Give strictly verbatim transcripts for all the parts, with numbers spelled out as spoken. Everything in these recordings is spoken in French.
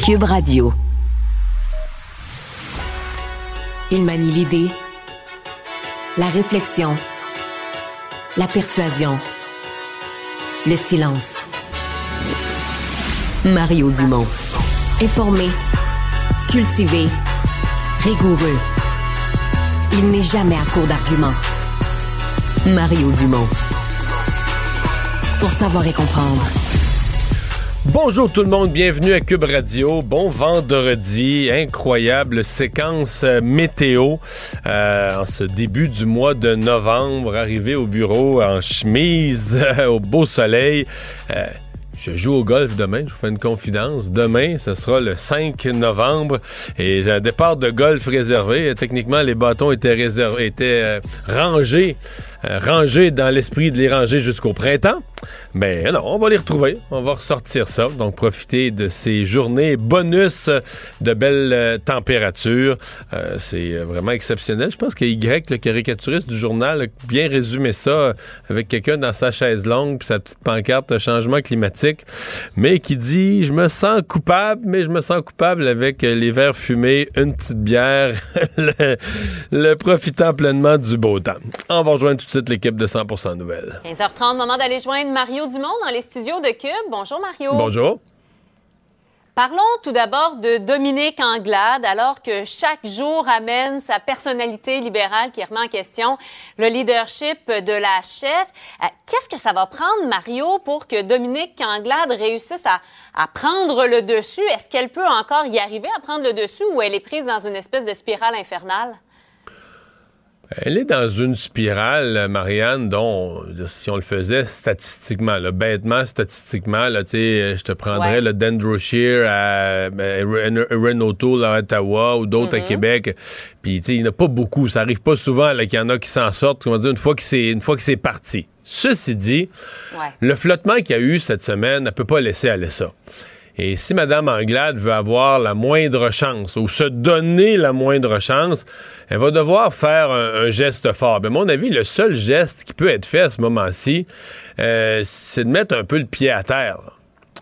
Cube Radio. Il manie l'idée, la réflexion, la persuasion, le silence. Mario Dumont. Informé, cultivé, rigoureux. Il n'est jamais à court d'arguments. Mario Dumont. Pour savoir et comprendre. Bonjour tout le monde, bienvenue à Cube Radio. Bon vendredi, incroyable séquence euh, météo euh, en ce début du mois de novembre, arrivé au bureau en chemise, euh, au beau soleil. Euh, Je joue au golf demain, je vous fais une confidence. Demain, ce sera le cinq novembre et j'ai un départ de golf réservé. Techniquement, les bâtons étaient réservés, étaient euh, rangés, euh, rangés dans l'esprit de les ranger jusqu'au printemps. Mais non, on va les retrouver, on va ressortir ça. Donc, profiter de ces journées bonus de belles euh, températures. Euh, c'est vraiment exceptionnel. Je pense que Y, le caricaturiste du journal, a bien résumé ça euh, avec quelqu'un dans sa chaise longue puis sa petite pancarte changement climatique, mais qui dit « Je me sens coupable, mais je me sens coupable avec les verres fumés, une petite bière, le, le profitant pleinement du beau temps. » On va rejoindre tout de suite l'équipe de cent pour cent Nouvelles. quinze heures trente, moment d'aller joindre Mario Dumont dans les studios de Cube. Bonjour Mario. Bonjour. Parlons tout d'abord de Dominique Anglade, alors que chaque jour amène sa personnalité libérale qui remet en question le leadership de la chef. Euh, qu'est-ce que ça va prendre, Mario, pour que Dominique Anglade réussisse à, à prendre le dessus? Est-ce qu'elle peut encore y arriver à prendre le dessus ou elle est prise dans une espèce de spirale infernale? Elle est dans une spirale, Marianne, dont, si on le faisait statistiquement, là, bêtement statistiquement, là, je te prendrais ouais. le Dendro Shear à ben, Renault Tool à Ottawa ou d'autres mm-hmm. à Québec. Puis, il n'y en a pas beaucoup. Ça arrive pas souvent là, qu'il y en a qui s'en sortent, comment dire, une fois que c'est, une fois que c'est parti. Ceci dit, ouais. le flottement qu'il y a eu cette semaine ne peut pas laisser aller ça. Et si Mme Anglade veut avoir la moindre chance ou se donner la moindre chance, elle va devoir faire un, un geste fort. Ben, à mon avis, le seul geste qui peut être fait à ce moment-ci, euh, c'est de mettre un peu le pied à terre. Là.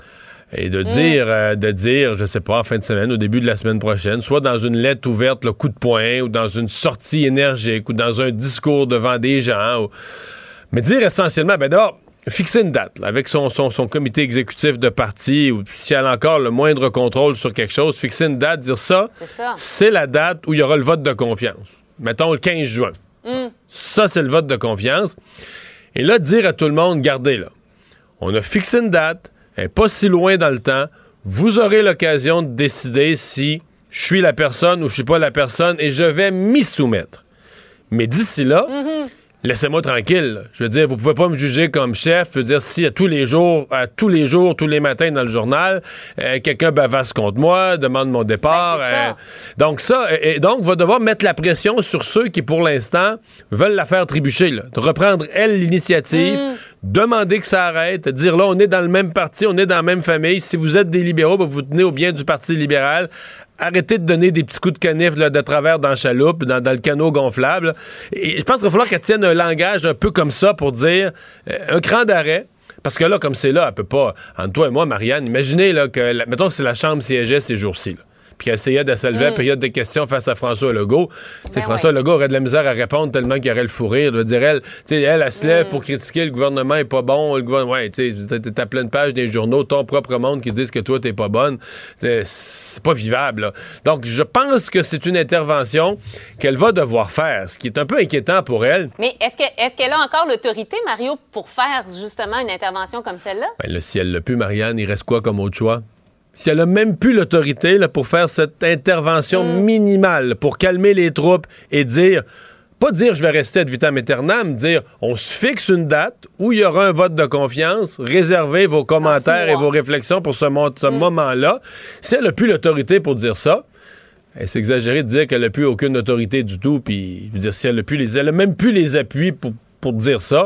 Et de dire, mmh. euh, de dire, je sais pas, en fin de semaine, au début de la semaine prochaine, soit dans une lettre ouverte, le coup de poing, ou dans une sortie énergique, ou dans un discours devant des gens. Ou... Mais dire essentiellement, ben d'abord, fixer une date, là, avec son, son, son comité exécutif de parti, ou si elle a encore le moindre contrôle sur quelque chose, fixer une date, dire ça, c'est, ça. c'est la date où il y aura le vote de confiance. Mettons le quinze juin. Mm. Ça, c'est le vote de confiance. Et là, dire à tout le monde, regardez, là, on a fixé une date, elle n'est pas si loin dans le temps, vous aurez l'occasion de décider si je suis la personne ou je suis pas la personne, et je vais m'y soumettre. Mais d'ici là, mm-hmm. laissez-moi tranquille. Là. Je veux dire, vous pouvez pas me juger comme chef. Je veux dire, si à tous les jours, à tous les jours, tous les matins dans le journal, euh, quelqu'un bavasse contre moi, demande mon départ. Ben, euh, donc ça, et, et donc, va devoir mettre la pression sur ceux qui, pour l'instant, veulent la faire trébucher. Là. De reprendre, elle, l'initiative, mm. demander que ça arrête, dire là, on est dans le même parti, on est dans la même famille. Si vous êtes des libéraux, ben, vous tenez au bien du Parti libéral. Arrêtez de donner des petits coups de canif là, de travers dans la chaloupe, dans, dans le canot gonflable. Et je pense qu'il va falloir qu'elle tienne un langage un peu comme ça pour dire euh, un cran d'arrêt. Parce que là, comme c'est là, elle peut pas... Entre toi et moi, Marianne, imaginez là, que... La, mettons que c'est la Chambre siégeait ces jours-ci, là. Puis qu'elle essayait de se lever à la période des questions face à François Legault. Ben François ouais. Legault aurait de la misère à répondre tellement qu'il aurait le fou rire. De dire, elle, elle, elle, elle se lève mm. pour critiquer le gouvernement est pas bon. Le gouvernement, ouais, tu sais, t'as plein de pages des journaux, ton propre monde qui disent que toi, t'es pas bonne. C'est, c'est pas vivable, là. Donc, je pense que c'est une intervention qu'elle va devoir faire, ce qui est un peu inquiétant pour elle. Mais est-ce, que, est-ce qu'elle a encore l'autorité, Mario, pour faire justement une intervention comme celle-là? Ben là, si elle l'a pu, Marianne, il reste quoi comme autre choix? Si elle a même plus l'autorité là, pour faire cette intervention mmh. minimale, pour calmer les troupes et dire, pas dire je vais rester ad vitam aeternam, dire on se fixe une date où il y aura un vote de confiance, réservez vos commentaires et vos réflexions pour ce, mo- ce mmh. moment-là. Si elle a plus l'autorité pour dire ça, eh, c'est exagéré de dire qu'elle n'a plus aucune autorité du tout, puis dire si elle a plus les, elle a même plus les appuis pour, pour dire ça.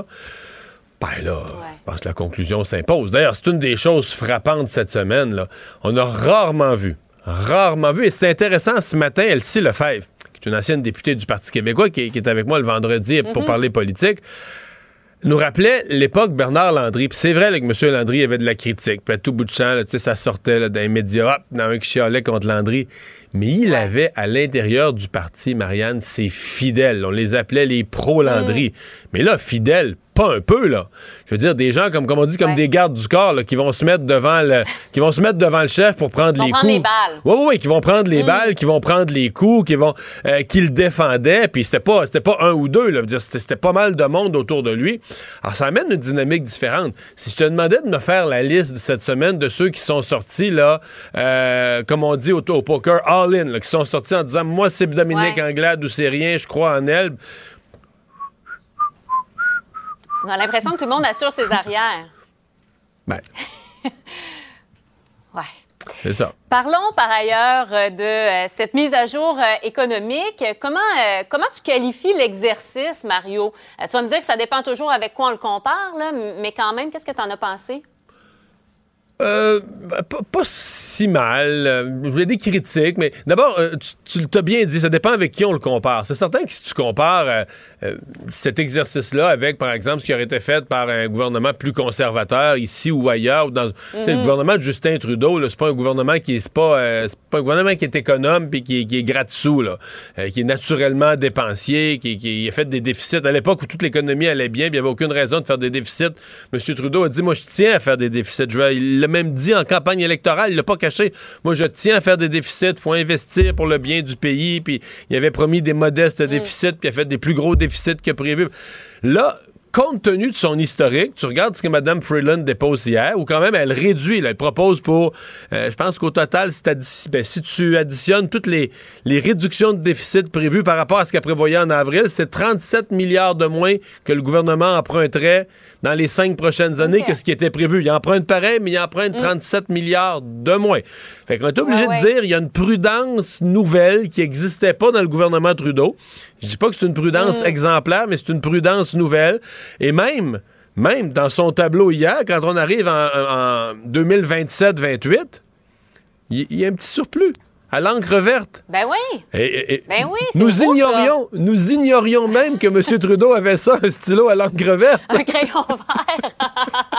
Ben là, ouais. je pense que la conclusion s'impose. D'ailleurs, c'est une des choses frappantes cette semaine, là. On a rarement vu, rarement vu, et c'est intéressant, ce matin, Elsie Lefebvre, qui est une ancienne députée du Parti québécois, qui, qui est avec moi le vendredi mm-hmm. pour parler politique, nous rappelait l'époque Bernard Landry. Puis c'est vrai là, que M. Landry avait de la critique. Puis à tout bout de champ, là, ça sortait là, dans les médias, hop, dans un qui chialait contre Landry. Mais il ouais. avait à l'intérieur du parti, Marianne, ses fidèles. On les appelait les pro-Landry. Mmh. Mais là, fidèles, pas un peu, là. Je veux dire, des gens, comme, comme on dit, comme ouais. des gardes du corps, là, qui vont se mettre devant le qui vont se mettre devant le chef pour prendre les prendre coups. Les balles. Oui, oui, oui, qui vont prendre les mmh. balles, qui vont prendre les coups, qui vont euh, qui le défendaient. Puis c'était pas, c'était pas un ou deux, là. Je veux dire, c'était, c'était pas mal de monde autour de lui. Alors, ça amène une dynamique différente. Si je te demandais de me faire la liste de cette semaine de ceux qui sont sortis, là, euh, comme on dit au, au poker, all-in, là, qui sont sortis en disant, moi, c'est Dominique ouais. Anglade ou c'est rien, je crois en elle. On a l'impression que tout le monde assure ses arrières. Ben. ouais. C'est ça. Parlons par ailleurs de euh, cette mise à jour euh, économique. Comment, euh, comment tu qualifies l'exercice, Mario? Euh, tu vas me dire que ça dépend toujours avec quoi on le compare, là, mais quand même, qu'est-ce que tu en as pensé? Euh, pas, pas si mal. Euh, j'ai des critiques, mais d'abord, euh, tu, tu l'as bien dit, ça dépend avec qui on le compare. C'est certain que si tu compares euh, euh, cet exercice-là avec, par exemple, ce qui aurait été fait par un gouvernement plus conservateur ici ou ailleurs, ou dans mm-hmm. le gouvernement de Justin Trudeau, là, c'est pas un gouvernement qui est, c'est pas, euh, c'est pas un gouvernement qui est économe puis qui, qui est gratte-sous, là, euh, qui est naturellement dépensier, qui, qui a fait des déficits. À l'époque où toute l'économie allait bien, il n'y avait aucune raison de faire des déficits. M. Trudeau a dit, moi, je tiens à faire des déficits. Je vais, il l'a même dit en campagne électorale, il l'a pas caché. Moi, je tiens à faire des déficits, il faut investir pour le bien du pays, puis il avait promis des modestes mmh. déficits, puis il a fait des plus gros déficits que prévu. Là, compte tenu de son historique, tu regardes ce que Mme Freeland dépose hier, ou quand même, elle réduit, là, elle propose pour, euh, je pense qu'au total, si, addi- ben, si tu additionnes toutes les, les réductions de déficit prévues par rapport à ce qu'elle prévoyait en avril, c'est trente-sept milliards de moins que le gouvernement emprunterait dans les cinq prochaines années okay. que ce qui était prévu. Il emprunte pareil, mais il emprunte mm. trente-sept milliards de moins. Fait qu'on est obligé ah, ouais. de dire, il y a une prudence nouvelle qui n'existait pas dans le gouvernement Trudeau. Je dis pas que c'est une prudence mm. exemplaire, mais c'est une prudence nouvelle. Et même, même dans son tableau hier, quand on arrive en, en deux mille vingt-sept vingt-huit, il y, y a un petit surplus à l'encre verte. Ben oui. Et, et, et ben oui, c'est nous beau, ignorions, ça. Nous ignorions même que M. Trudeau avait ça, un stylo à l'encre verte. Un crayon vert.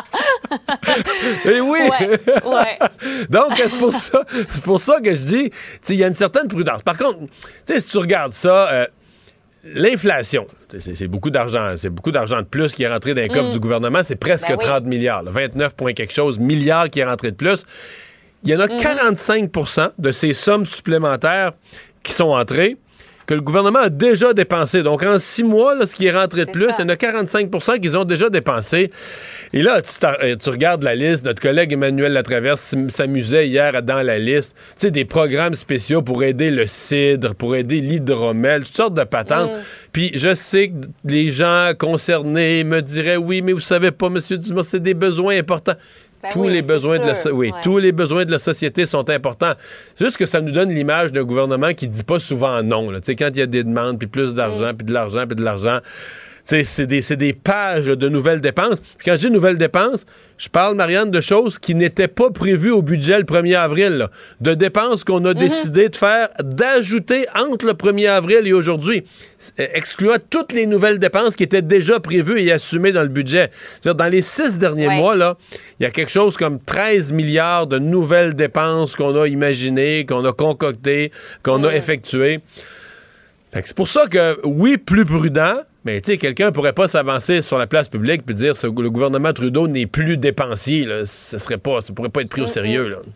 Et oui. Ouais, ouais. Donc, c'est pour ça, c'est pour ça que je dis, il y a une certaine prudence. Par contre, si tu regardes ça, euh, l'inflation, c'est, c'est beaucoup d'argent, c'est beaucoup d'argent de plus qui est rentré dans les coffres mm. du gouvernement, c'est presque ben oui. trente milliards, là, vingt-neuf point quelque chose milliards qui est rentré de plus. Il y en a mm-hmm. quarante-cinq pour cent de ces sommes supplémentaires qui sont entrées que le gouvernement a déjà dépensé. Donc, en six mois, là, ce qui est rentré de c'est plus, ça. Il y en a quarante-cinq pour cent qu'ils ont déjà dépensé. Et là, tu, tu regardes la liste. Notre collègue Emmanuel Latraverse s'amusait hier dans la liste. Tu sais, des programmes spéciaux pour aider le cidre, pour aider l'hydromel, toutes sortes de patentes. Mm. Puis, je sais que les gens concernés me diraient, oui, mais vous savez pas, M. Dumas, c'est des besoins importants. Ben tous, oui, les besoins de la so- oui, ouais. tous les besoins de la société sont importants. C'est juste que ça nous donne l'image d'un gouvernement qui dit pas souvent non. Tu sais, quand il y a des demandes, puis plus d'argent, puis mm. de l'argent, puis de l'argent... C'est, c'est, des, c'est des pages de nouvelles dépenses. Puis quand je dis nouvelles dépenses, je parle, Marianne, de choses qui n'étaient pas prévues au budget le premier avril. Là. De dépenses qu'on a mm-hmm. décidé de faire, d'ajouter entre le premier avril et aujourd'hui, excluant toutes les nouvelles dépenses qui étaient déjà prévues et assumées dans le budget. C'est-à-dire, dans les six derniers ouais. mois, là, il y a quelque chose comme treize milliards de nouvelles dépenses qu'on a imaginées, qu'on a concoctées, qu'on mm. a effectuées. Fait que c'est pour ça que, oui, plus prudent, mais tu sais, quelqu'un pourrait pas s'avancer sur la place publique puis dire que le gouvernement Trudeau n'est plus dépensier. Là. Ce serait pas, ça pourrait pas être pris au mm-hmm. sérieux. Là.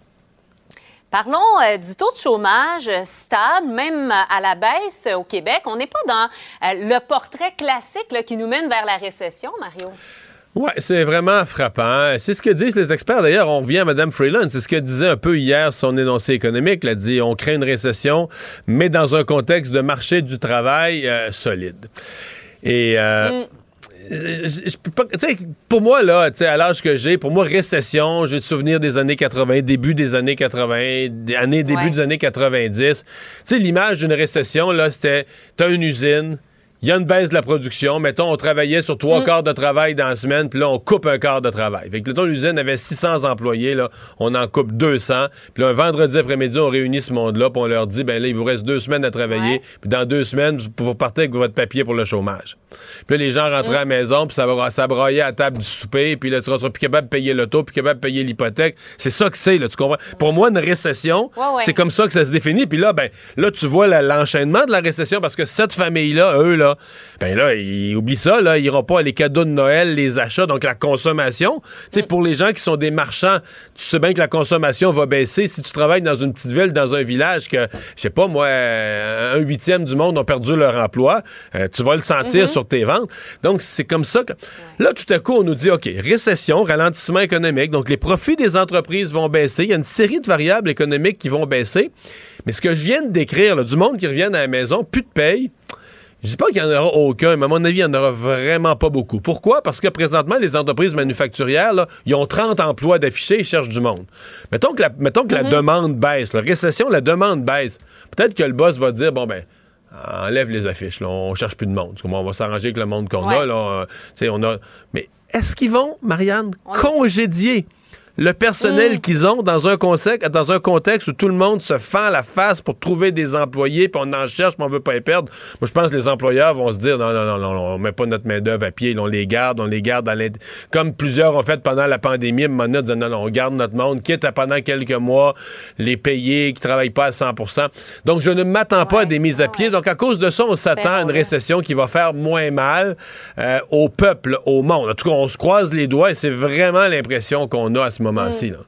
Parlons euh, du taux de chômage stable, même à la baisse au Québec. On n'est pas dans euh, le portrait classique là, qui nous mène vers la récession, Mario. Oui, c'est vraiment frappant. C'est ce que disent les experts. D'ailleurs, on revient à Mme Freeland. C'est ce que disait un peu hier son énoncé économique. Elle a dit on craint une récession, mais dans un contexte de marché du travail euh, solide. Et euh, mm. je, je peux pas, tu sais, pour moi, là, tu sais, à l'âge que j'ai, pour moi, récession, j'ai le souvenir des années quatre-vingts, début des années quatre-vingts, des années, début ouais. des années quatre-vingt-dix. Tu sais, l'image d'une récession, là, c'était t'as une usine. il y a une baisse de la production. Mettons, on travaillait sur trois mm. quarts de travail dans la semaine, puis là, on coupe un quart de travail. Fait que là, l'usine avait six cents employés, là, on en coupe deux cents. Puis là, un vendredi après-midi, on réunit ce monde-là, puis on leur dit, ben là, il vous reste deux semaines à travailler, ouais. puis dans deux semaines, vous partez avec votre papier pour le chômage. Puis là, les gens rentraient mm. à la maison, puis ça, ça braillait à la table du souper, puis là, tu seras plus capable de payer l'auto, puis capable de payer l'hypothèque. C'est ça que c'est, là, tu comprends? Pour moi, une récession, ouais, ouais. c'est comme ça que ça se définit. Puis là, ben, là, tu vois la, l'enchaînement de la récession, parce que cette famille-là, eux, là, ben là, ils oublient ça, là, ils n'iront pas les cadeaux de Noël, les achats, donc la consommation. Tu sais, mm. pour les gens qui sont des marchands, tu sais bien que la consommation va baisser. Si tu travailles dans une petite ville, dans un village que, je sais pas, moi, un huitième du monde ont perdu leur emploi, euh, tu vas le sentir mm-hmm. sur tes ventes. Donc, c'est comme ça que... Là, tout à coup, on nous dit, OK, récession, ralentissement économique, donc les profits des entreprises vont baisser. Il y a une série de variables économiques qui vont baisser. Mais ce que je viens de décrire, là, du monde qui revient à la maison, plus de paye, je dis pas qu'il n'y en aura aucun, mais à mon avis, il n'y en aura vraiment pas beaucoup. Pourquoi? Parce que présentement, les entreprises manufacturières, là, ils ont trente emplois d'affichés, ils cherchent du monde. Mettons que la, mettons que mm-hmm. la demande baisse. La récession, la demande baisse. Peut-être que le boss va dire, bon, ben, enlève les affiches, là, on cherche plus de monde. On va s'arranger avec le monde qu'on ouais. a. Là, euh, on a. Mais est-ce qu'ils vont, Marianne, ouais. congédier le personnel mmh. qu'ils ont dans un, contexte, dans un contexte où tout le monde se fend la face pour trouver des employés, puis on en cherche, puis on veut pas les perdre? Moi, je pense que les employeurs vont se dire, non, non, non, non, on met pas notre main-d'œuvre à pied, là, on les garde, on les garde à l'int... Comme plusieurs ont fait pendant la pandémie, à un moment donné, disant, non, non, on garde notre monde, quitte à pendant quelques mois les payer, qui travaillent pas à cent pour cent. Donc, je ne m'attends ouais. pas à des mises à pied. Ouais. Donc, à cause de ça, on s'attend à une récession qui va faire moins mal euh, au peuple, au monde. En tout cas, on se croise les doigts et c'est vraiment l'impression qu'on a à ce moment-ci, là.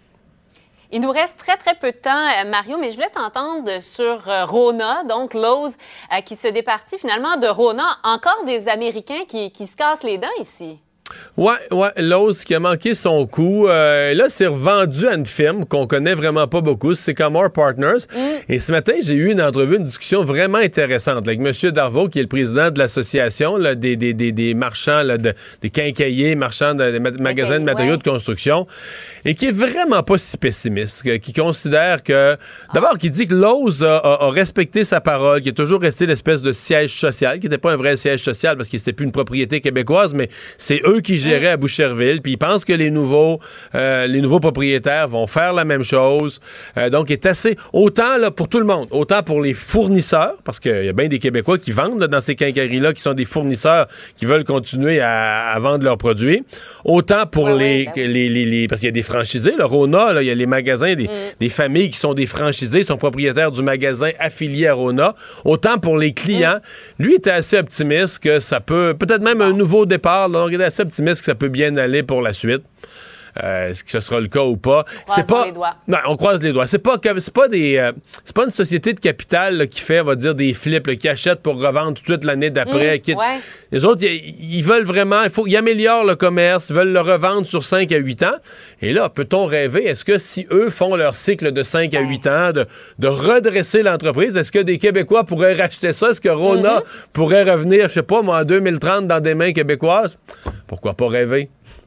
Il nous reste très, très peu de temps, Mario, mais je voulais t'entendre sur euh, Rona, donc Lowe's, euh, qui se départit finalement de Rona. Encore des Américains qui, qui se cassent les dents ici. Ouais, ouais, Lowe's qui a manqué son coup. Euh, là, c'est revendu à une firme qu'on connaît vraiment pas beaucoup, c'est Sycamore Partners. Mm. Et ce matin, j'ai eu une entrevue, une discussion vraiment intéressante là, avec M. Darvaux, qui est le président de l'association là, des, des, des, des marchands, là, de, des quincailliers, marchands de, des magasins de matériaux ouais. de construction, et qui est vraiment pas si pessimiste, qui considère que, d'abord, qui dit que Lowe's a, a, a respecté sa parole, qui est toujours resté l'espèce de siège social, qui n'était pas un vrai siège social parce que c'était plus une propriété québécoise, mais c'est eux qui géraient à Boucherville, puis ils pensent que les nouveaux euh, les nouveaux propriétaires vont faire la même chose. Euh, donc, il est assez... Autant là, pour tout le monde, autant pour les fournisseurs, parce qu'il y a bien des Québécois qui vendent là, dans ces quincailleries-là, qui sont des fournisseurs qui veulent continuer à, à vendre leurs produits. Autant pour ouais, les, ouais, les, les, les... Parce qu'il y a des franchisés. Le Rona, là, il y a les magasins, des, mm. des familles qui sont des franchisés, sont propriétaires du magasin affilié à Rona. Autant pour les clients. Mm. Lui était assez optimiste que ça peut... Peut-être même bon. un nouveau départ. Là, il est assez optimiste que ça peut bien aller pour la suite. Euh, est-ce que ce sera le cas ou pas? On c'est pas les doigts. Non, on croise les doigts. C'est pas c'est pas des euh, c'est pas une société de capital là, qui fait, on va dire, des flips, là, qui achète pour revendre tout de suite l'année d'après. Mmh, qui... ouais. Les autres, ils veulent vraiment, il faut ils améliorent le commerce, ils veulent le revendre sur cinq à huit ans. Et là, peut-on rêver, est-ce que si eux font leur cycle de cinq ouais. à huit ans, de, de redresser l'entreprise, est-ce que des Québécois pourraient racheter ça? Est-ce que Rona mmh. pourrait revenir, je sais pas, moi, en deux mille trente dans des mains québécoises? Pourquoi pas rêver?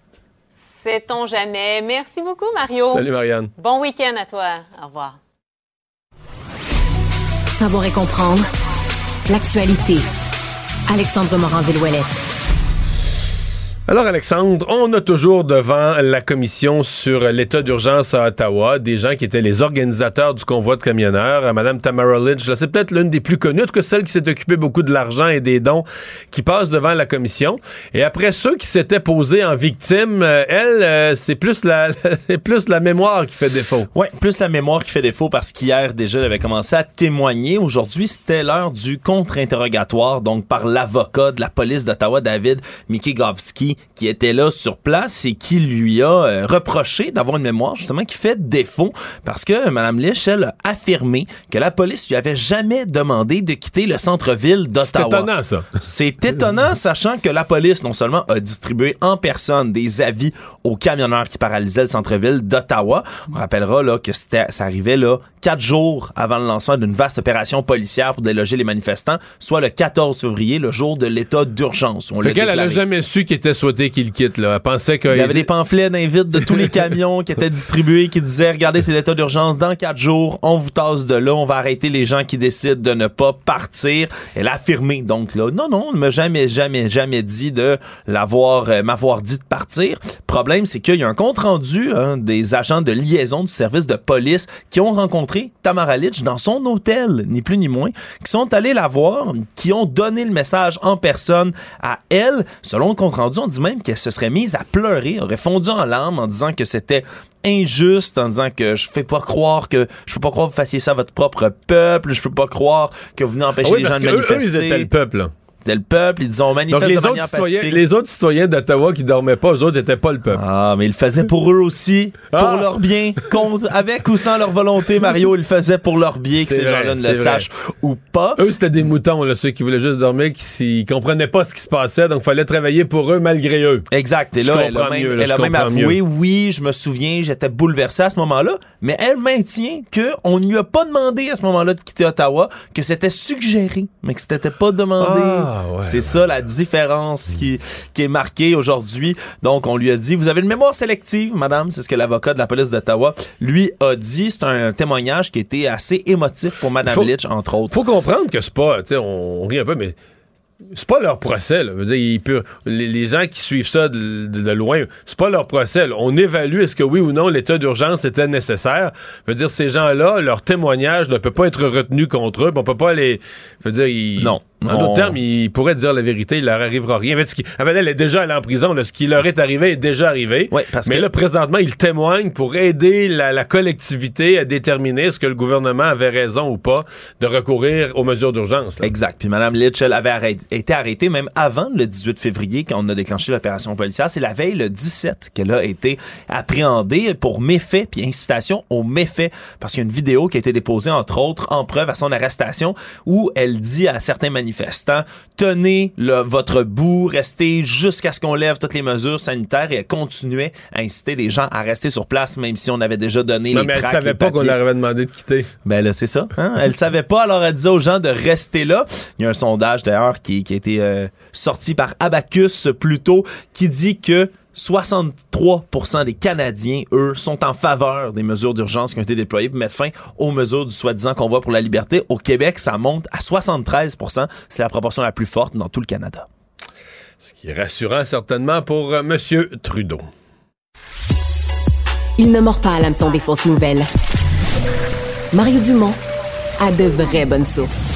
Sait-on jamais. Merci beaucoup, Mario. Salut, Marianne. Bon week-end à toi. Au revoir. Savoir et comprendre l'actualité. Alexandre Morin-Villouellette. Alors, Alexandre, on a toujours devant la commission sur l'état d'urgence à Ottawa des gens qui étaient les organisateurs du convoi de camionneurs. Mme Tamara Lich, là, c'est peut-être l'une des plus connues, en tout cas celle qui s'est occupée beaucoup de l'argent et des dons, qui passe devant la commission. Et après ceux qui s'étaient posés en victime, euh, elle, euh, c'est plus la, c'est plus la mémoire qui fait défaut. Oui, plus la mémoire qui fait défaut parce qu'hier, déjà, elle avait commencé à témoigner. Aujourd'hui, c'était l'heure du contre-interrogatoire, donc par l'avocat de la police d'Ottawa, David Mikigovski, qui était là sur place et qui lui a euh, reproché d'avoir une mémoire justement qui fait défaut parce que Mme Lich, elle a affirmé que la police lui avait jamais demandé de quitter le centre-ville d'Ottawa. C'est étonnant, ça. C'est étonnant, sachant que la police, non seulement a distribué en personne des avis aux camionneurs qui paralysaient le centre-ville d'Ottawa, on rappellera là, que c'était, ça arrivait là quatre jours avant le lancement d'une vaste opération policière pour déloger les manifestants, soit le quatorze février, le jour de l'état d'urgence. On fait qu'elle, elle n'a jamais su qu'il était souhaité qu'il quitte. Là. Elle pensait qu'il y avait des pamphlets d'invite de tous les camions qui étaient distribués qui disaient « Regardez, c'est l'état d'urgence. Dans quatre jours, on vous tasse de là. On va arrêter les gens qui décident de ne pas partir. » Elle a affirmé donc là. Non, non, on ne m'a jamais, jamais, jamais dit de l'avoir, euh, m'avoir dit de partir. Problème, c'est qu'il y a un compte-rendu hein, des agents de liaison du service de police qui ont rencontré Tamara Lich dans son hôtel, ni plus ni moins, qui sont allés la voir, qui ont donné le message en personne à elle. Selon le compte-rendu, on dit même qu'elle se serait mise à pleurer, aurait fondu en larmes en disant que c'était injuste, en disant que je fais pas croire que je peux pas croire que vous fassiez ça à votre propre peuple, je peux pas croire que vous venez empêcher ah oui, les gens de manifester. Eux, ils étaient le peuple, là. C'était le peuple, ils disaient on manifeste Donc les de autres citoyens, les autres citoyens d'Ottawa qui dormaient pas, eux autres n'étaient pas le peuple. Ah, mais ils le faisaient pour eux aussi, pour ah. leur bien, contre, avec ou sans leur volonté, Mario, ils le faisaient pour leur bien, que c'est ces vrai, gens-là ne le sachent ou pas. Eux, c'était des moutons, là, ceux qui voulaient juste dormir, qui ne comprenaient pas ce qui se passait, donc il fallait travailler pour eux malgré eux. Exact. Et là, elle a même, mieux, là, elle a même avoué, mieux. oui, je me souviens, j'étais bouleversé à ce moment-là, mais elle maintient qu'on ne lui a pas demandé à ce moment-là de quitter Ottawa, que c'était suggéré, mais que c'était pas demandé. Ah, ouais, c'est ouais. ça la différence qui, qui est marquée aujourd'hui. Donc, on lui a dit, vous avez une mémoire sélective, madame, c'est ce que l'avocat de la police d'Ottawa lui a dit. C'est un témoignage qui était assez émotif pour madame faut, Lich, entre autres. Faut comprendre que c'est pas, tu sais, on, on rit un peu, mais c'est pas leur procès, là. Je veux dire, il peut, les, les gens qui suivent ça de, de, de loin, c'est pas leur procès, là. On évalue est-ce que oui ou non l'état d'urgence était nécessaire. Je veux dire, ces gens-là, leur témoignage ne peut pas être retenu contre eux. On peut pas les... Je veux dire, ils... Non. En d'autres termes, il pourrait dire la vérité, il leur arrivera rien. En fait, ce qui, en fait, elle est déjà allée en prison. Là, ce qui leur est arrivé est déjà arrivé. Oui, parce Mais que... là, présentement, il témoigne pour aider la, la collectivité à déterminer est-ce que le gouvernement avait raison ou pas de recourir aux mesures d'urgence. Là. Exact. Puis Mme Lich, elle avait arrêté, été arrêtée même avant le dix-huit février, quand on a déclenché l'opération policière. C'est la veille, le dix-sept, qu'elle a été appréhendée pour méfait puis incitation au méfait. Parce qu'il y a une vidéo qui a été déposée, entre autres, en preuve à son arrestation, où elle dit à certains manifestants tenez le, votre bout, restez jusqu'à ce qu'on lève toutes les mesures sanitaires, et elle continuait à inciter des gens à rester sur place même si on avait déjà donné non, les mais tracts, elle savait pas qu'on leur avait demandé de quitter. Ben là, c'est ça. Hein? Elle savait pas, alors elle disait aux gens de rester là. Il y a un sondage d'ailleurs qui, qui a été euh, sorti par Abacus plus tôt qui dit que soixante-trois pour cent des Canadiens, eux, sont en faveur des mesures d'urgence qui ont été déployées pour mettre fin aux mesures du soi-disant convoi pour la liberté. Au Québec, ça monte à soixante-treize pour cent. C'est la proportion la plus forte dans tout le Canada. Ce qui est rassurant certainement pour euh, M. Trudeau. Il ne mord pas à l'hameçon des fausses nouvelles. Mario Dumont a de vraies bonnes sources.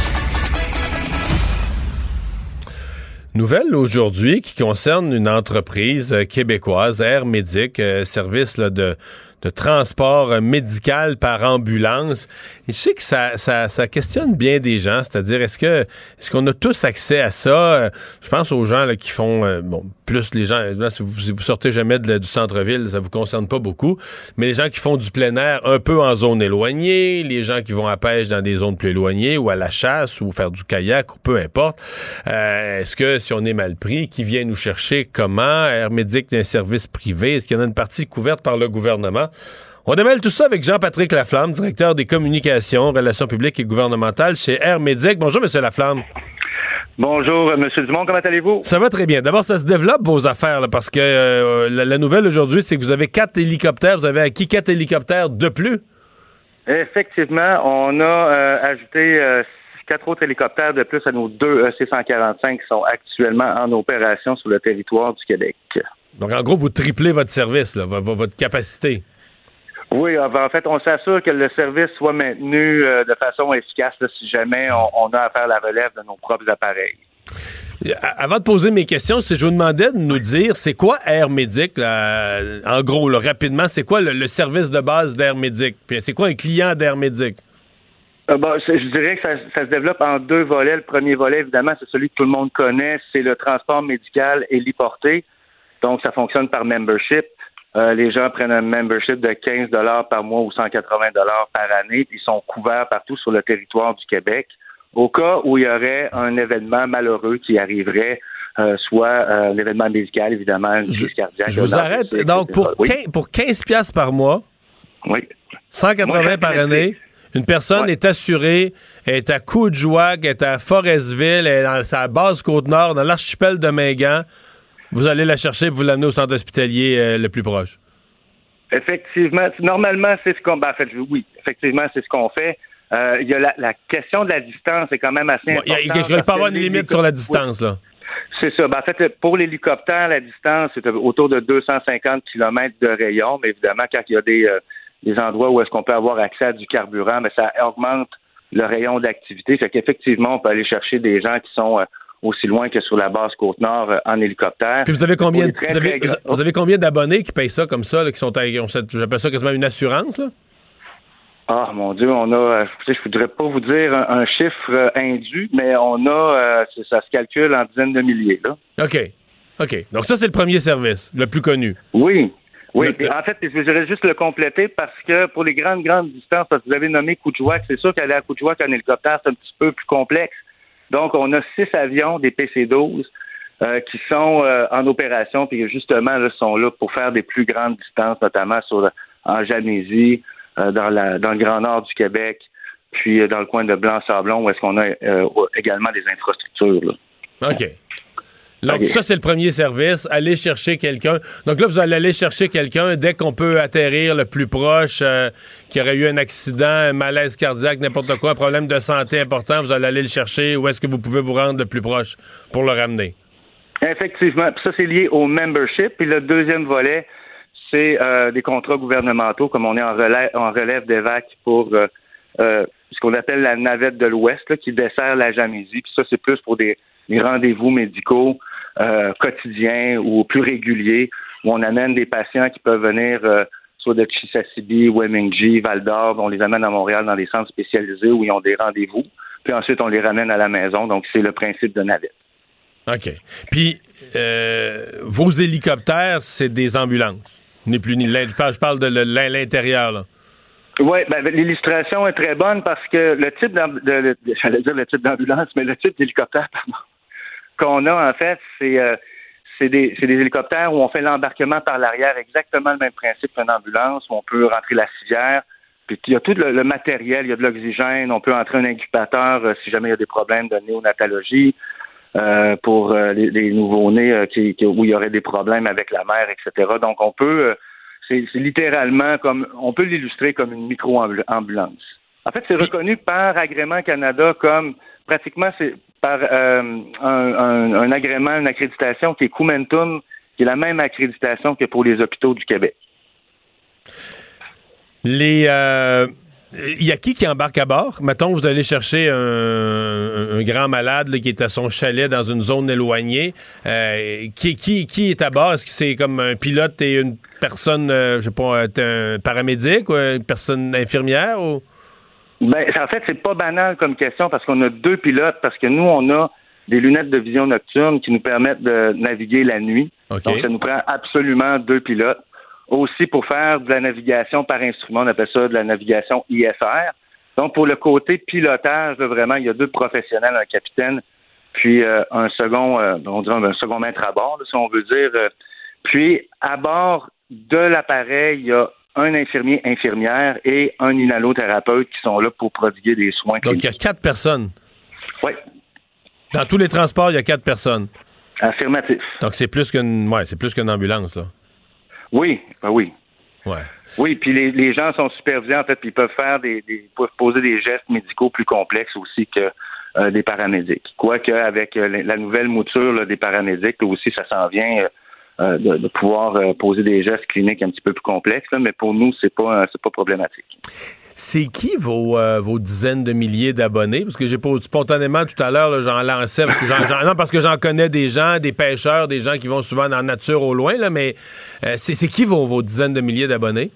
Nouvelle aujourd'hui qui concerne une entreprise euh, québécoise, Air Médic, euh, service là, de, de transport médical par ambulance. Et je sais que ça, ça, ça questionne bien des gens, c'est-à-dire est-ce que est-ce qu'on a tous accès à ça? Euh, je pense aux gens là, qui font, euh, bon, plus les gens, là, si, vous, si vous sortez jamais de, du centre-ville, ça vous concerne pas beaucoup, mais les gens qui font du plein air un peu en zone éloignée, les gens qui vont à pêche dans des zones plus éloignées, ou à la chasse, ou faire du kayak, ou peu importe, euh, est-ce que si on est mal pris, qui vient nous chercher, comment? Air Médic est un service privé, est-ce qu'il y en a une partie couverte par le gouvernement? On démêle tout ça avec Jean-Patrick Laflamme, directeur des communications, relations publiques et gouvernementales chez Air Médic. Bonjour, M. Laflamme. Bonjour, M. Dumont, comment allez-vous? Ça va très bien. D'abord, ça se développe, vos affaires, là, parce que euh, la, la nouvelle aujourd'hui, c'est que vous avez quatre hélicoptères. Vous avez acquis quatre hélicoptères de plus? Effectivement, on a euh, ajouté euh, quatre autres hélicoptères de plus à nos deux E C cent quarante-cinq qui sont actuellement en opération sur le territoire du Québec. Donc, en gros, vous triplez votre service, là, v- votre capacité. Oui, en fait, on s'assure que le service soit maintenu euh, de façon efficace là, si jamais on, on a à faire la relève de nos propres appareils. Avant de poser mes questions, si je vous demandais de nous dire, c'est quoi Air Médic, là, en gros, là, rapidement, c'est quoi le, le service de base d'Air Médic? Puis c'est quoi un client d'Air Médic? Euh, bon, je dirais que ça, ça se développe en deux volets. Le premier volet, évidemment, c'est celui que tout le monde connaît, c'est le transport médical héliporté. Donc, ça fonctionne par membership. Euh, les gens prennent un membership de quinze dollars par mois ou cent quatre-vingts dollars par année, puis ils sont couverts partout sur le territoire du Québec. Au cas où il y aurait un événement malheureux qui arriverait, euh, soit euh, un événement médical, évidemment, une crise cardiaque. Je vous arrête. Donc, pour, oui. quinze, pour quinze dollars par mois, oui. cent quatre-vingts par année, Une personne ouais. est assurée, elle est à Coudjouac, elle est à Forestville, elle est dans sa base Côte-Nord, dans l'archipel de Mingan. Vous allez la chercher et vous l'amener au centre hospitalier euh, le plus proche. Effectivement. Normalement, c'est ce qu'on... Ben, en fait, oui, effectivement, c'est ce qu'on fait. Euh, il y a la, la question de la distance est quand même assez bon, importante. Il ne peut pas avoir une limite sur la distance, oui. là. C'est ça. Ben, en fait, pour l'hélicoptère, la distance, c'est autour de deux cent cinquante kilomètres de rayon. Mais évidemment, quand il y a des, euh, des endroits où est-ce qu'on peut avoir accès à du carburant, mais ça augmente le rayon d'activité. Fait qu'effectivement, on peut aller chercher des gens qui sont euh, aussi loin que sur la base Côte-Nord euh, en hélicoptère. Puis vous avez combien, très, vous avez, très... vous avez combien d'abonnés qui payent ça comme ça, là, qui sont, qui ont cette, j'appelle ça quasiment une assurance, là? Ah, mon Dieu, on a, je ne voudrais pas vous dire un, un chiffre euh, indu, mais on a, euh, ça se calcule en dizaines de milliers, là. OK. OK. Donc ça, c'est le premier service, le plus connu. Oui. Oui. Le... En fait, je voudrais juste le compléter parce que pour les grandes, grandes distances, parce que vous avez nommé Coudjouac, c'est sûr qu'aller à Coudjouac en hélicoptère, c'est un petit peu plus complexe. Donc, on a six avions, des P C douze, euh, qui sont euh, en opération, puis justement, là, sont là pour faire des plus grandes distances, notamment sur en Gamésie, euh, dans, la, dans le Grand Nord du Québec, puis euh, dans le coin de Blanc-Sablon, où est-ce qu'on a euh, également des infrastructures, là. OK. Donc, okay. ça, c'est le premier service. Aller chercher quelqu'un. Donc là, vous allez aller chercher quelqu'un dès qu'on peut atterrir le plus proche, euh, qui aurait eu un accident, un malaise cardiaque, n'importe quoi, un problème de santé important, vous allez aller le chercher. Où est-ce que vous pouvez vous rendre le plus proche pour le ramener? Effectivement. Puis ça, c'est lié au membership. Puis le deuxième volet, c'est euh, des contrats gouvernementaux, comme on est en relève, en relève d'évac pour euh, euh, ce qu'on appelle la navette de l'Ouest, là, qui dessert la Gamésie. Puis ça, c'est plus pour des, des rendez-vous médicaux euh, quotidiens ou plus réguliers, où on amène des patients qui peuvent venir euh, soit de Chisasibi, Wemingji, Val-d'Or, on les amène à Montréal dans des centres spécialisés où ils ont des rendez-vous. Puis ensuite, on les ramène à la maison. Donc, c'est le principe de navette. OK. Puis, euh, vos hélicoptères, c'est des ambulances. Ni plus ni moins. Je parle de l'intérieur, là. Oui, ben, l'illustration est très bonne parce que le type de, j'allais dire le type d'ambulance, mais le type d'hélicoptère, pardon, qu'on a, en fait, c'est, euh, c'est, des, c'est des hélicoptères où on fait l'embarquement par l'arrière, exactement le même principe qu'une ambulance, où on peut rentrer la civière, puis il y a tout le, le matériel, il y a de l'oxygène, on peut entrer un incubateur euh, si jamais il y a des problèmes de néonatologie, euh, pour euh, les, les nouveau-nés euh, qui, qui, où il y aurait des problèmes avec la mère, et cetera. Donc, on peut... Euh, C'est, c'est littéralement comme, on peut l'illustrer comme une micro-ambulance. En fait, c'est reconnu par Agrément Canada comme, pratiquement, c'est par euh, un, un, un agrément, une accréditation qui est Cumentum, qui est la même accréditation que pour les hôpitaux du Québec. Les... Euh... Il y a qui qui embarque à bord? Mettons, vous allez chercher un, un, un grand malade là, qui est à son chalet dans une zone éloignée. Euh, qui, qui, qui est à bord? Est-ce que c'est comme un pilote et une personne, euh, je sais pas, un paramédic ou une personne infirmière? Ou... Ben, en fait, c'est pas banal comme question parce qu'on a deux pilotes, parce que nous, on a des lunettes de vision nocturne qui nous permettent de naviguer la nuit. Okay. Donc, ça nous prend absolument deux pilotes. Aussi pour faire de la navigation par instrument, on appelle ça de la navigation I F R. Donc, pour le côté pilotage, là, vraiment, il y a deux professionnels, un capitaine, puis euh, un second, euh, on dirait un second maître à bord, là, si on veut dire. Euh, puis, à bord de l'appareil, il y a un infirmier, infirmière et un inhalothérapeute qui sont là pour prodiguer des soins. Donc, il y a quatre personnes. Oui. Dans tous les transports, il y a quatre personnes. Affirmatif. Donc, c'est plus qu'une, ouais, c'est plus qu'une ambulance, là. Oui, ben oui. Ouais. Oui, puis les, les gens sont supervisés, en fait, puis ils peuvent faire des, des peuvent poser des gestes médicaux plus complexes aussi que euh, des paramédics. Quoique avec euh, la nouvelle mouture là, des paramédics, là, aussi, ça s'en vient euh, de, de pouvoir euh, poser des gestes cliniques un petit peu plus complexes, là, mais pour nous, c'est pas euh, c'est pas problématique. C'est qui vos, euh, vos dizaines de milliers d'abonnés? Parce que j'ai pas spontanément tout à l'heure, là, j'en lançais, parce que j'en, j'en, non, parce que j'en connais des gens, des pêcheurs, des gens qui vont souvent dans la nature au loin, là, mais euh, c'est, c'est qui vos, vos dizaines de milliers d'abonnés?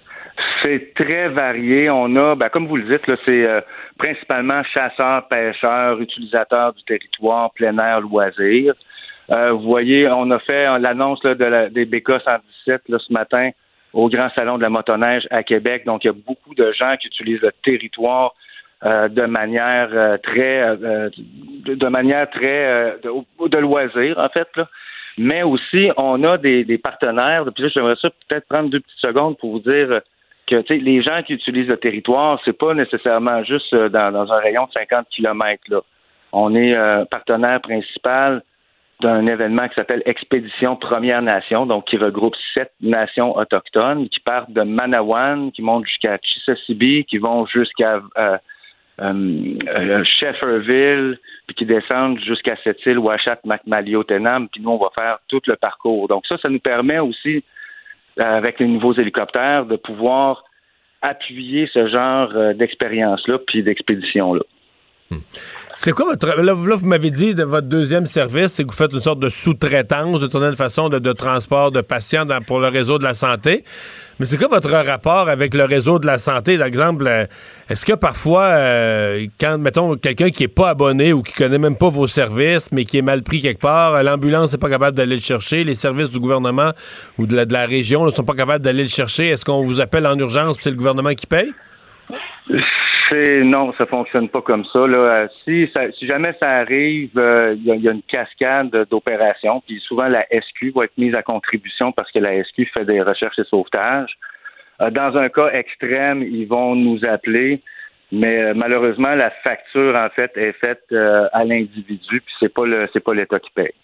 C'est très varié. On a, ben, comme vous le dites, là, c'est euh, principalement chasseurs, pêcheurs, utilisateurs du territoire, plein air, loisirs. Euh, vous voyez, on a fait l'annonce là, de la, des B K cent dix-sept là, ce matin au Grand Salon de la motoneige à Québec. Donc, il y a beaucoup de gens qui utilisent le territoire euh, de manière euh, très euh, de, de manière très euh, de, de loisir, en fait, là. Mais aussi, on a des, des partenaires. Puis là, j'aimerais ça peut-être prendre deux petites secondes pour vous dire que tu sais, les gens qui utilisent le territoire, c'est pas nécessairement juste dans, dans un rayon de cinquante kilomètres. Là. On est euh, partenaire principal d'un événement qui s'appelle Expédition Première Nation, donc qui regroupe sept nations autochtones qui partent de Manawan, qui montent jusqu'à Chisasibi, qui vont jusqu'à euh, euh, Shefferville, puis qui descendent jusqu'à cette île Ouachat Macmalio-Tenam, puis nous, on va faire tout le parcours. Donc ça, ça nous permet aussi, euh, avec les nouveaux hélicoptères, de pouvoir appuyer ce genre euh, d'expérience-là, puis d'expédition-là. C'est quoi votre... Là, là, vous m'avez dit de votre deuxième service, c'est que vous faites une sorte de sous-traitance, de tourner de façon de, de transport de patients dans, pour le réseau de la santé. Mais c'est quoi votre rapport avec le réseau de la santé? Par exemple, euh, est-ce que parfois, euh, quand, mettons, quelqu'un qui est pas abonné ou qui connaît même pas vos services, mais qui est mal pris quelque part, l'ambulance n'est pas capable d'aller le chercher, les services du gouvernement ou de la, de la région ne sont pas capables d'aller le chercher, est-ce qu'on vous appelle en urgence et c'est le gouvernement qui paye? C'est, non, ça fonctionne pas comme ça. Là. Si, ça, si jamais ça arrive, il euh, y, y a une cascade d'opérations, puis souvent la S Q va être mise à contribution parce que la S Q fait des recherches et sauvetages. Euh, dans un cas extrême, ils vont nous appeler, mais euh, malheureusement, la facture, en fait, est faite euh, à l'individu, puis c'est pas le c'est pas l'État qui paye.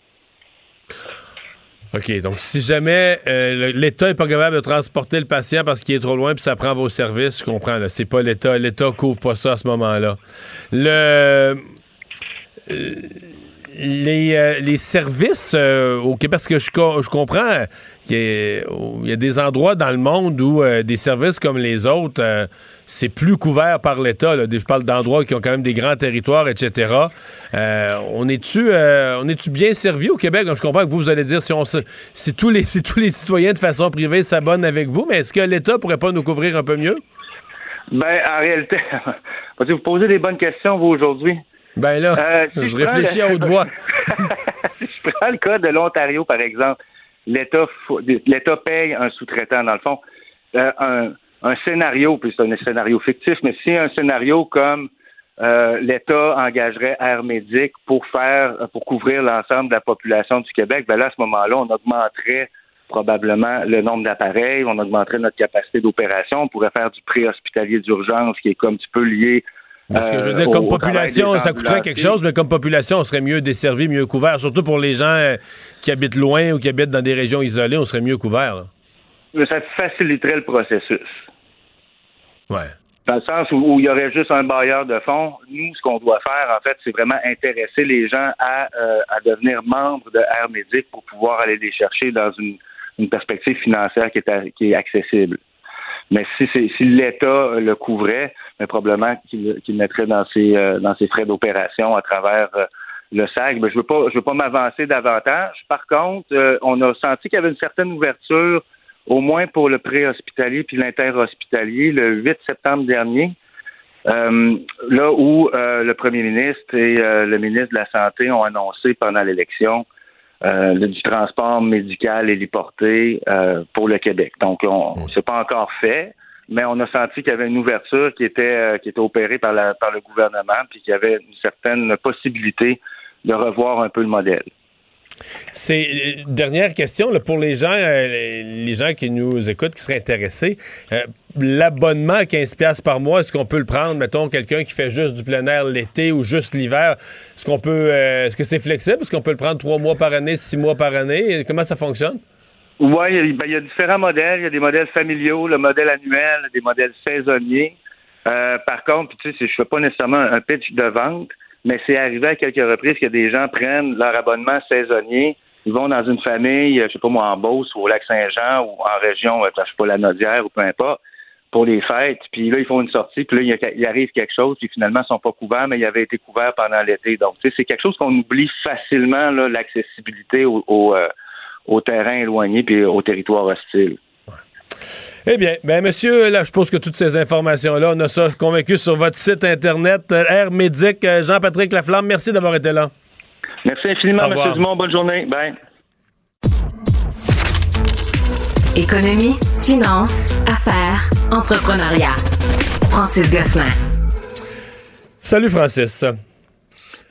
OK, donc si jamais euh, l'État n'est pas capable de transporter le patient parce qu'il est trop loin puis ça prend vos services, je comprends, là, c'est pas l'État, l'État couvre pas ça à ce moment-là. Le... Euh, les, euh, les services euh, au Québec, parce que je, je comprends qu'il y, a, il y a des endroits dans le monde où euh, des services comme les autres, euh, c'est plus couvert par l'État. Là. Je parle d'endroits qui ont quand même des grands territoires, et cetera. Euh, on est-tu euh, on est-tu bien servi au Québec? Donc, je comprends que vous, vous allez dire si, on, si, tous les, si tous les citoyens de façon privée s'abonnent avec vous, mais est-ce que l'État pourrait pas nous couvrir un peu mieux? Ben, en réalité, vous posez des bonnes questions, vous, aujourd'hui. Ben là, euh, si je, je réfléchis le... à haute voix. Si je prends le cas de l'Ontario, par exemple, l'État, l'État paye un sous-traitant, dans le fond. Euh, un, un scénario, puis c'est un scénario fictif, mais si un scénario comme euh, l'État engagerait Air Médic pour faire, pour couvrir l'ensemble de la population du Québec, ben là, à ce moment-là, on augmenterait probablement le nombre d'appareils, on augmenterait notre capacité d'opération, on pourrait faire du pré-hospitalier d'urgence qui est comme un petit peu lié. Parce que je veux dire, euh, comme population, ça coûterait quelque chose, mais comme population, on serait mieux desservi, mieux couvert. Surtout pour les gens euh, qui habitent loin ou qui habitent dans des régions isolées, on serait mieux couvert. Là. Mais ça faciliterait le processus. Ouais. Dans le sens où, où il y aurait juste un bailleur de fonds. Nous, ce qu'on doit faire, en fait, c'est vraiment intéresser les gens à, euh, à devenir membres de Air Médic pour pouvoir aller les chercher dans une, une perspective financière qui est, à, qui est accessible. Mais si, c'est, si l'État le couvrait, mais probablement qu'il, qu'il mettrait dans ses, euh, dans ses frais d'opération à travers euh, le S A G. Mais je veux pas, je veux pas m'avancer davantage. Par contre, euh, on a senti qu'il y avait une certaine ouverture, au moins pour le pré-hospitalier puis l'inter-hospitalier, le huit septembre dernier, euh, là où euh, le premier ministre et euh, le ministre de la Santé ont annoncé pendant l'élection Euh, le, du transport médical héliporté euh, pour le Québec. Donc, on mmh. c'est pas encore fait, mais on a senti qu'il y avait une ouverture qui était euh, qui était opérée par la par le gouvernement, puis qu'il y avait une certaine possibilité de revoir un peu le modèle. C'est euh, dernière question là, pour les gens, euh, les gens qui nous écoutent, qui seraient intéressés. Euh, l'abonnement à quinze dollars par mois, est-ce qu'on peut le prendre, mettons, quelqu'un qui fait juste du plein air l'été ou juste l'hiver? Est-ce qu'on peut, euh, est-ce que c'est flexible? Est-ce qu'on peut le prendre trois mois par année, six mois par année? Comment ça fonctionne? Oui, il ben, y a différents modèles. Il y a des modèles familiaux, le modèle annuel, des modèles saisonniers. Euh, par contre, tu sais, je fais pas nécessairement un pitch de vente, mais c'est arrivé à quelques reprises que des gens prennent leur abonnement saisonnier, ils vont dans une famille, je sais pas moi, en Beauce ou au Lac-Saint-Jean ou en région, je sais pas, la Naudière ou peu importe, pour les fêtes, puis là, ils font une sortie, puis là, il arrive quelque chose, puis finalement, ils sont pas couverts, mais ils avaient été couverts pendant l'été. Donc, tu sais, c'est quelque chose qu'on oublie facilement, là, l'accessibilité au, au, euh, au terrain éloigné puis au territoire hostile. Eh bien, ben monsieur, là, je pense que toutes ces informations-là, on a ça convaincu sur votre site Internet, euh, Air Médic. Euh, Jean-Patrick Laflamme, merci d'avoir été là. Merci infiniment, M. Dumont. Bonne journée. Bye. Économie, finance, affaires, entrepreneuriat. Francis Gosselin. Salut, Francis.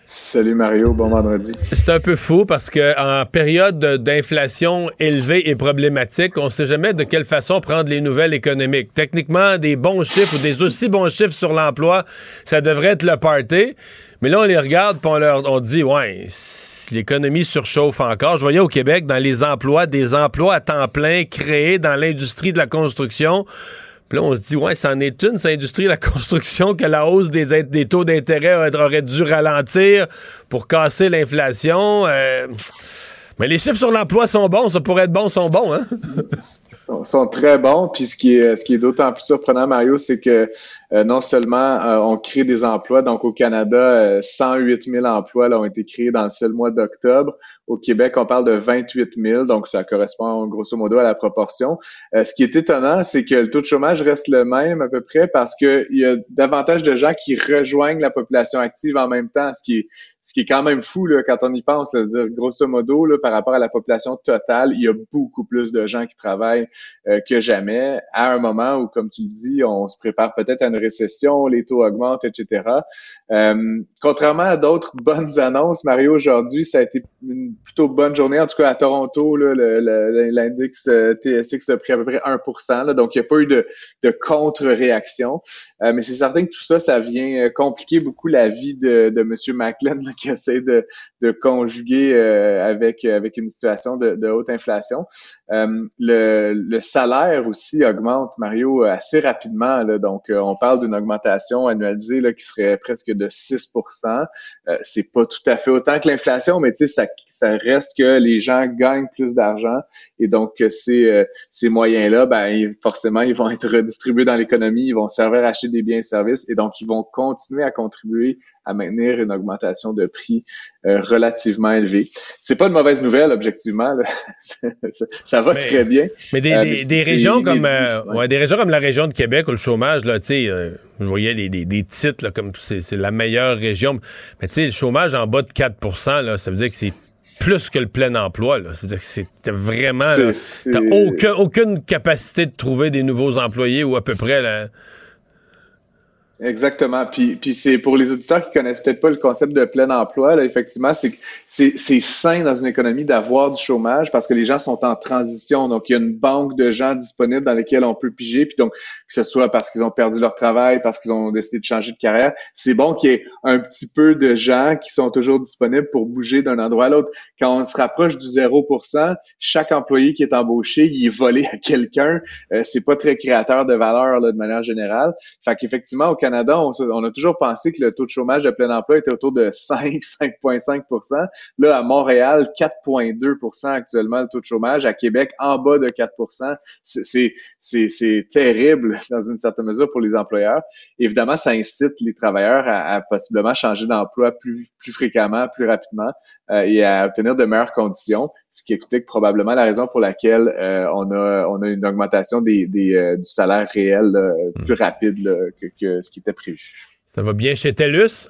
Salut Mario, bon vendredi. C'est un peu fou parce qu'en période d'inflation élevée et problématique, on ne sait jamais de quelle façon prendre les nouvelles économiques. Techniquement, des bons chiffres ou des aussi bons chiffres sur l'emploi, ça devrait être le party. Mais là, on les regarde et on leur on dit, ouais, l'économie surchauffe encore. Je voyais au Québec, dans les emplois, des emplois à temps plein créés dans l'industrie de la construction. Puis là, on se dit, ouais, c'en est une, cette industrie de la construction, que la hausse des, des taux d'intérêt aurait dû ralentir pour casser l'inflation. Euh, mais les chiffres sur l'emploi sont bons, ça pourrait être bon, sont bons, hein? sont, sont très bons. Puis ce qui est, ce qui est d'autant plus surprenant, Mario, c'est que euh, non seulement euh, on crée des emplois, donc au Canada, euh, cent huit mille emplois là, ont été créés dans le seul mois d'octobre. Au Québec, on parle de vingt-huit mille, donc ça correspond grosso modo à la proportion. Euh, ce qui est étonnant, c'est que le taux de chômage reste le même à peu près parce qu'il y a davantage de gens qui rejoignent la population active en même temps, ce qui est Ce qui est quand même fou là, quand on y pense, c'est-à-dire grosso modo, là, par rapport à la population totale, il y a beaucoup plus de gens qui travaillent euh, que jamais, à un moment où, comme tu le dis, on se prépare peut-être à une récession, les taux augmentent, et cetera. Euh, contrairement à d'autres bonnes annonces, Mario, aujourd'hui, ça a été une plutôt bonne journée. En tout cas, à Toronto, là, le, le, l'indice T S X a pris à peu près un pour cent, là, donc il n'y a pas eu de, de contre-réaction. Euh, mais c'est certain que tout ça, ça vient compliquer beaucoup la vie de, de M. Macklin, là, qui essaie de, de conjuguer euh, avec avec une situation de, de haute inflation. Euh, le, le salaire aussi augmente, Mario, assez rapidement. Là, donc, euh, on parle d'une augmentation annualisée là, qui serait presque de six pour cent. Euh, c'est pas tout à fait autant que l'inflation, mais tu sais, ça, ça reste que les gens gagnent plus d'argent et donc ces, euh, ces moyens-là, ben forcément, ils vont être redistribués dans l'économie, ils vont servir à acheter des biens et services et donc ils vont continuer à contribuer à maintenir une augmentation de prix euh, relativement élevée. C'est pas une mauvaise nouvelle, objectivement. Là. ça, ça va mais, très bien. Mais des, euh, des, mais des régions comme euh, ouais. Ouais, des régions comme la région de Québec où le chômage, là, tu sais, euh, je voyais les, des, des titres là, comme c'est, c'est la meilleure région. Mais tu sais, le chômage en bas de quatre pour cent, là, ça veut dire que c'est plus que le plein emploi. Là. Ça veut dire que c'est vraiment... C'est, là, c'est... T'as aucun, aucune capacité de trouver des nouveaux employés ou à peu près... Là, exactement. Puis, puis c'est pour les auditeurs qui connaissent peut-être pas le concept de plein emploi, là, effectivement, c'est que c'est, c'est sain dans une économie d'avoir du chômage parce que les gens sont en transition. Donc, il y a une banque de gens disponibles dans lesquels on peut piger. Puis donc, que ce soit parce qu'ils ont perdu leur travail, parce qu'ils ont décidé de changer de carrière, c'est bon qu'il y ait un petit peu de gens qui sont toujours disponibles pour bouger d'un endroit à l'autre. Quand on se rapproche du zéro pour cent, chaque employé qui est embauché, il est volé à quelqu'un. Euh, c'est pas très créateur de valeur là, de manière générale. Fait qu'effectivement, au Canada, on, on a toujours pensé que le taux de chômage de plein emploi était autour de cinq, cinq virgule cinq pour cent. Là, à Montréal, quatre virgule deux pour cent actuellement le taux de chômage. À Québec, en bas de quatre pour cent. C'est, c'est, c'est, c'est terrible dans une certaine mesure pour les employeurs. Évidemment, ça incite les travailleurs à, à possiblement changer d'emploi plus, plus fréquemment, plus rapidement euh, et à obtenir de meilleures conditions, ce qui explique probablement la raison pour laquelle euh, on a on a une augmentation des, des euh, du salaire réel là, plus rapide là, que, que ce qui était prévu. Ça va bien chez TELUS?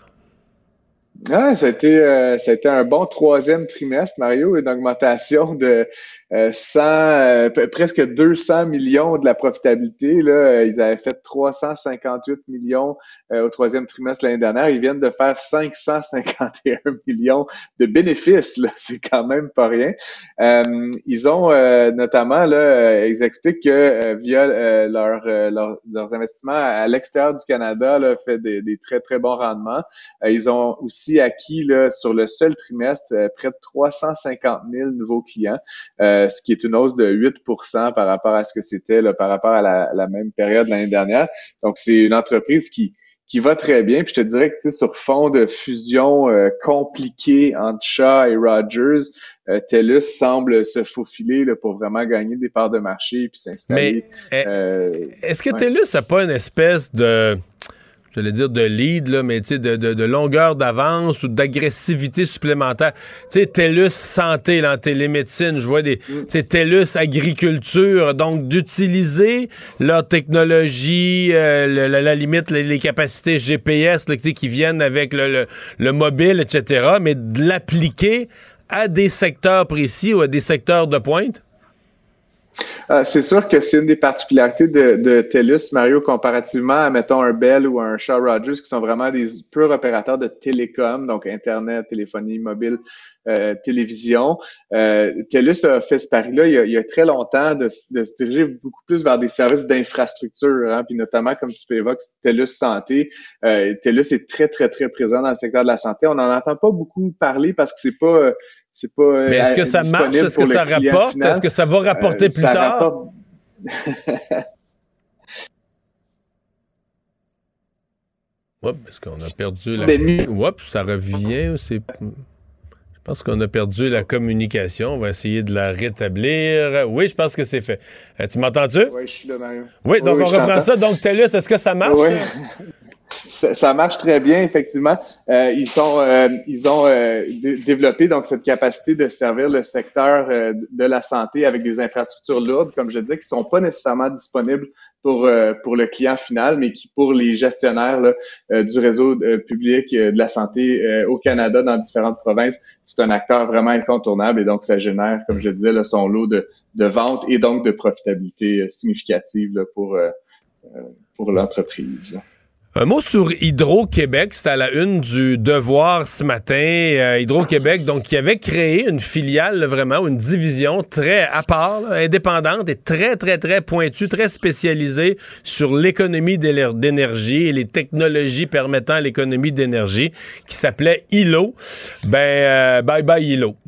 Ah, ça a été euh, ça a été un bon troisième trimestre, Mario, une augmentation de euh, cent euh, p- presque deux cents millions de la profitabilité. Là, ils avaient fait trois cent cinquante-huit millions euh, au troisième trimestre l'année dernière. Ils viennent de faire cinq cent cinquante et un millions de bénéfices. Là, c'est quand même pas rien. Euh, ils ont euh, notamment là, ils expliquent que euh, via euh, leur, euh, leur, leurs investissements à l'extérieur du Canada, là, fait des, des très très bons rendements. Euh, ils ont aussi acquis là, sur le seul trimestre euh, près de trois cent cinquante mille nouveaux clients, euh, ce qui est une hausse de huit pour cent par rapport à ce que c'était là, par rapport à la, la même période l'année dernière. Donc, c'est une entreprise qui qui va très bien. Puis je te dirais que tu sais, sur fond de fusion euh, compliquée entre Shaw et Rogers, euh, TELUS semble se faufiler là, pour vraiment gagner des parts de marché puis s'installer. Mais euh, est-ce que ouais. TELUS n'a pas une espèce de... j'allais dire de lead, là, mais de, de, de longueur d'avance ou d'agressivité supplémentaire. Tu sais, TELUS santé, là, en télémédecine, je vois des... Tu sais, TELUS agriculture, donc d'utiliser leur technologie, euh, le, la, la limite, les, les capacités G P S là, qui viennent avec le, le, le mobile, et cetera, mais de l'appliquer à des secteurs précis ou à des secteurs de pointe? Euh, c'est sûr que c'est une des particularités de, de TELUS, Mario, comparativement à, mettons, un Bell ou un Shaw Rogers, qui sont vraiment des purs opérateurs de télécom, donc Internet, téléphonie mobile, euh, télévision. Euh, TELUS a fait ce pari-là il y a, il y a très longtemps de, de se diriger beaucoup plus vers des services d'infrastructure, hein, puis notamment, comme tu peux évoquer, TELUS Santé. Euh, TELUS est très, très, très présent dans le secteur de la santé. On n'en entend pas beaucoup parler parce que c'est pas... C'est pas, mais est-ce que ça marche? Est-ce que ça rapporte? Final. Est-ce que ça va rapporter euh, plus ça tard? Rapporte... Oups, est-ce qu'on a perdu la... Oups, ça revient. C'est... Je pense qu'on a perdu la communication. On va essayer de la rétablir. Oui, je pense que c'est fait. Euh, tu m'entends-tu? Oui, je suis là, Mario. Oui, donc oui, on reprend ça. Donc, TELUS, est-ce que ça marche? Oui. Ça, ça marche très bien, effectivement. Euh, ils sont, euh, ils ont euh, d- développé donc cette capacité de servir le secteur euh, de la santé avec des infrastructures lourdes, comme je disais, qui sont pas nécessairement disponibles pour euh, pour le client final, mais qui pour les gestionnaires là, euh, du réseau euh, public euh, de la santé euh, au Canada dans différentes provinces, c'est un acteur vraiment incontournable et donc ça génère, comme je le disais, là, son lot de de ventes et donc de profitabilité euh, significative là, pour euh, pour l'entreprise. Un mot sur Hydro-Québec, c'était à la une du Devoir ce matin. Euh, Hydro-Québec, donc, qui avait créé une filiale, là, vraiment, une division très à part, là, indépendante et très, très, très pointue, très spécialisée sur l'économie d'énergie et les technologies permettant l'économie d'énergie, qui s'appelait I L O. Ben, euh, bye bye I L O.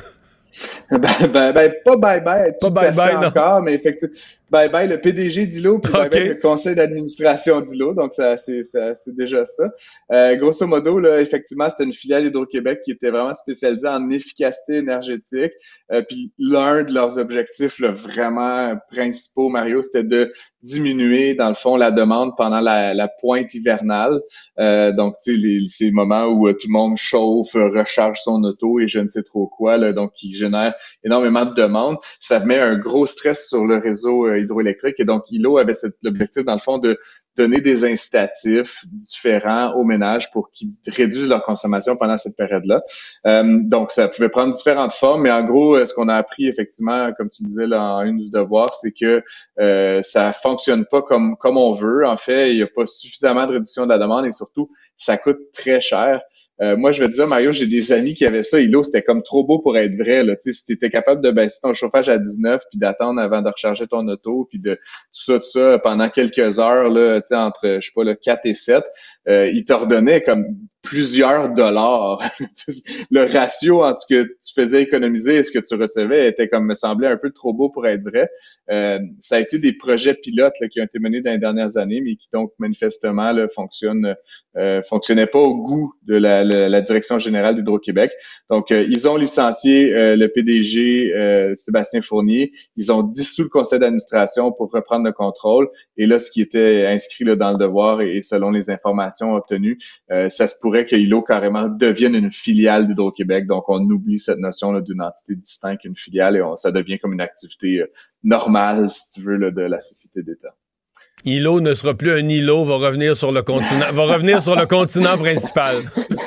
ben, ben, ben, pas bye-bye, tout pas bye-bye, non. Encore, mais effectivement, bye-bye le P D G d'I L O, puis okay. bye-bye le conseil d'administration d'I L O, donc ça, c'est, ça, c'est déjà ça. Euh, grosso modo, là, effectivement, c'était une filiale Hydro-Québec qui était vraiment spécialisée en efficacité énergétique, euh, puis l'un de leurs objectifs là, vraiment principaux, Mario, c'était de diminuer, dans le fond, la demande pendant la, la pointe hivernale, euh, donc, tu sais, les, ces moments où euh, tout le monde chauffe, recharge son auto et je ne sais trop quoi, là, donc qui génère énormément de demandes. Ça met un gros stress sur le réseau euh, hydroélectrique et donc I L O avait cet objectif, dans le fond, de donner des incitatifs différents aux ménages pour qu'ils réduisent leur consommation pendant cette période-là. Euh, donc, ça pouvait prendre différentes formes, mais en gros, ce qu'on a appris, effectivement, comme tu disais là, en une du devoir, c'est que euh, ça fonctionne pas comme comme on veut. En fait, il n'y a pas suffisamment de réduction de la demande et surtout, ça coûte très cher. Euh, moi, je vais te dire, Mario, j'ai des amis qui avaient ça. I L O, c'était comme trop beau pour être vrai. Là. Tu sais, si tu étais capable de baisser ton chauffage à dix-neuf puis d'attendre avant de recharger ton auto, puis de tout ça, tout ça, pendant quelques heures, là, tu sais, entre, je sais pas, là, quatre et sept, euh, ils t'ordonnaient comme plusieurs dollars. Le ratio entre ce que tu faisais économiser et ce que tu recevais était comme, me semblait un peu trop beau pour être vrai. Euh, ça a été des projets pilotes là, qui ont été menés dans les dernières années, mais qui donc manifestement là, fonctionnent, euh, fonctionnaient pas au goût de la, la, la direction générale d'Hydro-Québec. Donc, euh, ils ont licencié euh, le P D G euh, Sébastien Fournier. Ils ont dissous le conseil d'administration pour reprendre le contrôle. Et là, ce qui était inscrit là, dans le devoir et, et selon les informations obtenues, euh, ça se pourrait que I L O carrément devienne une filiale d'Hydro-Québec. Donc, on oublie cette notion là, d'une entité distincte, une filiale, et on, ça devient comme une activité euh, normale, si tu veux, là, de la société d'État. I L O ne sera plus un I L O, va revenir sur le continent, va revenir sur le continent principal.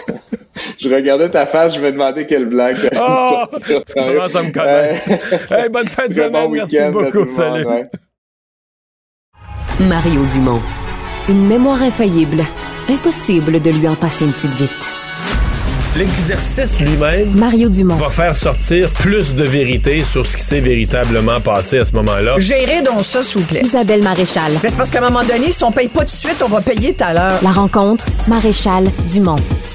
Je regardais ta face, je me demandais quelle blague. Oh, tu commences à me connaître. Hey, bonne fin de semaine, bon merci beaucoup, salut. Monde, ouais. Mario Dumont, une mémoire infaillible. Impossible de lui en passer une petite vite. L'exercice lui-même Mario Dumont va faire sortir plus de vérité sur ce qui s'est véritablement passé à ce moment-là. Gérez donc ça, s'il vous plaît. Isabelle Maréchal. Mais c'est parce qu'à un moment donné, si on paye pas tout de suite, on va payer tout à l'heure. La rencontre, Maréchal Dumont.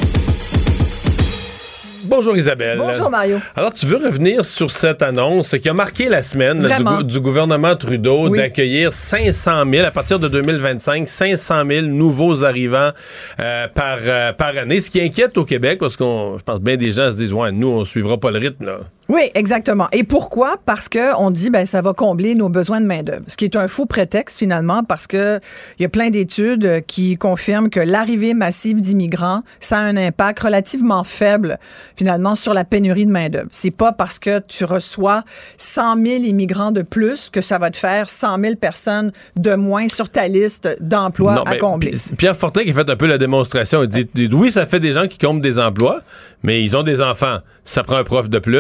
Bonjour Isabelle. Bonjour Mario. Alors, tu veux revenir sur cette annonce qui a marqué la semaine du, go- du gouvernement Trudeau oui. d'accueillir cinq cent mille, à partir de deux mille vingt-cinq, cinq cent mille nouveaux arrivants euh, par, euh, par année, ce qui inquiète au Québec, parce qu'on, je pense bien des gens se disent, ouais, nous, on suivra pas le rythme, là. Oui, exactement. Et pourquoi? Parce que on dit ben ça va combler nos besoins de main-d'œuvre. Ce qui est un faux prétexte finalement, parce que il y a plein d'études qui confirment que l'arrivée massive d'immigrants, ça a un impact relativement faible finalement sur la pénurie de main-d'œuvre. C'est pas parce que tu reçois cent mille immigrants de plus que ça va te faire cent mille personnes de moins sur ta liste d'emplois non, à combler. P- Pierre Fortin qui a fait un peu la démonstration, il dit, dit oui, ça fait des gens qui comblent des emplois, mais ils ont des enfants. Ça prend un prof de plus, ça prend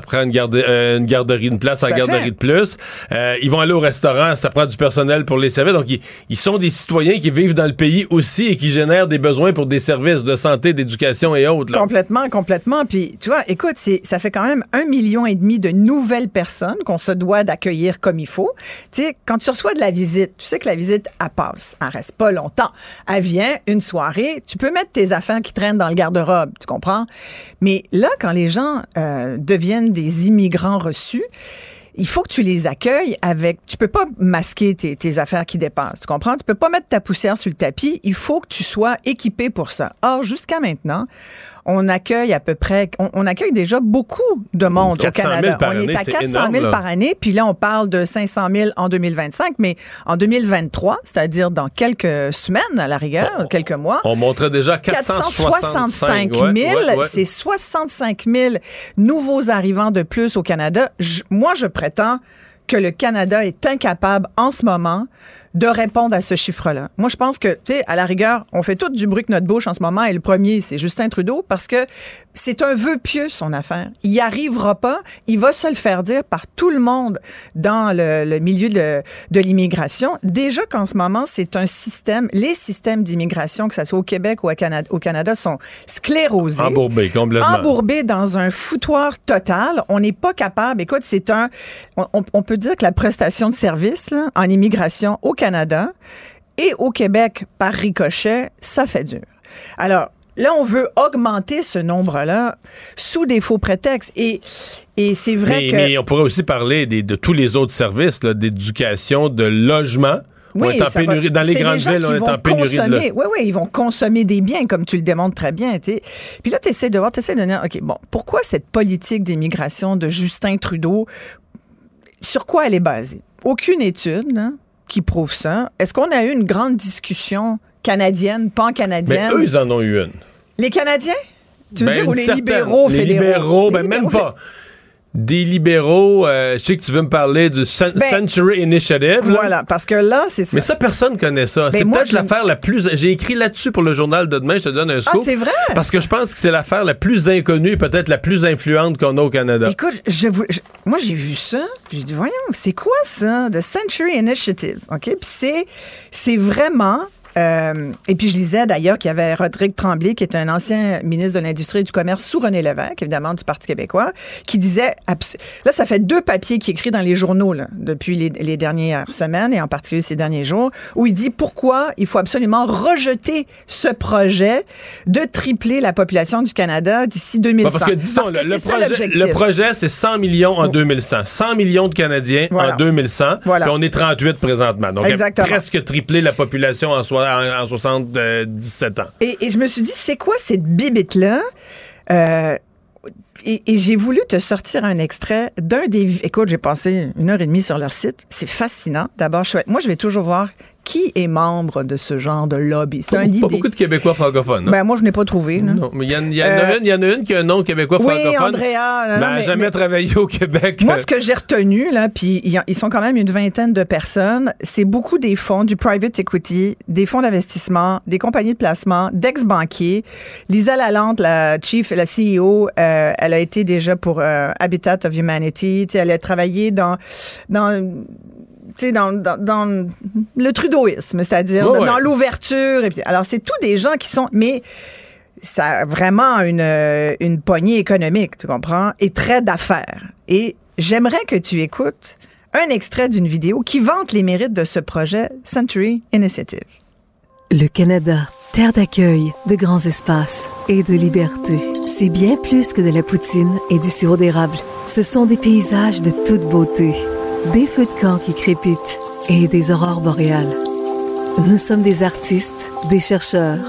prend une, garde, euh, une garderie, une place Tout en à garderie fait. de plus. Euh, ils vont aller au restaurant, ça prend du personnel pour les servir. Donc, ils, ils sont des citoyens qui vivent dans le pays aussi et qui génèrent des besoins pour des services de santé, d'éducation et autres. Là. Complètement, complètement. Puis, tu vois, écoute, c'est, ça fait quand même un million et demi de nouvelles personnes qu'on se doit d'accueillir comme il faut. Tu sais, quand tu reçois de la visite, tu sais que la visite, elle passe. Elle reste pas longtemps. Elle vient une soirée. Tu peux mettre tes affaires qui traînent dans le garde-robe, tu comprends? Mais là, quand les gens euh, deviennent des immigrants reçus, il faut que tu les accueilles avec... Tu peux pas masquer tes, tes affaires qui dépassent, tu comprends? Tu peux pas mettre ta poussière sur le tapis. Il faut que tu sois équipé pour ça. Or, jusqu'à maintenant, on accueille à peu près... On, on accueille déjà beaucoup de monde au Canada. Par on année, est à c'est quatre cent mille énorme, par année, puis là, on parle de cinq cent mille en deux mille vingt-cinq, mais en deux mille vingt-trois, c'est-à-dire dans quelques semaines, à la rigueur, on, quelques mois... On montrait déjà quatre cent soixante-cinq mille. Ouais, ouais, ouais. C'est soixante-cinq soixante-cinq mille nouveaux arrivants de plus au Canada. Je, moi, je prétends que le Canada est incapable en ce moment de répondre à ce chiffre-là. Moi, je pense que, tu sais, à la rigueur, on fait tout du bruit que notre bouche en ce moment, et le premier, c'est Justin Trudeau, parce que c'est un vœu pieux, son affaire. Il n'y arrivera pas. Il va se le faire dire par tout le monde dans le, le milieu de, de l'immigration. Déjà qu'en ce moment, c'est un système, les systèmes d'immigration, que ce soit au Québec ou au Canada, au Canada sont sclérosés. Embourbés, complètement. Embourbés dans un foutoir total. On n'est pas capable. Écoute, c'est un... On, on peut dire que la prestation de service là, en immigration au Canada et au Québec par ricochet, ça fait dur. Alors, là, on veut augmenter ce nombre-là sous des faux prétextes. Et, et c'est vrai mais, que... Mais on pourrait aussi parler des, de tous les autres services, là, d'éducation, de logement. Oui, on est en pénurie. Va, dans les grandes villes, on est en pénurie de Oui, oui, ils vont consommer des biens, comme tu le démontres très bien. T'sais. Puis là, tu essaies de voir, tu essaies de dire, OK, bon, pourquoi cette politique d'immigration de Justin Trudeau, sur quoi elle est basée? Aucune étude, là, qui prouve ça. Est-ce qu'on a eu une grande discussion canadienne, pan-canadienne? Mais eux, ils en ont eu une. Les Canadiens? Tu veux ben, dire, ou les certaine, libéraux les fédéraux? Libéraux, ben les même libéraux pas. Des libéraux, euh, je sais que tu veux me parler du Cen- ben, Century Initiative. Là. Voilà, parce que là, c'est ça. Mais ça, personne connaît ça. Ben c'est moi, peut-être je... l'affaire la plus... J'ai écrit là-dessus pour le journal de demain, je te donne un scoop. Ah, c'est vrai? Parce que je pense que c'est l'affaire la plus inconnue, peut-être la plus influente qu'on a au Canada. Écoute, je, je, moi, j'ai vu ça, j'ai dit, voyons, c'est quoi ça? The Century Initiative, OK? Puis c'est, c'est vraiment... Euh, et puis, je lisais d'ailleurs qu'il y avait Rodrigue Tremblay, qui est un ancien ministre de l'Industrie et du Commerce sous René Lévesque, évidemment, du Parti québécois, qui disait... Là, ça fait deux papiers qu'il écrit dans les journaux là, depuis les, les dernières semaines, et en particulier ces derniers jours, où il dit pourquoi il faut absolument rejeter ce projet de tripler la population du Canada d'ici deux mille cent. Parce que, disons, parce que le, le, projet, le projet, c'est cent millions en deux mille cent. cent millions de Canadiens voilà. en deux mille cent. Voilà. Puis on est trente-huit présentement. Donc, exactement. presque triplé la population en soi. En, en soixante-dix-sept ans. Et, et je me suis dit, c'est quoi cette bibite-là? Euh, et, et j'ai voulu te sortir un extrait d'un des... Écoute, j'ai passé une heure et demie sur leur site. C'est fascinant. D'abord, je, moi, je vais toujours voir qui est membre de ce genre de lobby. C'est pas, un idée. Pas beaucoup de Québécois francophones. Hein? Ben, moi, je n'ai pas trouvé. Là. Non, mais il y, y, euh, y en a une qui a un nom québécois oui, francophone. Andrea. Mais elle n'a jamais mais, travaillé au Québec. Moi, ce que j'ai retenu, là, puis ils sont quand même une vingtaine de personnes, c'est beaucoup des fonds, du private equity, des fonds d'investissement, des compagnies de placement, d'ex-banquiers. Lisa Lalande, la chief, la C E O, euh, elle a été déjà pour euh, Habitat of Humanity. Elle a travaillé dans... dans Dans, dans, dans le trudeauisme, c'est-à-dire oh, dans, ouais. dans l'ouverture. Et puis, alors, c'est tous des gens qui sont... Mais ça a vraiment une, une poignée économique, tu comprends, et très d'affaires. Et j'aimerais que tu écoutes un extrait d'une vidéo qui vante les mérites de ce projet Century Initiative. Le Canada, terre d'accueil, de grands espaces et de liberté. C'est bien plus que de la poutine et du sirop d'érable. Ce sont des paysages de toute beauté. Des feux de camp qui crépitent et des aurores boréales. Nous sommes des artistes, des chercheurs,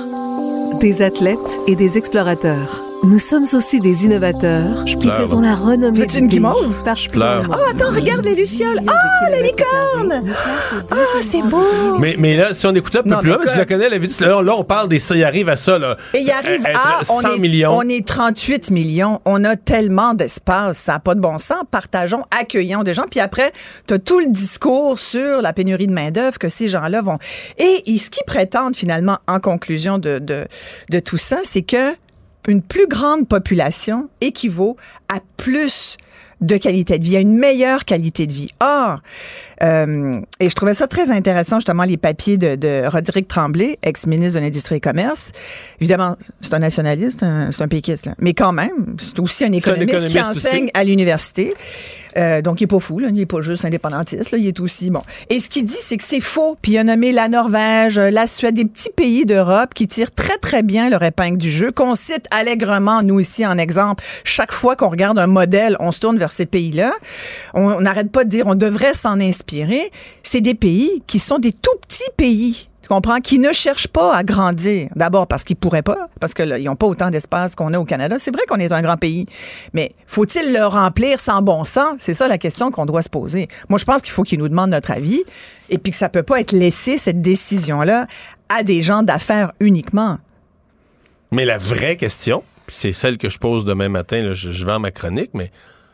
des athlètes et des explorateurs. Nous sommes aussi des innovateurs qui pleure, faisons la renommée du pays. Je pleure. Oh, attends, regarde les lucioles. Oh, la licorne. Ah, oh, c'est beau. Mais, mais là, si on écoutait un peu non, plus loin, parce que je la connais, la vidéo, là, là, on parle des... Il arrive à ça, là. Et il arrive à... cent on est, millions. On est trente-huit millions. On a tellement d'espace. Ça n'a pas de bon sens. Partageons, accueillons des gens. Puis après, tu as tout le discours sur la pénurie de main-d'œuvre que ces gens-là vont... Et, et ce qu'ils prétendent, finalement, en conclusion de, de, de tout ça, c'est que une plus grande population équivaut à plus de qualité de vie, à une meilleure qualité de vie. Or, euh, et je trouvais ça très intéressant, justement, les papiers de, de Roderick Tremblay, ex-ministre de l'Industrie et Commerce. Évidemment, c'est un nationaliste, un, c'est un péquiste, là. Mais quand même, c'est aussi un économiste, un économiste qui enseigne aussi à l'université. Euh, donc, il est pas fou, là. Il est pas juste indépendantiste, là. Il est aussi, bon. Et ce qu'il dit, c'est que c'est faux. Puis il a nommé la Norvège, la Suède, des petits pays d'Europe qui tirent très, très bien leur épingle du jeu, qu'on cite allègrement, nous ici, en exemple. Chaque fois qu'on regarde un modèle, on se tourne vers ces pays-là. On n'arrête pas de dire on devrait s'en inspirer. C'est des pays qui sont des tout petits pays. Comprends, qui ne cherchent pas à grandir. D'abord parce qu'ils pourraient pas, parce que là, ils n'ont pas autant d'espace qu'on a au Canada. C'est vrai qu'on est un grand pays, mais faut-il le remplir sans bon sens? C'est ça la question qu'on doit se poser. Moi, je pense qu'il faut qu'ils nous demandent notre avis et puis que ça peut pas être laissé, cette décision-là, à des gens d'affaires uniquement. Mais la vraie question, c'est celle que je pose demain matin, là, je, je vais en ma chronique, mais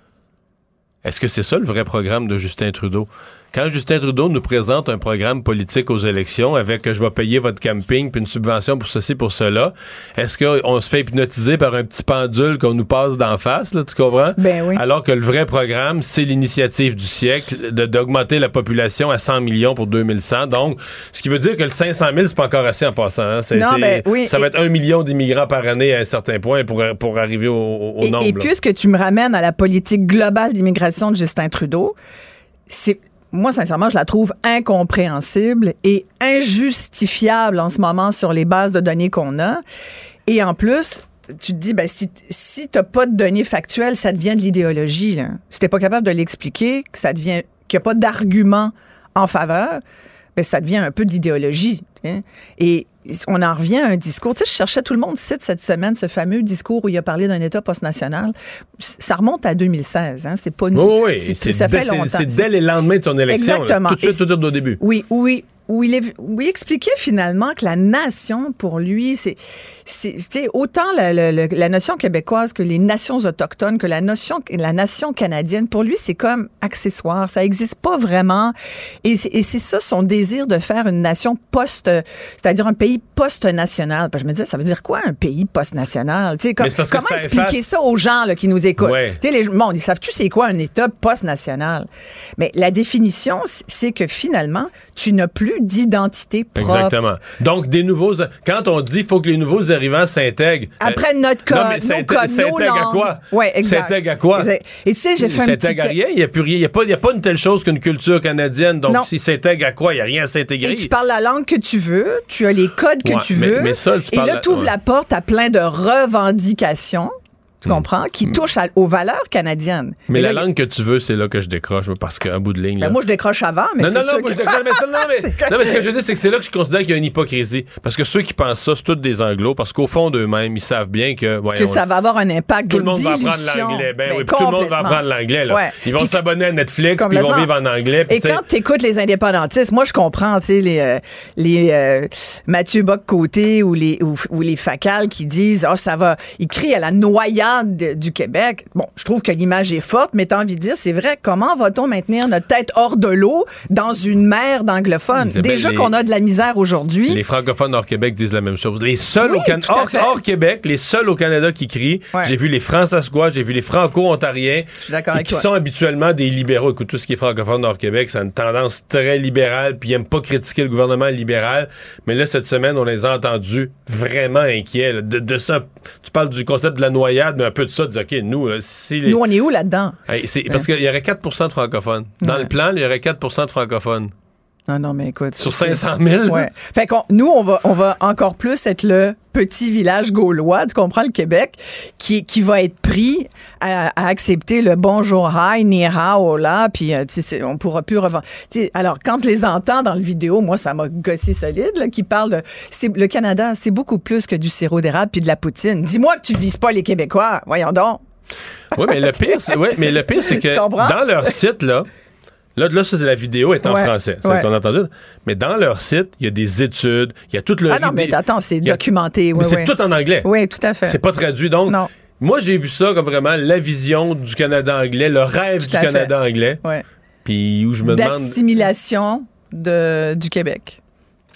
est-ce que c'est ça le vrai programme de Justin Trudeau? Quand Justin Trudeau nous présente un programme politique aux élections avec « je vais payer votre camping puis une subvention pour ceci, pour cela », est-ce qu'on se fait hypnotiser par un petit pendule qu'on nous passe d'en face, là, tu comprends? Ben oui. Alors que le vrai programme, c'est l'initiative du siècle de, d'augmenter la population à cent millions pour deux mille cent. Donc, ce qui veut dire que le cinq cent mille, c'est pas encore assez en passant. Hein? C'est, non, c'est, ben, oui. Ça va être un million d'immigrants par année à un certain point pour, pour arriver au, au et, nombre. Et puisque tu me ramènes à la politique globale d'immigration de Justin Trudeau, c'est... Moi, sincèrement, je la trouve incompréhensible et injustifiable en ce moment sur les bases de données qu'on a. Et en plus, tu te dis, ben, si, si t'as pas de données factuelles, ça devient de l'idéologie, là. Si t'es pas capable de l'expliquer, que ça devient, qu'il n'y a pas d'argument en faveur, ben, ça devient un peu de l'idéologie. Hein? Et on en revient à un discours. Tu sais, je cherchais, tout le monde cite cette semaine ce fameux discours où il a parlé d'un État post-national. Ça remonte à deux mille seize, hein. C'est pas nous. Oui, oui. C'est, c'est ça dès, fait longtemps. C'est, c'est dès les lendemains de son élection. Exactement. Là, tout de suite, tout, tout au début. Oui, oui. Où il, est, où il expliquait finalement que la nation, pour lui, c'est, c'est tu sais, autant la, la, la notion québécoise que les nations autochtones, que la notion, la nation canadienne, pour lui, c'est comme accessoire. Ça n'existe pas vraiment. Et c'est, et c'est ça son désir de faire une nation post, c'est-à-dire un pays post-national. Je me disais, ça veut dire quoi un pays post-national? Tu sais, comme, comment ça expliquer efface... ça aux gens là, qui nous écoutent? Ouais. Tu sais, les bon, ils savent-tu c'est quoi un État post-national? Mais la définition, c'est que finalement, tu n'as plus d'identité propre. Exactement. Donc, des nouveaux... Quand on dit qu'il faut que les nouveaux arrivants s'intègrent... Apprennent notre code, non, mais nos codes, s'intègrent nos langues. à quoi? Oui, exact. S'intègrent à quoi? Exact. Et tu sais, j'ai fait un petit... S'intègrent à rien. Il n'y a plus rien. Il n'y a pas, il y a pas une telle chose qu'une culture canadienne. Donc, s'ils s'intègrent à quoi? Il n'y a rien à s'intégrer. Et tu parles la langue que tu veux. Tu as les codes que ouais, tu mais, veux. Mais ça, tu et là, tu ouvres ouais. la porte à plein de revendications. Tu comprends? Qui touche à, aux valeurs canadiennes. Mais et la là, langue que tu veux, c'est là que je décroche, parce qu'un bout de ligne... Ben là... moi, je décroche avant, mais non, c'est non, non, sûr moi, que... je décroche... mais, non, mais, non, mais ce que je veux dire, c'est que c'est là que je considère qu'il y a une hypocrisie. Parce que ceux qui pensent ça, c'est tous des Anglos, parce qu'au fond d'eux-mêmes, ils savent bien que... Ouais, que on... ça va avoir un impact tout de le monde dilution. va apprendre l'anglais. Ben, ben oui, tout le monde va apprendre l'anglais. Là. Ouais. Ils vont puis, s'abonner à Netflix, puis ils vont vivre en anglais. Et quand tu écoutes les indépendantistes, moi, je comprends, tu sais, les, euh, les euh, Mathieu Bock-Côté ou les, ou, ou les Facal qui disent, oh, ça va... Ils crient à la noyade de, du Québec. Bon, je trouve que l'image est forte, mais t'as envie de dire, c'est vrai, comment va-t-on maintenir notre tête hors de l'eau dans une mer d'anglophones? Isabelle, déjà les, qu'on a de la misère aujourd'hui. Les francophones hors Québec disent la même chose. Les seuls oui, au Can- hors, hors Québec, les seuls au Canada qui crient, ouais. J'ai vu les Fransaskois, j'ai vu les Franco-Ontariens, et qui toi. sont habituellement des libéraux. Écoute, tout ce qui est francophone hors Québec, ça a une tendance très libérale, puis ils n'aiment pas critiquer le gouvernement libéral. Mais là, cette semaine, on les a entendus vraiment inquiets. Là, de, de ça, tu parles du concept de la noyade, mais un peu de ça, de dire, OK, nous, là, si les... Nous, on est où là-dedans? Hey, c'est, parce qu'il y aurait quatre pour cent de francophones. Dans ouais. le plan, il y aurait quatre pour cent de francophones. Non, non, mais écoute. Sur cinq cent mille? Ouais. Fait qu'on, nous, on va, on va encore plus être le petit village gaulois, tu comprends, le Québec, qui, qui va être pris à, à accepter le bonjour, hi, ni hao, là, puis on pourra plus revendre. T'sais, alors, quand je les entends dans le vidéo, moi, ça m'a gossé solide, là, qui parle de, c'est, le Canada, c'est beaucoup plus que du sirop d'érable puis de la poutine. Dis-moi que tu vises pas les Québécois. Voyons donc. Oui, mais le pire, c'est, ouais, mais le pire, c'est que dans leur site, là, Là, là, ça, c'est la vidéo est en ouais, français. C'est ouais. qu'on a entendu. Mais dans leur site, il y a des études, il y a toute le... Ah non, mais attends, c'est documenté. Mais ouais, c'est ouais. tout en anglais. Oui, tout à fait. C'est pas traduit. Donc, non. moi, j'ai vu ça comme vraiment la vision du Canada anglais, le rêve tout du Canada fait. anglais. Ouais. Puis où je me demande... D'assimilation de, du Québec.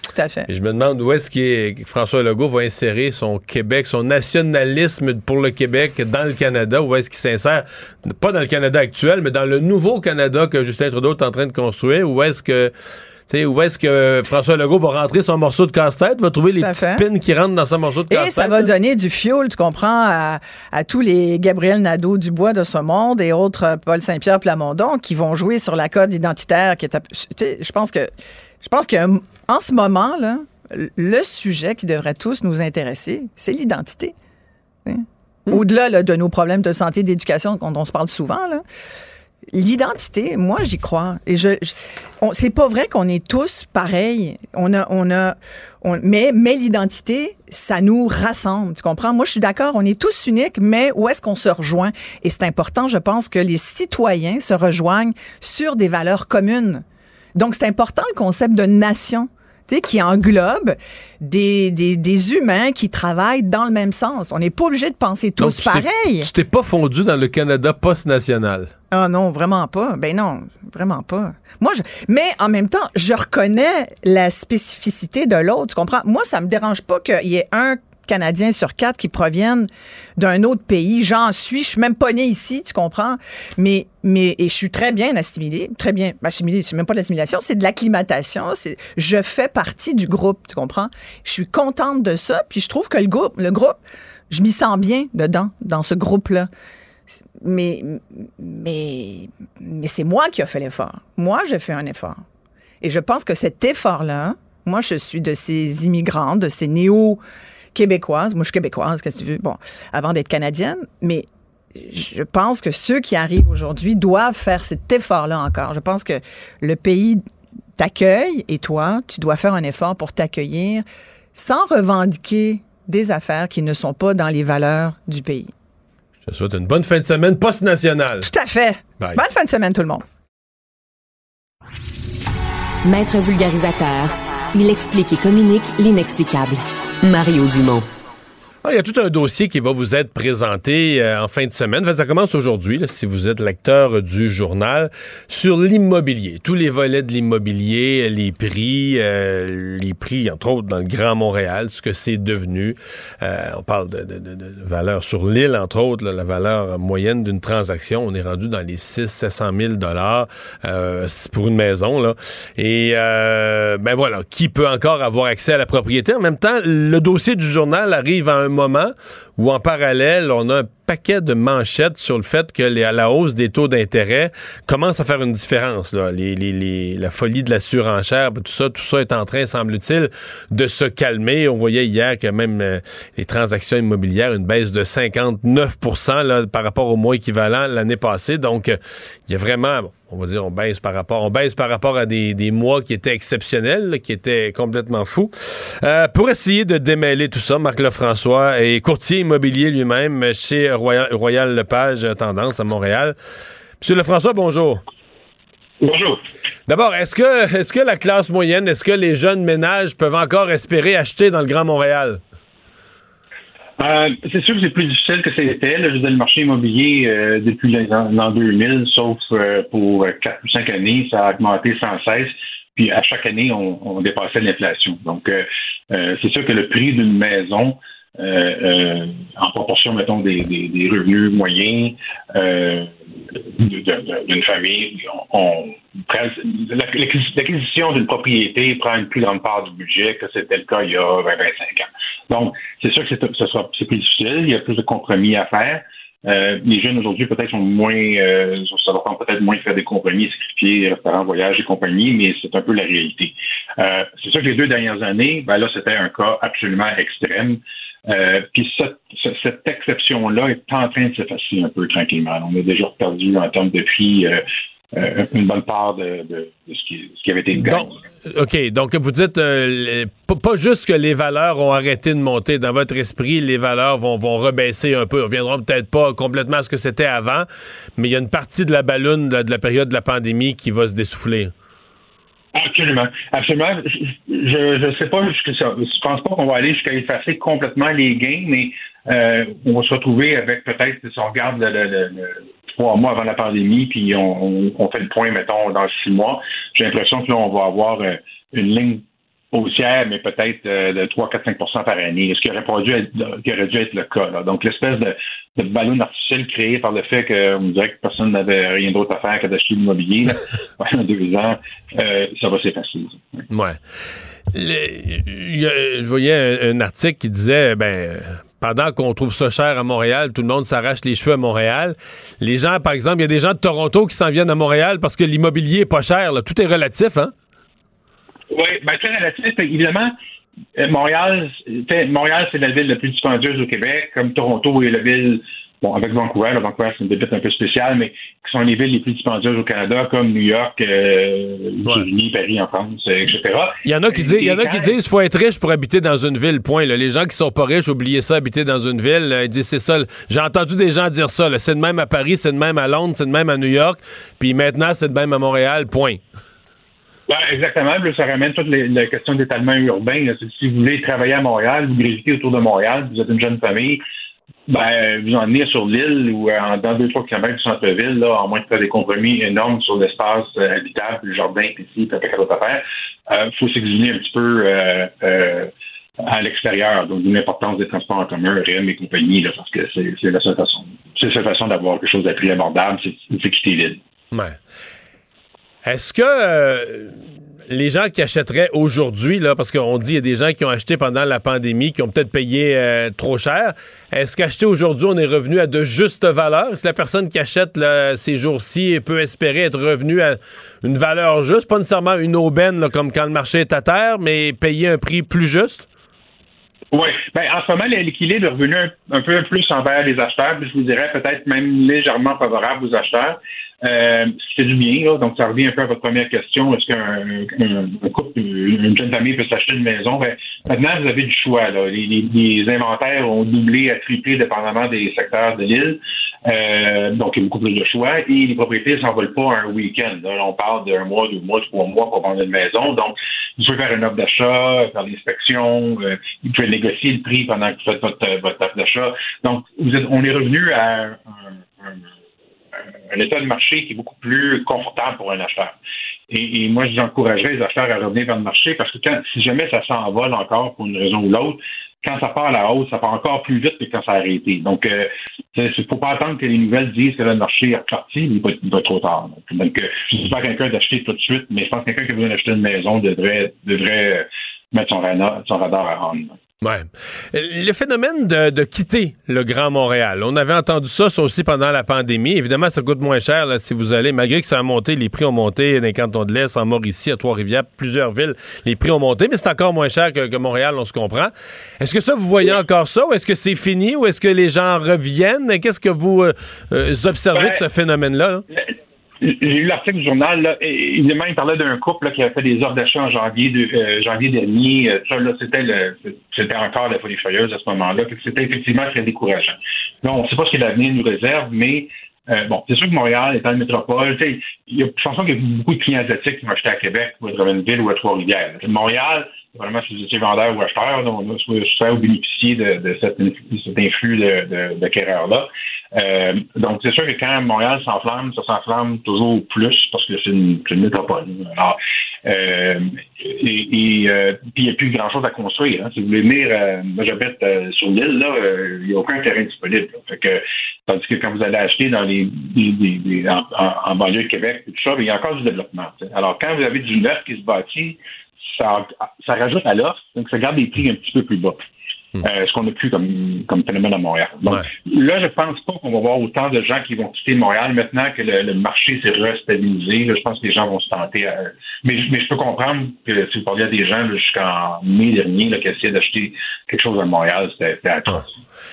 Tout à fait. Et je me demande où est-ce que François Legault va insérer son Québec, son nationalisme pour le Québec dans le Canada. Où est-ce qu'il s'insère? Pas dans le Canada actuel, mais dans le nouveau Canada que Justin Trudeau est en train de construire. Où est-ce que... T'sais, où est-ce que François Legault va rentrer son morceau de casse-tête, va trouver Tout les petites pins qui rentrent dans son morceau de casse-tête? Et ça va donner du fuel, tu comprends, à, à tous les Gabriel Nadeau-Dubois de ce monde et autres Paul Saint-Pierre Plamondon qui vont jouer sur la code identitaire. Qui est, je pense que, je pense qu'en ce moment, là, le sujet qui devrait tous nous intéresser, c'est l'identité. Hein? Mmh. Au-delà là, de nos problèmes de santé, d'éducation dont on se parle souvent, là. L'identité, moi, j'y crois. Et je, je on, c'est pas vrai qu'on est tous pareils. On a, on a, on, mais, mais l'identité, ça nous rassemble. Tu comprends? Moi, je suis d'accord. On est tous uniques, mais où est-ce qu'on se rejoint? Et c'est important, je pense, que les citoyens se rejoignent sur des valeurs communes. Donc, c'est important le concept de nation, qui englobe des, des, des humains qui travaillent dans le même sens. On n'est pas obligé de penser tous Donc, pareil. T'es, tu t'es pas fondu dans le Canada post-national? Ah non, vraiment pas. Ben non, vraiment pas. Moi, je, mais en même temps, je reconnais la spécificité de l'autre. Tu comprends? Moi, ça me dérange pas qu'il y ait un Canadiens sur quatre qui proviennent d'un autre pays. J'en suis, je suis même pas née ici, tu comprends? Mais, mais, et je suis très bien assimilée, très bien assimilée, c'est même pas de l'assimilation, c'est de l'acclimatation, c'est, je fais partie du groupe, tu comprends? Je suis contente de ça, puis je trouve que le groupe, le groupe, je m'y sens bien dedans, dans ce groupe-là. Mais, mais, mais c'est moi qui ai fait l'effort. Moi, j'ai fait un effort. Et je pense que cet effort-là, moi, je suis de ces immigrants, de ces néo- québécoise. Moi, je suis québécoise, qu'est-ce que tu veux? Bon, avant d'être canadienne, mais je pense que ceux qui arrivent aujourd'hui doivent faire cet effort-là encore. Je pense que le pays t'accueille et toi, tu dois faire un effort pour t'accueillir sans revendiquer des affaires qui ne sont pas dans les valeurs du pays. Je te souhaite une bonne fin de semaine post-nationale. Tout à fait. Bye. Bonne fin de semaine, tout le monde. Maître vulgarisateur, il explique et communique l'inexplicable. Mario Dumont. Ah, il y a tout un dossier qui va vous être présenté euh, en fin de semaine. Enfin, ça commence aujourd'hui, là, si vous êtes lecteur du journal, sur l'immobilier. Tous les volets de l'immobilier, les prix, euh, les prix, entre autres, dans le Grand Montréal, ce que c'est devenu. Euh, on parle de, de, de, de valeur sur l'île, entre autres, là, la valeur moyenne d'une transaction. On est rendu dans les six cents à sept cent mille dollars euh, pour une maison. Là. Et, euh, ben voilà, qui peut encore avoir accès à la propriété? En même temps, le dossier du journal arrive à un moment où, en parallèle, on a un paquet de manchettes sur le fait que les, à la hausse des taux d'intérêt commence à faire une différence. Là. Les, les, les, la folie de la surenchère, tout ça, tout ça est en train, semble-t-il, de se calmer. On voyait hier que même euh, les transactions immobilières, une baisse de cinquante-neuf pour cent là, par rapport au mois équivalent l'année passée. Donc, il euh, y a vraiment... Bon, on va dire, on baisse par rapport, on baisse par rapport à des, des mois qui étaient exceptionnels, là, qui étaient complètement fous. Euh, pour essayer de démêler tout ça, Marc Lefrançois est courtier immobilier lui-même chez Royal, Royal Lepage Tendance à Montréal. Monsieur Lefrançois, bonjour. Bonjour. D'abord, est-ce que, est-ce que la classe moyenne, est-ce que les jeunes ménages peuvent encore espérer acheter dans le Grand Montréal? Euh, c'est sûr que c'est plus difficile que c'était. Là, je veux dire, le marché immobilier, euh, depuis l'an deux mille, sauf euh, pour quatre ou cinq années, ça a augmenté sans cesse. Puis à chaque année, on, on dépassait l'inflation. Donc, euh, euh, c'est sûr que le prix d'une maison, euh, euh, en proportion, mettons, des, des, des revenus moyens euh, de, de, d'une famille, on, on, l'acquisition d'une propriété prend une plus grande part du budget que c'était le cas il y a vingt à vingt-cinq ans. Donc, c'est sûr que c'est, ce sera, c'est plus difficile, il y a plus de compromis à faire. Euh, les jeunes aujourd'hui peut-être sont moins, euh, ça leur prend peut-être moins de faire des compromis, sacrifier restaurants, voyages et compagnie, mais c'est un peu la réalité. Euh, c'est sûr que les deux dernières années, ben là, c'était un cas absolument extrême. Euh, puis cette, cette exception-là est en train de s'effacer un peu tranquillement. On a déjà perdu en termes de prix euh, euh, une bonne part de, de, de ce, qui, ce qui avait été gagné. Donc, OK, donc vous dites euh, les, pas, pas juste que les valeurs ont arrêté de monter. Dans votre esprit, les valeurs vont, vont rebaisser un peu. On reviendra peut-être pas complètement à ce que c'était avant, mais il y a une partie de la balloune de, de la période de la pandémie qui va se dessouffler. Absolument. Absolument. Je ne sais pas jusqu'à ça. Je pense pas qu'on va aller jusqu'à effacer complètement les gains, mais euh, on va se retrouver avec peut-être, si on regarde le, le, le, le trois mois avant la pandémie, puis on, on, on fait le point, mettons, dans six mois, j'ai l'impression que là, on va avoir euh, une ligne haussière, mais peut-être euh, de trois, quatre, cinq pour cent par année, ce qui aurait, pas dû être, qui aurait dû être le cas. Là. Donc, l'espèce de, de ballon artificiel créé par le fait qu'on dirait que personne n'avait rien d'autre à faire que d'acheter de l'immobilier pendant deux ans, euh, ça va s'effacer. Ouais. Le, y a, je voyais un, un article qui disait, ben, pendant qu'on trouve ça cher à Montréal, tout le monde s'arrache les cheveux à Montréal. Les gens, par exemple, il y a des gens de Toronto qui s'en viennent à Montréal parce que l'immobilier est pas cher. Là. Tout est relatif, hein? Oui, bien, très relatif. Évidemment, Montréal, Montréal, c'est la ville la plus dispendieuse au Québec, comme Toronto est la ville, bon, avec Vancouver, là, Vancouver, c'est une ville un peu spéciale, mais qui sont les villes les plus dispendieuses au Canada, comme New York, euh, les États-Unis, Paris en France, et cetera. Il y en a qui disent, il y en a qui disent, faut être riche pour habiter dans une ville, point. Là. Les gens qui sont pas riches, oubliez ça, habiter dans une ville. Là, ils disent, c'est ça. J'ai entendu des gens dire ça. Là. C'est de même à Paris, c'est de même à Londres, c'est de même à New York, puis maintenant, c'est de même à Montréal, point. Ben, exactement. Là, ça ramène toute les, la question d'étalement urbain. Là. Si vous voulez travailler à Montréal, vous gravitez autour de Montréal, vous êtes une jeune famille, ben, vous en venez sur l'île ou euh, dans deux trois kilomètres du centre-ville, là, en moins de faire des compromis énormes sur l'espace euh, habitable, le jardin, puis ici, puis après l'autre affaire. Il euh, faut s'exiler un petit peu euh, euh, à l'extérieur. Donc, d'où l'importance des transports en commun, R E M et compagnie, là, parce que c'est, c'est la seule façon. C'est la seule façon d'avoir quelque chose de plus abordable, c'est, c'est quitter l'île. Ouais. Est-ce que euh, les gens qui achèteraient aujourd'hui, là, parce qu'on dit qu'il y a des gens qui ont acheté pendant la pandémie, qui ont peut-être payé euh, trop cher, est-ce qu'acheter aujourd'hui, on est revenu à de justes valeurs? Est-ce que la personne qui achète là, ces jours-ci peut espérer être revenu à une valeur juste, pas nécessairement une aubaine là, comme quand le marché est à terre, mais payer un prix plus juste? Oui. Ben, en ce moment, l'équilibre est revenu un, un peu plus envers les acheteurs. Je vous dirais peut-être même légèrement favorable aux acheteurs. Euh, c'est du bien, là. Donc, ça revient un peu à votre première question. Est-ce qu'un un, un couple, une jeune famille peut s'acheter une maison? Ben, maintenant, vous avez du choix, là. Les, les, les inventaires ont doublé à triplé dépendamment des secteurs de l'île. Euh, donc, il y a beaucoup plus de choix. Et les propriétaires ne s'envolent pas un week-end. Là, on parle d'un mois, deux mois, trois mois pour vendre une maison. Donc, vous pouvez faire une offre d'achat, faire l'inspection, euh, vous pouvez négocier le prix pendant que vous faites votre, votre offre d'achat. Donc, vous êtes, on est revenu à un, un un état de marché qui est beaucoup plus confortable pour un acheteur. Et, et moi, j'encouragerais les acheteurs à revenir vers le marché parce que quand, si jamais ça s'envole encore pour une raison ou l'autre, quand ça part à la hausse, ça part encore plus vite que quand ça a arrêté. Donc, euh, il ne faut pas attendre que les nouvelles disent que le marché est reparti, mais il va, il va être trop tard. Donc, donc euh, je ne dis pas quelqu'un d'acheter tout de suite, mais je pense que quelqu'un qui a besoin d'acheter une maison devrait, devrait mettre son radar, son radar à rendre. Ouais. Le phénomène de, de quitter le Grand Montréal, on avait entendu ça, ça aussi pendant la pandémie. Évidemment, ça coûte moins cher là, si vous allez, malgré que ça a monté, les prix ont monté dans les cantons de l'Est, en Mauricie, à Trois-Rivières, plusieurs villes, les prix ont monté, mais c'est encore moins cher que, que Montréal, on se comprend. Est-ce que ça, vous voyez encore ça, ou est-ce que c'est fini, ou est-ce que les gens reviennent? Qu'est-ce que vous euh, observez ben, de ce phénomène-là? Là? J'ai eu l'article du journal, là, et évidemment, il parlait d'un couple là, qui avait fait des offres d'achat en janvier de, euh, janvier dernier. Ça, là, c'était le c'était encore la folie furieuse à ce moment-là. C'était effectivement très décourageant. Là, on ne sait pas ce que l'avenir nous réserve, mais euh, bon, c'est sûr que Montréal étant une métropole, il y a, je pense qu'il y a beaucoup de clients asiatiques qui vont acheter à Québec ou à Drummondville ou à Trois-Rivières. Montréal, vraiment, si vous étiez vendeur ou acheteur, on va soit bénéficier de, de cet, cet influx de, de, d'acquéreurs-là. Euh, donc, c'est sûr que quand Montréal s'enflamme, ça s'enflamme toujours plus parce que c'est une, c'est une métropole. Alors, euh, et, et euh, puis il n'y a plus grand-chose à construire. Hein. Si vous voulez venir, euh, moi j'habite euh, sur l'île, là, il euh, n'y a aucun terrain disponible. Là. Fait que, tandis que quand vous allez acheter dans les, les, les, les en, en, en banlieue de Québec et tout ça, il y a encore du développement. T'sais. Alors, quand vous avez du neuf qui se bâtit, ça, ça rajoute à l'offre, donc ça garde les prix un petit peu plus bas. Mmh. Euh, ce qu'on a plus comme, comme phénomène à Montréal. Donc, ouais. Là, je pense pas qu'on va voir autant de gens qui vont quitter Montréal maintenant que le, le marché s'est restabilisé. Là, je pense que les gens vont se tenter. À... Mais, mais je peux comprendre que si vous parliez à des gens là, jusqu'en mai dernier là, qui essayaient d'acheter quelque chose à Montréal, c'était, c'était atroce.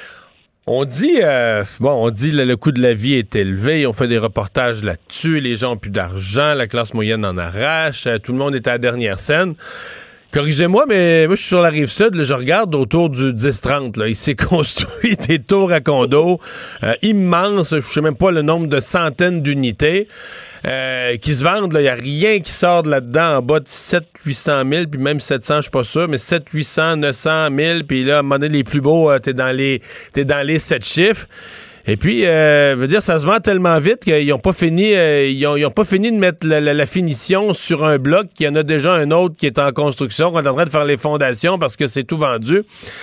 On dit, euh, bon, on dit que le coût de la vie est élevé. On fait des reportages là-dessus. Les gens n'ont plus d'argent. La classe moyenne en arrache. Tout le monde est à la dernière scène. Corrigez-moi, mais moi, je suis sur la Rive-Sud. Là, je regarde autour du dix trente. Là, il s'est construit des tours à condos euh, immenses. Je ne sais même pas le nombre de centaines d'unités euh, qui se vendent. Il n'y a rien qui sort de là-dedans en bas de sept cents à huit cent mille, puis même sept cents, je suis pas sûr, mais sept cents, huit cents, neuf cent mille. Puis là, à un moment donné, les plus beaux, euh, t'es dans les, t'es dans les sept chiffres. Et puis, euh, veut dire, ça se vend tellement vite qu'ils n'ont pas fini, euh, ils ont, ils ont pas fini de mettre la, la, la finition sur un bloc, qu'il y en a déjà un autre qui est en construction, qu'on est en train de faire les fondations parce que c'est tout vendu.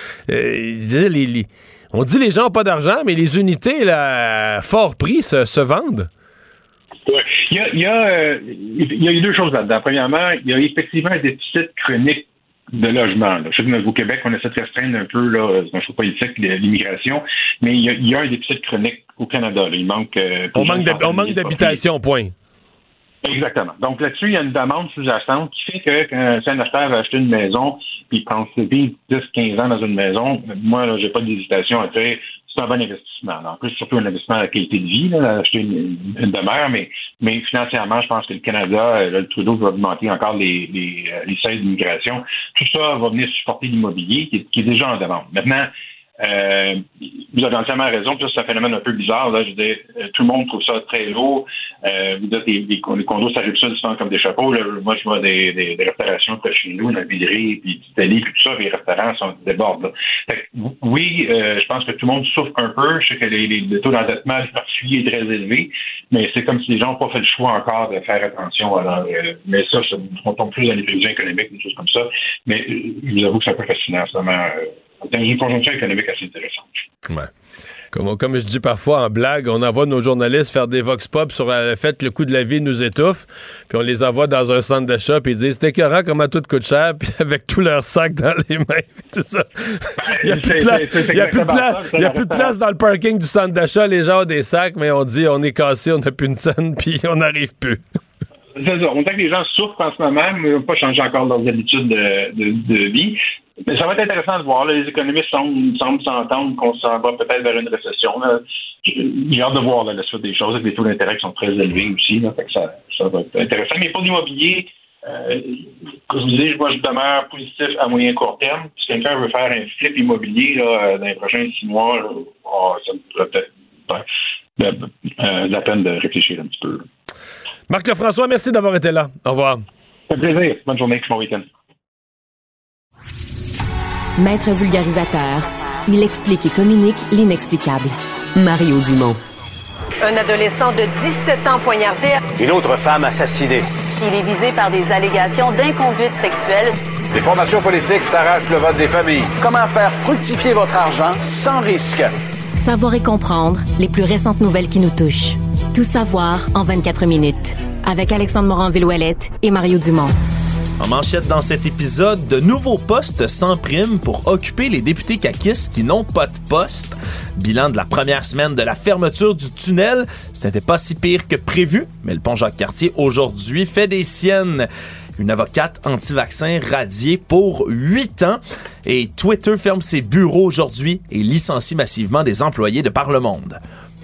Euh, les, les, on dit les gens n'ont pas d'argent, mais les unités, là, à fort prix, se, se vendent. Ouais. Il y a, il y a, euh, il y a deux choses là-dedans. Premièrement, il y a effectivement un déficit chronique de logement. Là. Je sais que au Québec, on essaie de restreindre un peu là, dans le choix politique l'immigration, mais il y, a, il y a un déficit chronique au Canada. Là. Il manque. Euh, on, manque on manque d'habitation, point. Exactement. Donc là-dessus, il y a une demande sous-jacente qui fait que quand un acheteur va acheter une maison, puis il prend dix à quinze ans dans une maison, moi, là, j'ai pas d'hésitation à dire c'est un bon investissement. En plus, surtout un investissement à la qualité de vie, là, acheter une, une demeure, mais, mais financièrement, je pense que le Canada, là, le Trudeau va augmenter encore les, les, les seuils d'immigration. Tout ça va venir supporter l'immobilier qui est, qui est déjà en demande. Maintenant, Euh, vous avez entièrement raison, puis ça, c'est un phénomène un peu bizarre. Là, je veux dire, tout le monde trouve ça très lourd. Euh, vous dites, les, les, les condos, ça arrive ça du temps comme des chapeaux. Là. Moi, je vois des, des, des restaurations près de chez nous, dans la Villeray, puis d'Italie, puis tout ça, les restaurants sont débordent. Là. Fait que, oui, euh, je pense que tout le monde souffre un peu. Je sais que les, les, le taux d'endettement particulier est très élevé, mais c'est comme si les gens n'ont pas fait le choix encore de faire attention. Alors, euh, mais ça, ça, on tombe plus dans les prévisions économiques, des choses comme ça. Mais euh, je vous avoue que c'est un peu fascinant, vraiment. Euh, dans une conjoncture économique assez intéressante. Ouais. Comme, comme je dis parfois en blague, on envoie nos journalistes faire des vox pop sur le fait que le coût de la vie nous étouffe, puis on les envoie dans un centre d'achat, puis ils disent c'est écœurant comment tout coûte cher, puis avec tous leurs sacs dans les mains, tout ça. Il n'y a plus de place, il y a plus de place, il y a plus de place dans le parking du centre d'achat, les gens ont des sacs, mais on dit on est cassé, on n'a plus une scène, puis on n'arrive plus. C'est ça. On dirait que les gens souffrent en ce moment, mais ils n'ont pas changé encore leurs habitudes de, de, de vie. Mais ça va être intéressant de voir. Là. Les économistes semblent, semblent s'entendre qu'on s'en va peut-être vers une récession. Là. J'ai hâte de voir là, la suite des choses, avec les taux d'intérêt qui sont très élevés aussi. Là. Fait que ça, ça va être intéressant. Mais pour l'immobilier, euh, comme je vous dis, moi, je demeure positif à moyen court terme. Si quelqu'un veut faire un flip immobilier là, dans les prochains six mois, là, oh, ça me pourrait peut-être ben, ben, euh, la peine de réfléchir un petit peu. Là. Marc Lefrançois, merci d'avoir été là. Au revoir. Ça fait plaisir. Bonne journée. Bon week-end. Maître vulgarisateur, il explique et communique l'inexplicable. Mario Dumont. Un adolescent de dix-sept ans poignardé. Une autre femme assassinée. Il est visé par des allégations d'inconduite sexuelle. Les formations politiques s'arrachent le vote des familles. Comment faire fructifier votre argent sans risque? Savoir et comprendre les plus récentes nouvelles qui nous touchent. Tout savoir en vingt-quatre minutes. Avec Alexandre Morin-Villouellette et Mario Dumont. En manchette dans cet épisode, de nouveaux postes sans prime pour occuper les députés caquistes qui n'ont pas de poste. Bilan de la première semaine de la fermeture du tunnel. C'était pas si pire que prévu, mais le pont Jacques-Cartier aujourd'hui fait des siennes. Une avocate anti-vaccin radiée pour huit ans. Et Twitter ferme ses bureaux aujourd'hui et licencie massivement des employés de par le monde.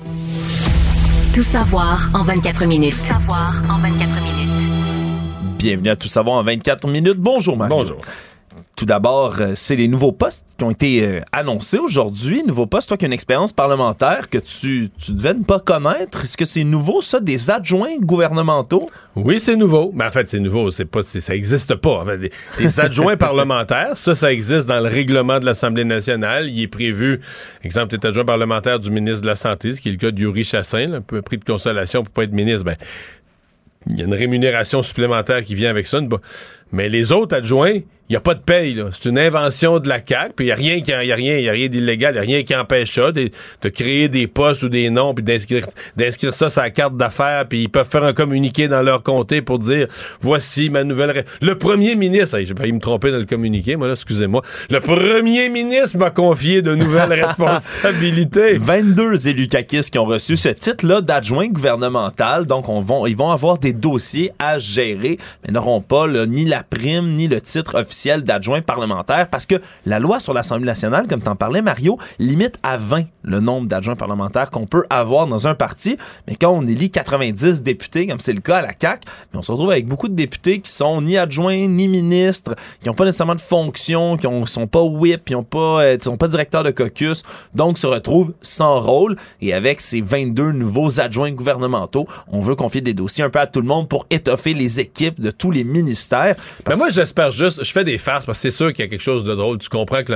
Tout savoir en vingt-quatre minutes. Tout savoir en vingt-quatre minutes. Bienvenue à Tout savoir en vingt-quatre minutes. Bonjour Mario. Bonjour. Tout d'abord, c'est les nouveaux postes qui ont été euh, annoncés aujourd'hui. Nouveaux postes, toi qui as une expérience parlementaire que tu, tu devais ne pas connaître. Est-ce que c'est nouveau, ça, des adjoints gouvernementaux? Oui, c'est nouveau. Mais en fait, c'est nouveau. C'est pas, c'est, ça n'existe pas. En fait, des, des adjoints parlementaires, ça, ça existe dans le règlement de l'Assemblée nationale. Il est prévu, exemple, tu es adjoint parlementaire du ministre de la Santé, ce qui est le cas de Yuri Chassin, là, un peu prix de consolation pour pas être ministre. Ben, il y a une rémunération supplémentaire qui vient avec ça. Mais les autres adjoints, il n'y a pas de paye, là. C'est une invention de la C A Q, puis il n'y a rien qui, y a rien, y a rien d'illégal, il n'y a rien qui empêche ça, de, de créer des postes ou des noms, puis d'inscrire, d'inscrire ça sur la carte d'affaires, puis ils peuvent faire un communiqué dans leur comté pour dire, voici ma nouvelle... Ré... Le premier ministre, hey, j'ai failli me tromper dans le communiqué, moi là, excusez-moi, le premier ministre m'a confié de nouvelles responsabilités. vingt-deux élus caquistes qui ont reçu ce titre-là d'adjoint gouvernemental, donc on vont, ils vont avoir des dossiers à gérer, mais n'auront pas là, ni la prime, ni le titre officiel d'adjoint parlementaire, parce que la loi sur l'Assemblée nationale, comme t'en parlais, Mario, limite à vingt le nombre d'adjoints parlementaires qu'on peut avoir dans un parti, mais quand on élit quatre-vingt-dix députés, comme c'est le cas à la C A Q, mais on se retrouve avec beaucoup de députés qui sont ni adjoints, ni ministres, qui n'ont pas nécessairement de fonction, qui ont, sont pas whip, qui n'ont pas, euh, sont pas directeurs de caucus, donc se retrouvent sans rôle, et avec ces vingt-deux nouveaux adjoints gouvernementaux, on veut confier des dossiers un peu à tout le monde pour étoffer les équipes de tous les ministères. Mais moi, j'espère juste, je fais des farces parce que c'est sûr qu'il y a quelque chose de drôle. Tu comprends que là,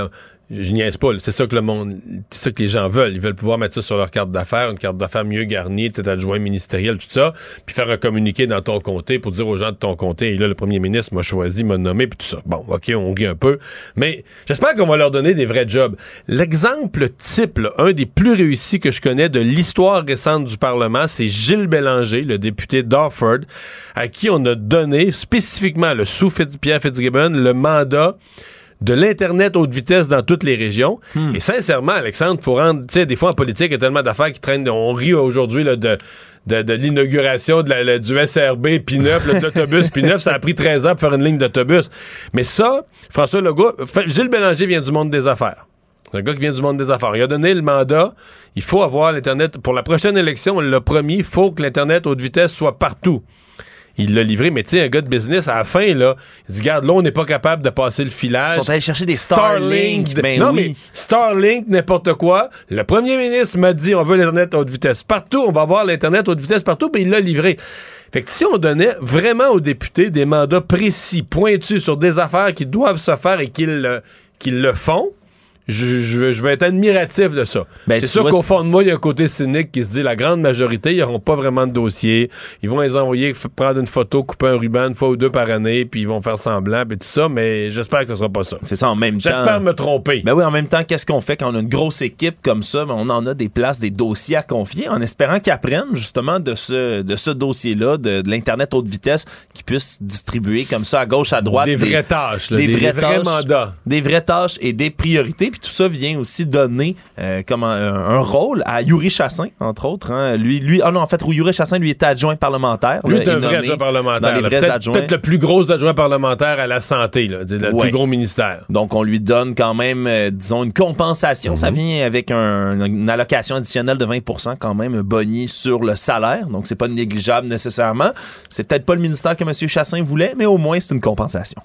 je niaise pas, là, c'est ça que le monde, c'est ça que les gens veulent. Ils veulent pouvoir mettre ça sur leur carte d'affaires, une carte d'affaires mieux garnie, peut-être adjoint ministériel, tout ça, puis faire un communiqué dans ton comté pour dire aux gens de ton comté, et là, le premier ministre m'a choisi, m'a nommé, puis tout ça. Bon, OK, on rit un peu, mais j'espère qu'on va leur donner des vrais jobs. L'exemple type, là, un des plus réussis que je connais de l'histoire récente du Parlement, c'est Gilles Bélanger, le député d'Orford, à qui on a donné spécifiquement, le sous Pierre Fitzgibbon, le mandat de l'Internet haute vitesse dans toutes les régions. Hmm. Et sincèrement, Alexandre, faut rendre, tu sais, des fois en politique, il y a tellement d'affaires qui traînent. On rit aujourd'hui là, de, de, de l'inauguration de la, la, du S R B P neuf, là, de l'autobus P neuf. Ça a pris treize ans pour faire une ligne d'autobus. Mais ça, François Legault, Gilles Bélanger vient du monde des affaires. C'est un gars qui vient du monde des affaires. Il a donné le mandat. Il faut avoir l'Internet. Pour la prochaine élection, on l'a promis, il faut que l'Internet haute vitesse soit partout. Il l'a livré, mais tu sais, un gars de business, à la fin, là, il dit, regarde, là, on n'est pas capable de passer le filage. Ils sont allés chercher des Starlink. Starlink Ben non, oui. mais Starlink, n'importe quoi. Le premier ministre m'a dit, on veut l'Internet haute vitesse partout, on va avoir l'Internet haute vitesse partout, puis il l'a livré. Fait que si on donnait vraiment aux députés des mandats précis, pointus sur des affaires qui doivent se faire et qu'ils, qu'ils le font, Je, je, je vais être admiratif de ça. Ben, c'est sûr qu'au fond de moi, il y a un côté cynique qui se dit la grande majorité, ils n'auront pas vraiment de dossier. Ils vont les envoyer, f- prendre une photo, couper un ruban une fois ou deux par année, puis ils vont faire semblant, puis tout ça, mais j'espère que ce sera pas ça. C'est ça en même j'espère temps. J'espère me tromper. Ben oui, en même temps, qu'est-ce qu'on fait quand on a une grosse équipe comme ça? Ben on en a des places, des dossiers à confier, en espérant qu'ils apprennent justement de ce, de ce dossier-là, de, de l'Internet haute vitesse, qu'ils puissent distribuer comme ça à gauche, à droite. Des, des vraies tâches, là, des, des, vraies des vrais tâches, mandats. Des vraies tâches et des priorités, puis tout ça vient aussi donner euh, comme un, un rôle à Yuri Chassin, entre autres. Hein. Lui, lui, ah non, en fait, Yuri Chassin, lui, était adjoint parlementaire. Lui, est un est vrai adjoint parlementaire. Dans les vrais peut-être, adjoints. peut-être le plus gros adjoint parlementaire à la santé, là, le ouais. plus gros ministère. Donc, on lui donne quand même, euh, disons, une compensation. Mm-hmm. Ça vient avec un, une allocation additionnelle de vingt pour cent quand même, boni sur le salaire. Donc, c'est pas négligeable nécessairement. C'est peut-être pas le ministère que M. Chassin voulait, mais au moins, c'est une compensation.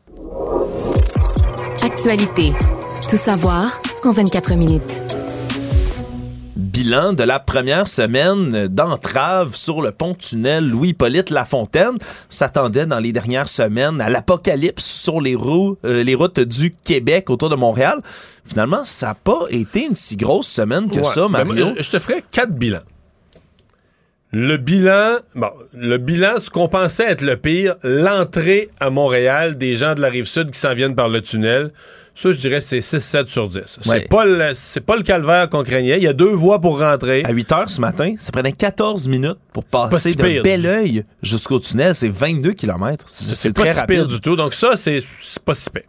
Actualité. Tout savoir en vingt-quatre minutes. Bilan de la première semaine d'entrave sur le pont-tunnel Louis-Hippolyte Lafontaine. S'attendait dans les dernières semaines à l'apocalypse sur les, roues, euh, les routes du Québec autour de Montréal. Finalement, ça n'a pas été une si grosse semaine que ouais, ça, Mario. Ben moi, je te ferais quatre bilans. Le bilan, bon, le bilan, ce qu'on pensait être le pire, l'entrée à Montréal des gens de la Rive-Sud qui s'en viennent par le tunnel, ça, je dirais, c'est six sept sur dix. Ouais. C'est pas le, c'est pas le calvaire qu'on craignait. Il y a deux voies pour rentrer. À huit heures ce matin, ça prenait quatorze minutes pour passer si de Belleuil jusqu'au tunnel. C'est vingt-deux kilomètres. C'est, c'est, c'est pas très si rapide. pire du tout. Donc ça, c'est, c'est pas si pire.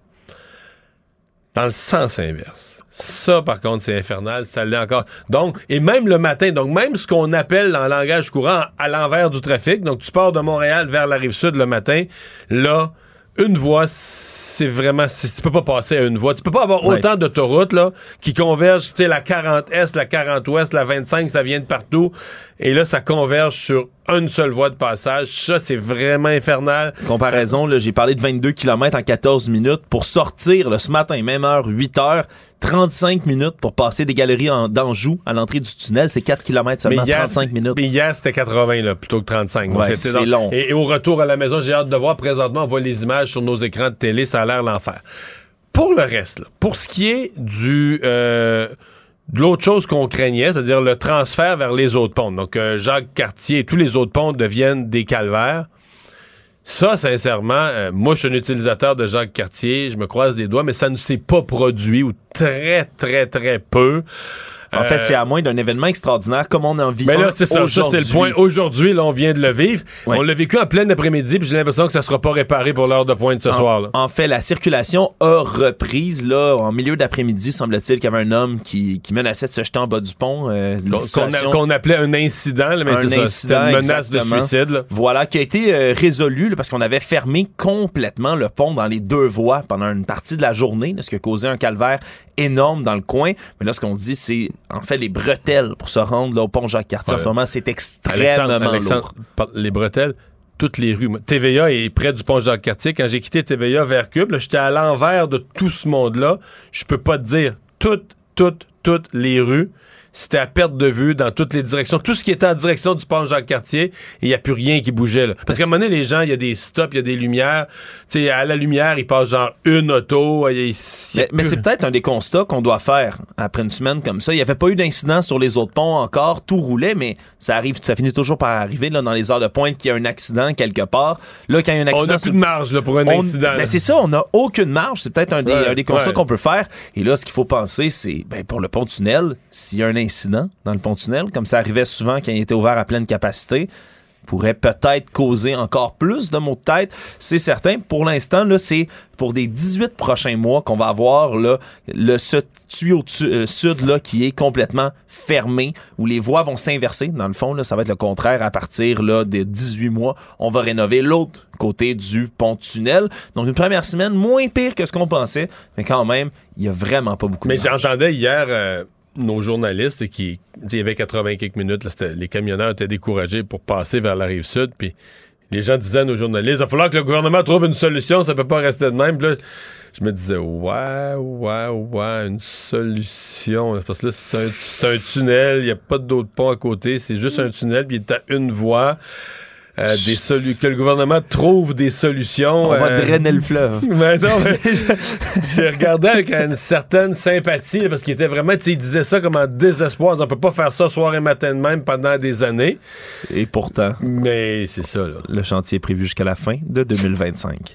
Dans le sens inverse. Ça, par contre, c'est infernal. Ça l'est encore. Donc, et même le matin, donc même ce qu'on appelle en langage courant à l'envers du trafic, donc tu pars de Montréal vers la Rive-Sud le matin, là, une voie, c'est vraiment... C'est, tu peux pas passer à une voie. Tu peux pas avoir ouais. autant d'autoroutes là qui convergent. Tu sais, la quarante Est, la quarante Ouest, la vingt-cinq, ça vient de partout. Et là, ça converge sur une seule voie de passage. Ça, c'est vraiment infernal. Comparaison, ça... là, j'ai parlé de vingt-deux kilomètres en quatorze minutes. Pour sortir là, ce matin, même heure, huit heures, trente-cinq minutes pour passer des galeries en d'Anjou à l'entrée du tunnel. C'est quatre kilomètres seulement, hier, trente-cinq minutes. Mais hier, c'était quatre-vingts là, plutôt que trente-cinq. Ouais, c'est donc, long. Et, et au retour à la maison, j'ai hâte de voir. Présentement, on voit les images sur nos écrans de télé. Ça a l'air l'enfer. Pour le reste, là, pour ce qui est du... Euh, de l'autre chose qu'on craignait, c'est-à-dire le transfert vers les autres ponts. Donc, euh, Jacques-Cartier et tous les autres ponts deviennent des calvaires. Ça, sincèrement, euh, moi, je suis un utilisateur de Jacques-Cartier, je me croise les doigts, mais ça ne s'est pas produit, ou très, très, très peu. En euh, fait, c'est à moins d'un événement extraordinaire comme on en vit. Mais là, c'est ça, ça, c'est le point. Aujourd'hui, là, on vient de le vivre. Ouais. On l'a vécu en plein après-midi, puis j'ai l'impression que ça sera pas réparé pour l'heure de pointe ce en, soir. Là. En fait, la circulation a reprise, là, en milieu d'après-midi, semble-t-il qu'il y avait un homme qui, qui menaçait de se jeter en bas du pont. Euh, qu'on, situation... qu'on appelait un incident, là, mais un c'est incident, ça, c'était une menace exactement. de suicide. Là. Voilà, qui a été euh, résolu là, parce qu'on avait fermé complètement le pont dans les deux voies pendant une partie de la journée, là, ce qui a causé un calvaire énorme dans le coin. Mais là, ce qu'on dit, c'est en fait les bretelles pour se rendre là, au pont Jacques-Cartier. Ouais. En ce moment, c'est extrêmement Alexandre, Alexandre, lourd. Les bretelles, toutes les rues. T V A est près du pont Jacques-Cartier. Quand j'ai quitté T V A vers Cube, là, j'étais à l'envers de tout ce monde-là. Je peux pas te dire toutes, toutes, toutes les rues. c'était à perte de vue dans toutes les directions. Tout ce qui était en direction du pont Jacques-Cartier, il n'y a plus rien qui bougeait. Là. Parce qu'à un moment donné, les gens, il y a des stops, il y a des lumières. Tu sais, à la lumière, il passe genre une auto. Il y a, il y a mais, mais c'est peut-être un des constats qu'on doit faire après une semaine comme ça. Il n'y avait pas eu d'incident sur les autres ponts encore. Tout roulait, mais ça arrive, ça finit toujours par arriver là, dans les heures de pointe qu'il y a un accident quelque part. Là, quand il y a un accident... On n'a plus de marge là, pour un on, incident. Ben, c'est ça, on n'a aucune marge. C'est peut-être un des, ouais, un des constats ouais. qu'on peut faire. Et là, ce qu'il faut penser, c'est ben, pour le pont-tunnel, s'il y a un incident dans le pont-tunnel, comme ça arrivait souvent quand il était ouvert à pleine capacité, pourrait peut-être causer encore plus de maux de tête. C'est certain. Pour l'instant, là, c'est pour des dix-huit prochains mois qu'on va avoir là, le ce tuyau tu, euh, sud là, qui est complètement fermé, où les voies vont s'inverser. Dans le fond, là, ça va être le contraire à partir là, de dix-huit mois. On va rénover l'autre côté du pont-tunnel. Donc, une première semaine moins pire que ce qu'on pensait, mais quand même, il n'y a vraiment pas beaucoup de Mais marge. j'entendais hier... Euh... nos journalistes, qui, il y avait quatre-vingts quelques minutes, là, les camionneurs étaient découragés pour passer vers la rive sud, puis les gens disaient à nos journalistes, il va falloir que le gouvernement trouve une solution, ça peut pas rester de même. Puis là, je me disais, ouais, ouais, ouais, une solution. Parce que là, c'est un, c'est un tunnel, il n'y a pas d'autre pont à côté, c'est juste un tunnel, puis il est à une voie. Euh, des solu- que le gouvernement trouve des solutions. On va euh... drainer le fleuve. Mais non, mais j'ai regardé avec une certaine sympathie, là, parce qu'il était vraiment, tu sais, il disait ça comme en désespoir. On peut pas faire ça soir et matin de même pendant des années. Et pourtant. Mais c'est ça, là. Le chantier est prévu jusqu'à la fin de deux mille vingt-cinq.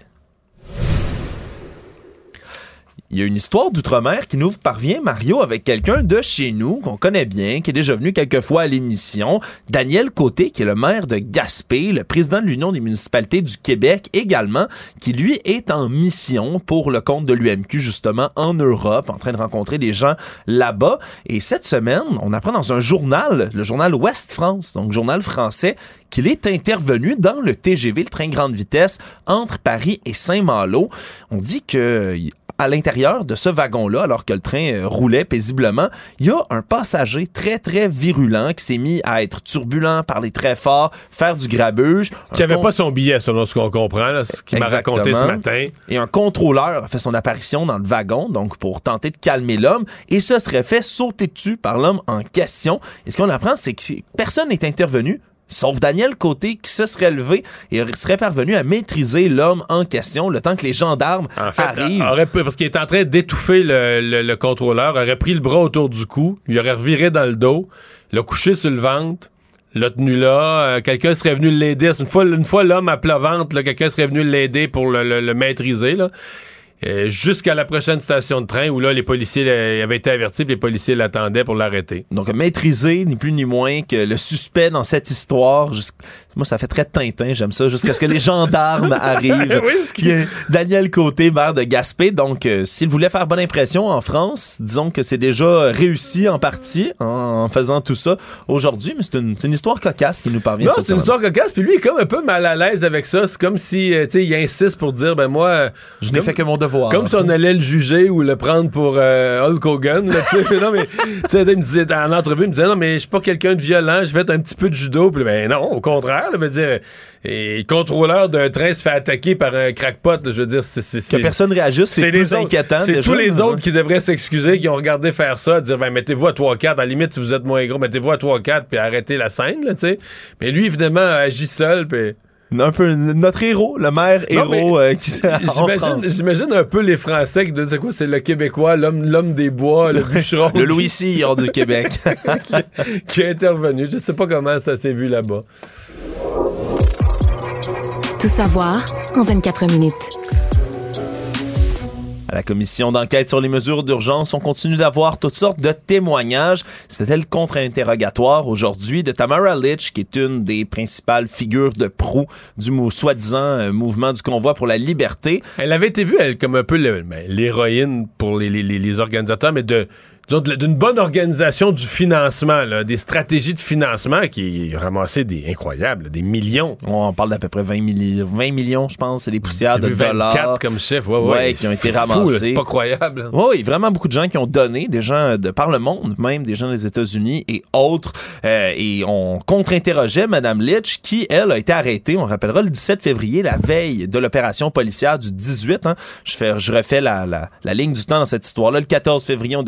Il y a une histoire d'outre-mer qui nous parvient, Mario, avec quelqu'un de chez nous, qu'on connaît bien, qui est déjà venu quelques fois à l'émission. Daniel Côté, qui est le maire de Gaspé, le président de l'Union des municipalités du Québec également, qui lui est en mission pour le compte de l'U M Q, justement, en Europe, en train de rencontrer des gens là-bas. Et cette semaine, on apprend dans un journal, le journal Ouest France, donc journal français, qu'il est intervenu dans le T G V, le train grande vitesse, entre Paris et Saint-Malo. On dit que... à l'intérieur de ce wagon-là, alors que le train euh, roulait paisiblement, il y a un passager très, très virulent qui s'est mis à être turbulent, parler très fort, faire du grabuge. Qui n'avait con... pas son billet, selon ce qu'on comprend, là, ce qu'il m'a raconté ce matin. Et un contrôleur a fait son apparition dans le wagon, donc pour tenter de calmer l'homme, et se serait fait sauter dessus par l'homme en question. Et ce qu'on apprend, c'est que personne n'est intervenu, sauf Daniel Côté, qui se serait levé et serait parvenu à maîtriser l'homme en question le temps que les gendarmes en fait, arrivent. Aurait, parce qu'il est en train d'étouffer le, le, le contrôleur, aurait pris le bras autour du cou, il aurait reviré dans le dos, l'a couché sur le ventre, l'a tenu là, euh, quelqu'un serait venu l'aider. Une fois, une fois l'homme à plat ventre, là, quelqu'un serait venu l'aider pour le, le, le maîtriser, là. Euh, jusqu'à la prochaine station de train où là les policiers là, avaient été avertis et les policiers l'attendaient pour l'arrêter. Donc maîtriser ni plus ni moins que le suspect dans cette histoire. Jusqu'... Moi ça fait très Tintin, j'aime ça, jusqu'à ce que les gendarmes arrivent. Oui, qui est Daniel Côté, maire de Gaspé. Donc euh, s'il voulait faire bonne impression en France, disons que c'est déjà réussi en partie en, en faisant tout ça aujourd'hui, mais c'est une, c'est une histoire cocasse qui nous parvient. Non, cette c'est une semaine. histoire cocasse, puis lui il est comme un peu mal à l'aise avec ça. C'est comme si, euh, tu sais, il insiste pour dire, ben moi... Je n'ai fait que mon devoir. Comme si on allait le juger ou le prendre pour euh, Hulk Hogan. Là, non, mais, tu sais, il me disait, en entrevue, il me disait, non, mais je suis pas quelqu'un de violent, je vais un petit peu de judo. Puis, ben non, au contraire, là, me dire, et le contrôleur d'un train se fait attaquer par un crackpot. Là, je veux dire, c'est. c'est, c'est que personne réagisse, c'est, c'est plus autres, inquiétant. C'est déjà, tous les hein? autres qui devraient s'excuser, qui ont regardé faire ça, dire, ben mettez-vous à trois quatre. À la limite, si vous êtes moins gros, mettez-vous à trois quatre, puis arrêtez la scène, là, tu sais. Mais lui, évidemment, agit seul, puis. Un peu notre héros, le maire héros euh, qui s'est j'imagine, j'imagine un peu les Français qui disaient quoi, c'est le Québécois, l'homme, l'homme des bois, le bûcheron. Le Louis Cyr du Québec. qui, qui est intervenu. Je sais pas comment ça s'est vu là-bas. Tout savoir en vingt-quatre minutes. À la commission d'enquête sur les mesures d'urgence, on continue d'avoir toutes sortes de témoignages. C'était le contre-interrogatoire aujourd'hui de Tamara Lich, qui est une des principales figures de proue du mou- soi-disant euh, mouvement du convoi pour la liberté. Elle avait été vue, elle, comme un peu le, ben, l'héroïne pour les, les, les organisateurs, mais de... d'une bonne organisation du financement, là, des stratégies de financement qui ramassaient des incroyables, des millions. On parle d'à peu près vingt, milli- vingt millions, je pense, c'est des poussières de dollars. vingt-quatre comme chef, ouais, ouais. ouais qui ont été fou, ramassés. Là, c'est pas croyable. Oui, vraiment beaucoup de gens qui ont donné, des gens de par le monde, même des gens des États-Unis et autres. Euh, et on contre-interrogeait Mme Litch, qui, elle, a été arrêtée, on rappellera, le dix-sept février, la veille de l'opération policière du dix-huit. Hein. Je, fais, je refais la, la, la ligne du temps dans cette histoire-là. Le quatorze février, on déclenchait les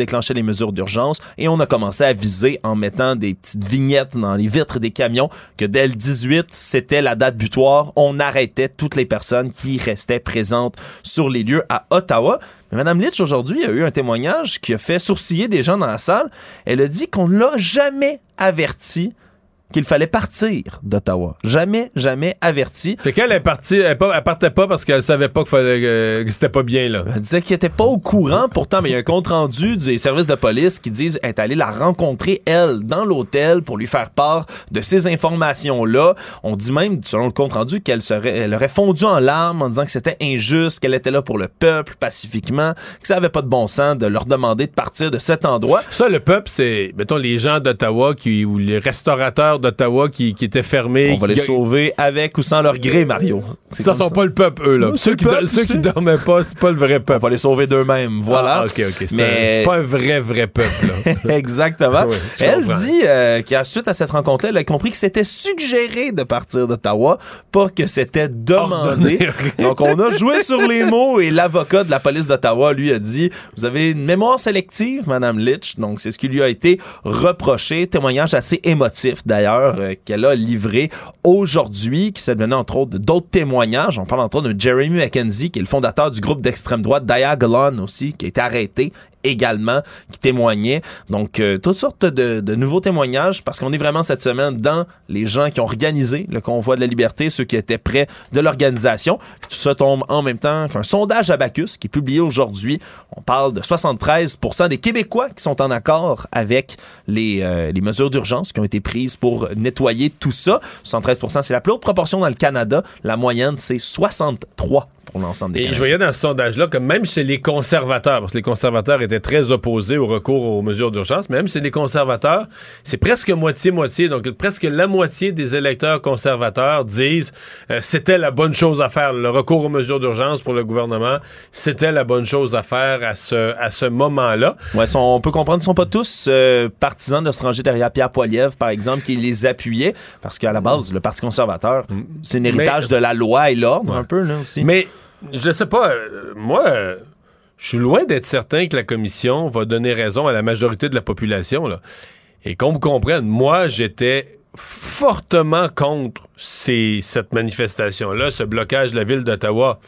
mesures d'urgence et on a commencé à viser en mettant des petites vignettes dans les vitres des camions que dès le dix-huit, c'était la date butoir. On arrêtait toutes les personnes qui restaient présentes sur les lieux à Ottawa. Mais Mme Litch, aujourd'hui, a eu un témoignage qui a fait sourciller des gens dans la salle. Elle a dit qu'on ne l'a jamais averti qu'il fallait partir d'Ottawa. Jamais, jamais averti. C'est qu'elle est partie, elle, elle partait pas parce qu'elle savait pas qu'il fallait, euh, que c'était pas bien, là. Elle disait qu'elle était pas au courant, pourtant, mais il y a un compte-rendu des services de police qui disent être allé la rencontrer, elle, dans l'hôtel pour lui faire part de ces informations-là. On dit même, selon le compte-rendu, qu'elle serait, elle aurait fondu en larmes en disant que c'était injuste, qu'elle était là pour le peuple, pacifiquement, que ça avait pas de bon sens de leur demander de partir de cet endroit. Ça, le peuple, c'est, mettons, les gens d'Ottawa qui, ou les restaurateurs d'Ottawa qui, qui étaient fermés. On va qui... les sauver avec ou sans leur gré, Mario. C'est ça sont ça. Pas le peuple, eux, là. Ceux, qui, peuple, ceux qui dormaient pas, c'est pas le vrai peuple. On va les sauver d'eux-mêmes, voilà. Ah, OK, OK. C'est, Mais... un, c'est pas un vrai, vrai peuple, là. Exactement. Oui, elle comprends. dit euh, qu'à suite à cette rencontre-là, elle a compris que c'était suggéré de partir d'Ottawa, pas que c'était demandé. Donc, on a joué sur les mots et l'avocat de la police d'Ottawa, lui, a dit « Vous avez une mémoire sélective, Mme Litch. » Donc, c'est ce qui lui a été reproché. Témoignage assez émotif, d'ailleurs, euh, qu'elle a livré aujourd'hui, qui s'est donné, entre autres, d'autres témoignages. On parle, entre autres, de Jeremy McKenzie, qui est le fondateur du groupe d'extrême droite Diagolon aussi, qui a été arrêté également, qui témoignait. Donc, euh, toutes sortes de, de nouveaux témoignages, parce qu'on est vraiment cette semaine dans les gens qui ont organisé le convoi de la liberté, ceux qui étaient près de l'organisation. Puis tout ça tombe en même temps qu'un sondage Abacus qui est publié aujourd'hui. On parle de soixante-treize pour cent des Québécois qui sont en accord avec les, euh, les mesures d'urgence qui ont été prises pour nettoyer tout ça. soixante-treize pour cent, c'est la plus haute proportion dans le Canada. La moyenne, c'est soixante-trois pour l'ensemble des Et Canadiens. je voyais dans ce sondage-là que même chez les conservateurs, parce que les conservateurs étaient très opposés au recours aux mesures d'urgence, même chez les conservateurs, c'est presque moitié-moitié. Donc, presque la moitié des électeurs conservateurs disent euh, c'était la bonne chose à faire. Le recours aux mesures d'urgence pour le gouvernement, c'était la bonne chose à faire à ce, à ce moment-là. Ouais, sont, on peut comprendre qu'ils ne sont pas tous euh, partisans de se ranger derrière Pierre Poilievre, par exemple, qui les appuyait, parce qu'à la base, le Parti conservateur, c'est un héritage Mais, de la loi et l'ordre, ouais. un peu, là, aussi. Mais je sais pas, euh, moi, euh, je suis loin d'être certain que la commission va donner raison à la majorité de la population, là. Et qu'on me comprenne, moi, j'étais fortement contre ces, cette manifestation-là, ce blocage de la ville d'Ottawa.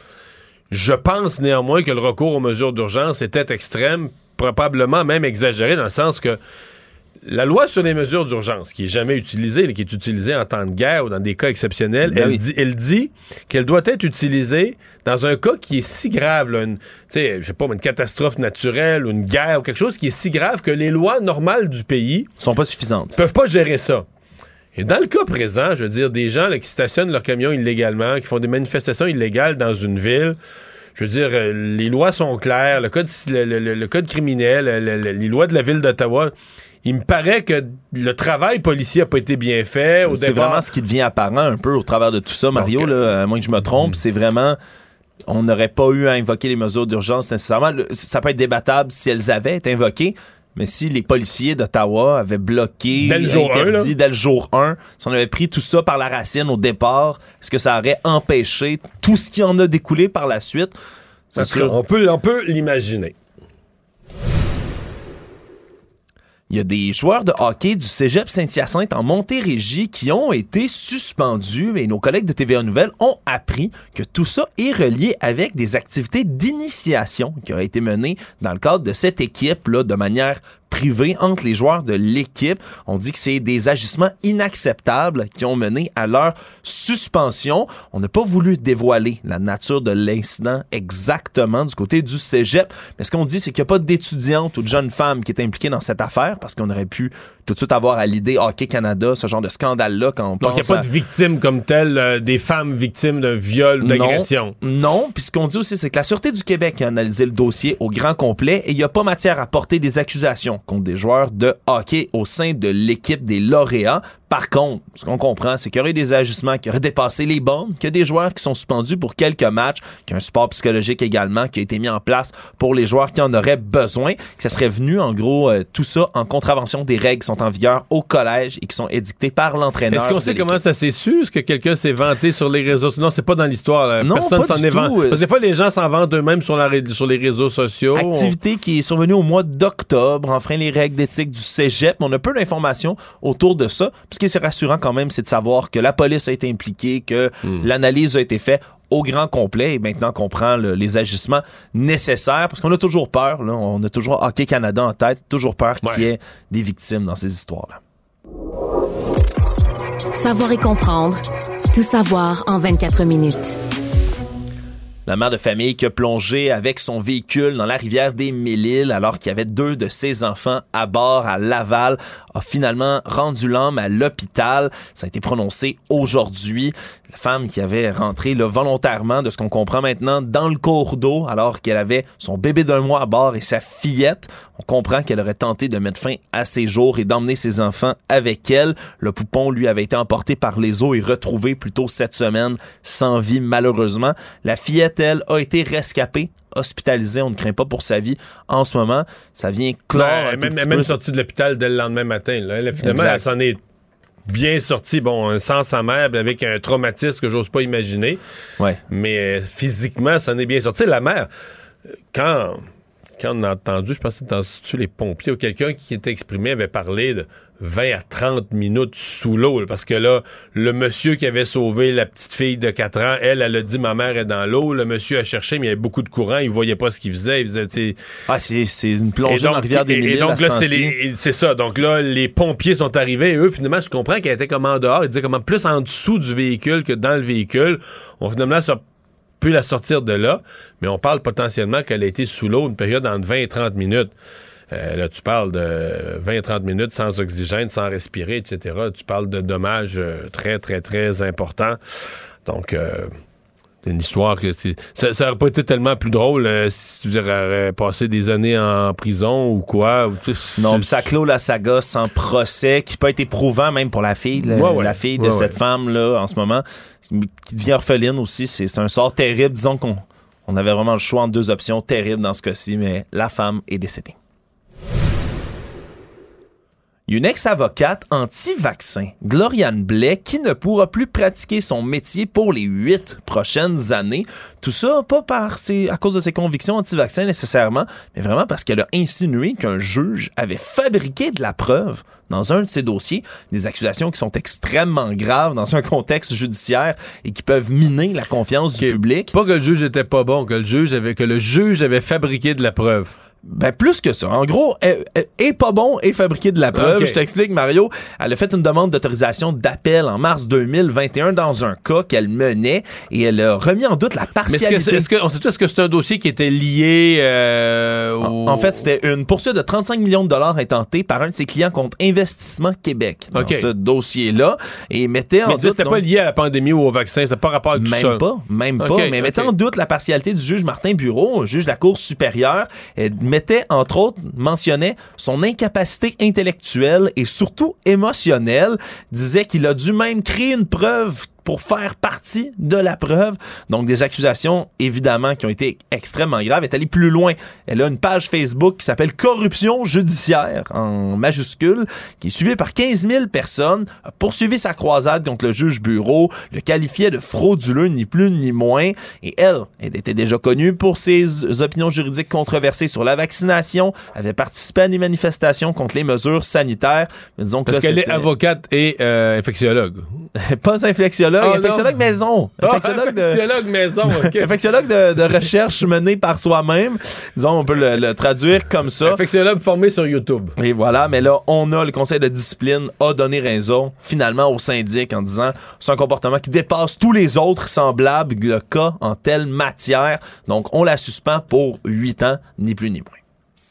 Je pense néanmoins que le recours aux mesures d'urgence était extrême, probablement même exagéré, dans le sens que la loi sur les mesures d'urgence, qui est jamais utilisée, qui est utilisée en temps de guerre ou dans des cas exceptionnels, ben elle, oui. dit, elle dit qu'elle doit être utilisée dans un cas qui est si grave, là, une, je sais pas, une catastrophe naturelle ou une guerre ou quelque chose qui est si grave que les lois normales du pays sont pas suffisantes. Peuvent pas gérer ça. Et dans le cas présent, je veux dire, des gens là, qui stationnent leurs camions illégalement, qui font des manifestations illégales dans une ville, je veux dire, euh, les lois sont claires, le code, le, le, le code criminel, le, le, les lois de la ville d'Ottawa. Il me paraît que le travail policier n'a pas été bien fait. Au c'est départ. Vraiment ce qui devient apparent un peu au travers de tout ça, Mario, Donc, là, à moins que je me trompe, mmh. c'est vraiment... On n'aurait pas eu à invoquer les mesures d'urgence nécessairement. Ça peut être débattable si elles avaient été invoquées, mais si les policiers d'Ottawa avaient bloqué, dès le jour interdit un, dès le jour un, si on avait pris tout ça par la racine au départ, est-ce que ça aurait empêché tout ce qui en a découlé par la suite? C'est sûr. On peut, on peut l'imaginer. Il y a des joueurs de hockey du Cégep Saint-Hyacinthe en Montérégie qui ont été suspendus et nos collègues de T V A Nouvelles ont appris que tout ça est relié avec des activités d'initiation qui auraient été menées dans le cadre de cette équipe-là de manière privée entre les joueurs de l'équipe. On dit que c'est des agissements inacceptables qui ont mené à leur suspension. On n'a pas voulu dévoiler la nature de l'incident exactement du côté du Cégep, mais ce qu'on dit, c'est qu'il n'y a pas d'étudiante ou de jeune femme qui est impliquée dans cette affaire, parce qu'on aurait pu tout de suite avoir à l'idée Hockey Canada, ce genre de scandale-là quand on Donc, pense il n'y a pas à... de victimes comme telles, euh, des femmes victimes de viol, d'agression. Non, non. Puis ce qu'on dit aussi, c'est que la Sûreté du Québec a analysé le dossier au grand complet et il n'y a pas matière à porter des accusations contre des joueurs de hockey au sein de l'équipe des lauréats. Par contre, ce qu'on comprend, c'est qu'il y aurait des ajustements qui auraient dépassé les bornes, qu'il y a des joueurs qui sont suspendus pour quelques matchs, qu'il y a un support psychologique également qui a été mis en place pour les joueurs qui en auraient besoin, que ça serait venu, en gros, euh, tout ça en contravention des règles qui sont en vigueur au collège et qui sont édictées par l'entraîneur. Est-ce qu'on sait comment ça s'est su? Est-ce que quelqu'un s'est vanté sur les réseaux? Non, c'est pas dans l'histoire. Là. Non, Personne pas s'en du est tout. vanté. Parce que des fois, les gens s'en vantent eux-mêmes sur, la, sur les réseaux sociaux. Activité qui est survenue au mois d'octobre, enfreint les règles d'éthique du cégep. On a peu d'informations autour de ça. Puis ce qui est rassurant quand même, c'est de savoir que la police a été impliquée, que hmm. l'analyse a été faite au grand complet et maintenant qu'on prend le, les ajustements nécessaires, parce qu'on a toujours peur, là, on a toujours Hockey Canada en tête, toujours peur ouais. qu'il y ait des victimes dans ces histoires-là. Savoir et comprendre, tout savoir en vingt-quatre minutes. La mère de famille qui a plongé avec son véhicule dans la rivière des Mille-Îles alors qu'il y avait deux de ses enfants à bord à Laval a finalement rendu l'âme à l'hôpital. Ça a été prononcé aujourd'hui. La femme qui avait rentré là, volontairement, de ce qu'on comprend maintenant, dans le cours d'eau alors qu'elle avait son bébé d'un mois à bord et sa fillette. On comprend qu'elle aurait tenté de mettre fin à ses jours et d'emmener ses enfants avec elle. Le poupon, lui, avait été emporté par les eaux et retrouvé plus tôt cette semaine sans vie, malheureusement. La fillette, elle, a été rescapée, hospitalisée. On ne craint pas pour sa vie en ce moment. Ça vient clore ben, un même, tout petit Elle est même peu. sortie de l'hôpital dès le lendemain matin. Là. Elle, finalement, exact. Elle s'en est bien sortie, bon, sans sa mère, avec un traumatisme que j'ose pas imaginer. Ouais. Mais euh, physiquement, ça en est bien sorti. La mère, quand... Quand on a entendu, je pense que c'était dans les pompiers ou quelqu'un qui était exprimé avait parlé de vingt à trente minutes sous l'eau. Là, parce que là, le monsieur qui avait sauvé la petite fille de quatre ans, elle, elle a dit « ma mère est dans l'eau ». Le monsieur a cherché, mais il y avait beaucoup de courant. Il voyait pas ce qu'il faisait. Il faisait, t'sais... Ah, c'est, c'est une plongée donc, dans la rivière des Mille-Îles. Et donc là, c'est, les, c'est ça. Donc là, les pompiers sont arrivés. Et eux, finalement, je comprends qu'elle était comme en dehors. Ils disaient comme plus en dessous du véhicule que dans le véhicule. On finalement ça peut la sortir de là, mais on parle potentiellement qu'elle a été sous l'eau une période entre vingt et trente minutes. Euh, là, tu parles de vingt à trente minutes sans oxygène, sans respirer, et cetera. Tu parles de dommages euh, très, très, très importants. Donc, euh, c'est une histoire que... C'est, ça, ça aurait pas été tellement plus drôle euh, si tu aurais passé des années en prison ou quoi. Ou, non, mais ça clôt la saga sans procès, qui peut être éprouvant même pour la fille, la, ouais, ouais. la fille de ouais, cette ouais. femme-là, en ce moment, qui devient orpheline aussi. C'est, c'est un sort terrible. Disons qu'on on avait vraiment le choix entre deux options terribles dans ce cas-ci, mais la femme est décédée. Une ex-avocate anti-vaccin, Gloriane Blais, qui ne pourra plus pratiquer son métier pour les huit prochaines années. Tout ça, pas par ses, à cause de ses convictions anti-vaccin nécessairement, mais vraiment parce qu'elle a insinué qu'un juge avait fabriqué de la preuve dans un de ses dossiers, des accusations qui sont extrêmement graves dans un contexte judiciaire et qui peuvent miner la confiance okay. du public. Pas que le juge était pas bon, que le juge avait, que le juge avait fabriqué de la preuve. Ben, plus que ça. En gros, elle, elle est pas bon et fabriqué de la preuve. Okay. Je t'explique, Mario. Elle a fait une demande d'autorisation d'appel en mars deux mille vingt et un dans un cas qu'elle menait et elle a remis en doute la partialité. Mais est-ce que, est-ce que, on sait tout, est-ce que c'est un dossier qui était lié euh, au... en, en fait, c'était une poursuite de trente-cinq millions de dollars intentée par un de ses clients contre Investissement Québec dans okay. ce dossier-là et mettait en mais doute... Mais c'était donc, pas lié à la pandémie ou au vaccin, c'était pas rapport avec tout même ça? Pas, même pas, okay, mais okay. mettait en doute la partialité du juge Martin Bureau, juge de la Cour supérieure. Elle mettait, entre autres, mentionnait son incapacité intellectuelle et surtout émotionnelle, disait qu'il a dû même créer une preuve pour faire partie de la preuve. Donc, des accusations, évidemment, qui ont été extrêmement graves. Elle est allée plus loin. Elle a une page Facebook qui s'appelle « Corruption judiciaire » en majuscule, qui est suivie par quinze mille personnes, a poursuivi sa croisade contre le juge Bureau, le qualifiait de frauduleux, ni plus ni moins. Et elle, elle était déjà connue pour ses opinions juridiques controversées sur la vaccination, avait participé à des manifestations contre les mesures sanitaires. Mais disons que Parce là, qu'elle c'était... est avocate et euh, infectiologue. Pas infectiologue. Oh, infectiologue non. maison. Infectiologue, oh, infectiologue de... maison, OK. infectiologue de, de recherche menée par soi-même. Disons, on peut le, le traduire comme ça. Infectiologue formé sur YouTube. Et voilà, mais là, on a le conseil de discipline a donné raison, finalement, au syndic en disant c'est un comportement qui dépasse tous les autres semblables le cas en telle matière. Donc, on la suspend pour huit ans, ni plus ni moins.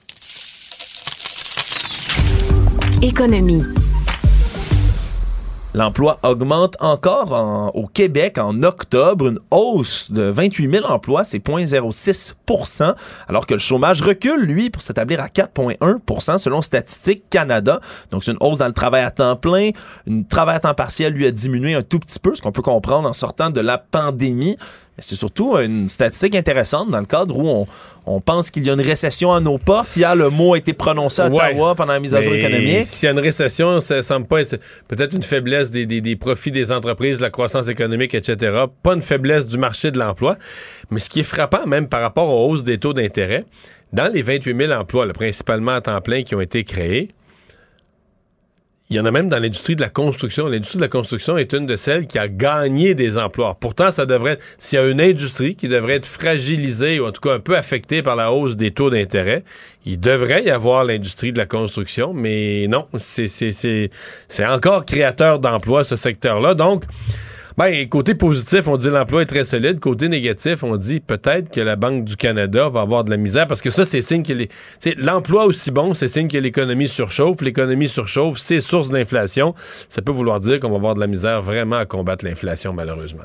Économie. L'emploi augmente encore en, au Québec en octobre, une hausse de vingt-huit mille emplois, c'est zéro virgule zéro six pour cent, alors que le chômage recule, lui, pour s'établir à quatre virgule un pour cent selon Statistique Canada. Donc, c'est une hausse dans le travail à temps plein. Le travail à temps partiel, lui, a diminué un tout petit peu, ce qu'on peut comprendre en sortant de la pandémie. Mais c'est surtout une statistique intéressante dans le cadre où on, on pense qu'il y a une récession à nos portes. Hier, le mot a été prononcé à Ottawa ouais, pendant la mise à jour économique. S'il y a une récession, ça semble pas être peut-être une faiblesse des, des, des profits des entreprises, la croissance économique, et cetera. Pas une faiblesse du marché de l'emploi. Mais ce qui est frappant, même par rapport aux hausses des taux d'intérêt, dans les vingt-huit mille emplois, là, principalement à temps plein, qui ont été créés, il y en a même dans l'industrie de la construction. L'industrie de la construction est une de celles qui a gagné des emplois. Pourtant, ça devrait être, s'il y a une industrie qui devrait être fragilisée ou en tout cas un peu affectée par la hausse des taux d'intérêt, il devrait y avoir l'industrie de la construction, mais non, c'est, c'est, c'est, c'est encore créateur d'emplois, ce secteur-là. Donc, ben, côté positif, on dit l'emploi est très solide. Côté négatif, on dit peut-être que la Banque du Canada va avoir de la misère parce que ça, c'est signe que les, c'est, l'emploi aussi bon, c'est signe que l'économie surchauffe. L'économie surchauffe, c'est source d'inflation. Ça peut vouloir dire qu'on va avoir de la misère vraiment à combattre l'inflation, malheureusement.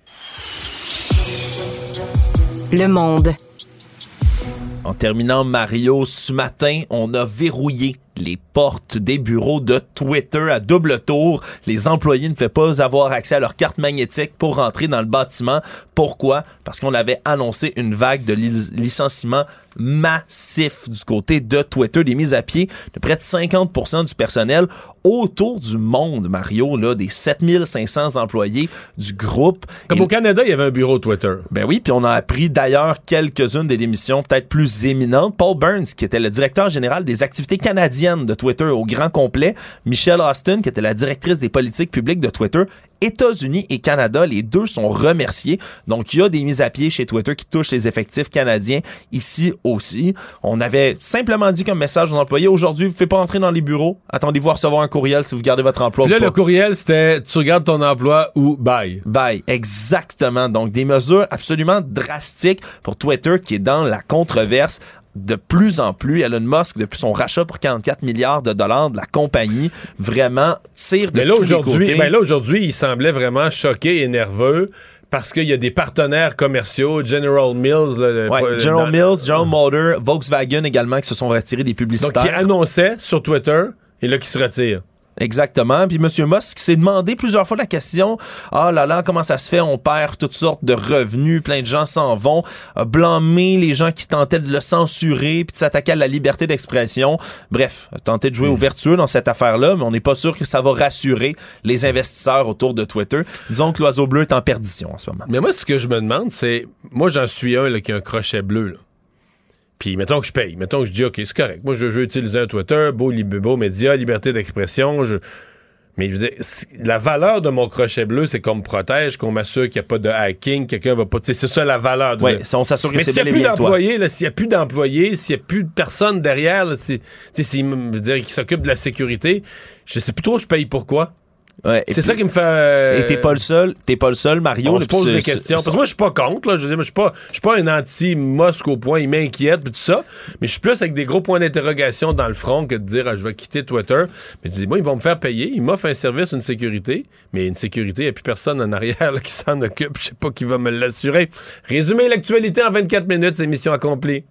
Le Monde. En terminant, Mario, ce matin, on a verrouillé les portes des bureaux de Twitter à double tour. Les employés ne pouvaient pas avoir accès à leur carte magnétique pour rentrer dans le bâtiment. Pourquoi? Parce qu'on avait annoncé une vague de li- licenciements massifs du côté de Twitter, des mises à pied de près de cinquante pour cent du personnel autour du monde, Mario, là, des sept mille cinq cents employés du groupe. Comme Et, au Canada, il y avait un bureau Twitter. Ben oui, puis on a appris d'ailleurs quelques-unes des démissions peut-être plus éminentes. Paul Burns, qui était le directeur général des activités canadiennes de Twitter au grand complet. Michelle Austin, qui était la directrice des politiques publiques de Twitter. États-Unis et Canada, les deux sont remerciés. Donc, il y a des mises à pied chez Twitter qui touchent les effectifs canadiens ici aussi. On avait simplement dit comme message aux employés, aujourd'hui, vous ne pouvez pas entrer dans les bureaux. Attendez-vous à recevoir un courriel si vous gardez votre emploi. Puis là, ou pas. le courriel, c'était tu regardes ton emploi ou bye. Bye, exactement. Donc, des mesures absolument drastiques pour Twitter qui est dans la controverse de plus en plus. Elon Musk, depuis son rachat pour quarante-quatre milliards de dollars de la compagnie, vraiment tire de mais là, tous les côtés. Ben là, aujourd'hui, il semblait vraiment choqué et nerveux parce qu'il y a des partenaires commerciaux, General Mills. Là, ouais, le, General dans, Mills, General Motors, Volkswagen également qui se sont retirés des publicitaires. Donc, qui annonçaient sur Twitter et là, qui se retirent. Exactement. Puis M. Musk s'est demandé plusieurs fois la question, ah là là, comment ça se fait, on perd toutes sortes de revenus, plein de gens s'en vont, a blâmé les gens qui tentaient de le censurer puis de s'attaquer à la liberté d'expression. Bref, a tenté de jouer mmh. au vertueux dans cette affaire-là, mais on n'est pas sûr que ça va rassurer les investisseurs autour de Twitter. Disons que l'oiseau bleu est en perdition en ce moment. Mais moi, ce que je me demande, c'est, moi j'en suis un là, qui a un crochet bleu, là. Puis, mettons que je paye. Mettons que je dis, OK, c'est correct. Moi, je veux utiliser un Twitter, beau, li- beau média, liberté d'expression. Je... Mais je veux dire, la valeur de mon crochet bleu, c'est qu'on me protège, qu'on m'assure qu'il n'y a pas de hacking, quelqu'un va pas... Tu sais, c'est ça la valeur. Oui, on s'assure que mais c'est s'il bel y et a bien plus d'employés, là, s'il n'y a plus d'employés, s'il n'y a plus de personnes derrière, là, si, si, je veux dire, qui s'occupent de la sécurité, je sais plus trop je paye pourquoi. Ouais, c'est puis, ça qui me fait. Euh... Et t'es pas le seul, t'es pas le seul, Mario. On se pose des questions. Parce que moi, je suis pas contre, là. Je veux dire, je suis pas, je suis pas un anti-Musk au point, il m'inquiète, pis tout ça. Mais je suis plus avec des gros points d'interrogation dans le front que de dire, ah, je vais quitter Twitter. Mais je dis, moi, ils vont me faire payer. Ils m'offrent un service, une sécurité. Mais une sécurité, il n'y a plus personne en arrière, là, qui s'en occupe. Je sais pas qui va me l'assurer. Résumer l'actualité en vingt-quatre minutes, c'est mission accomplie.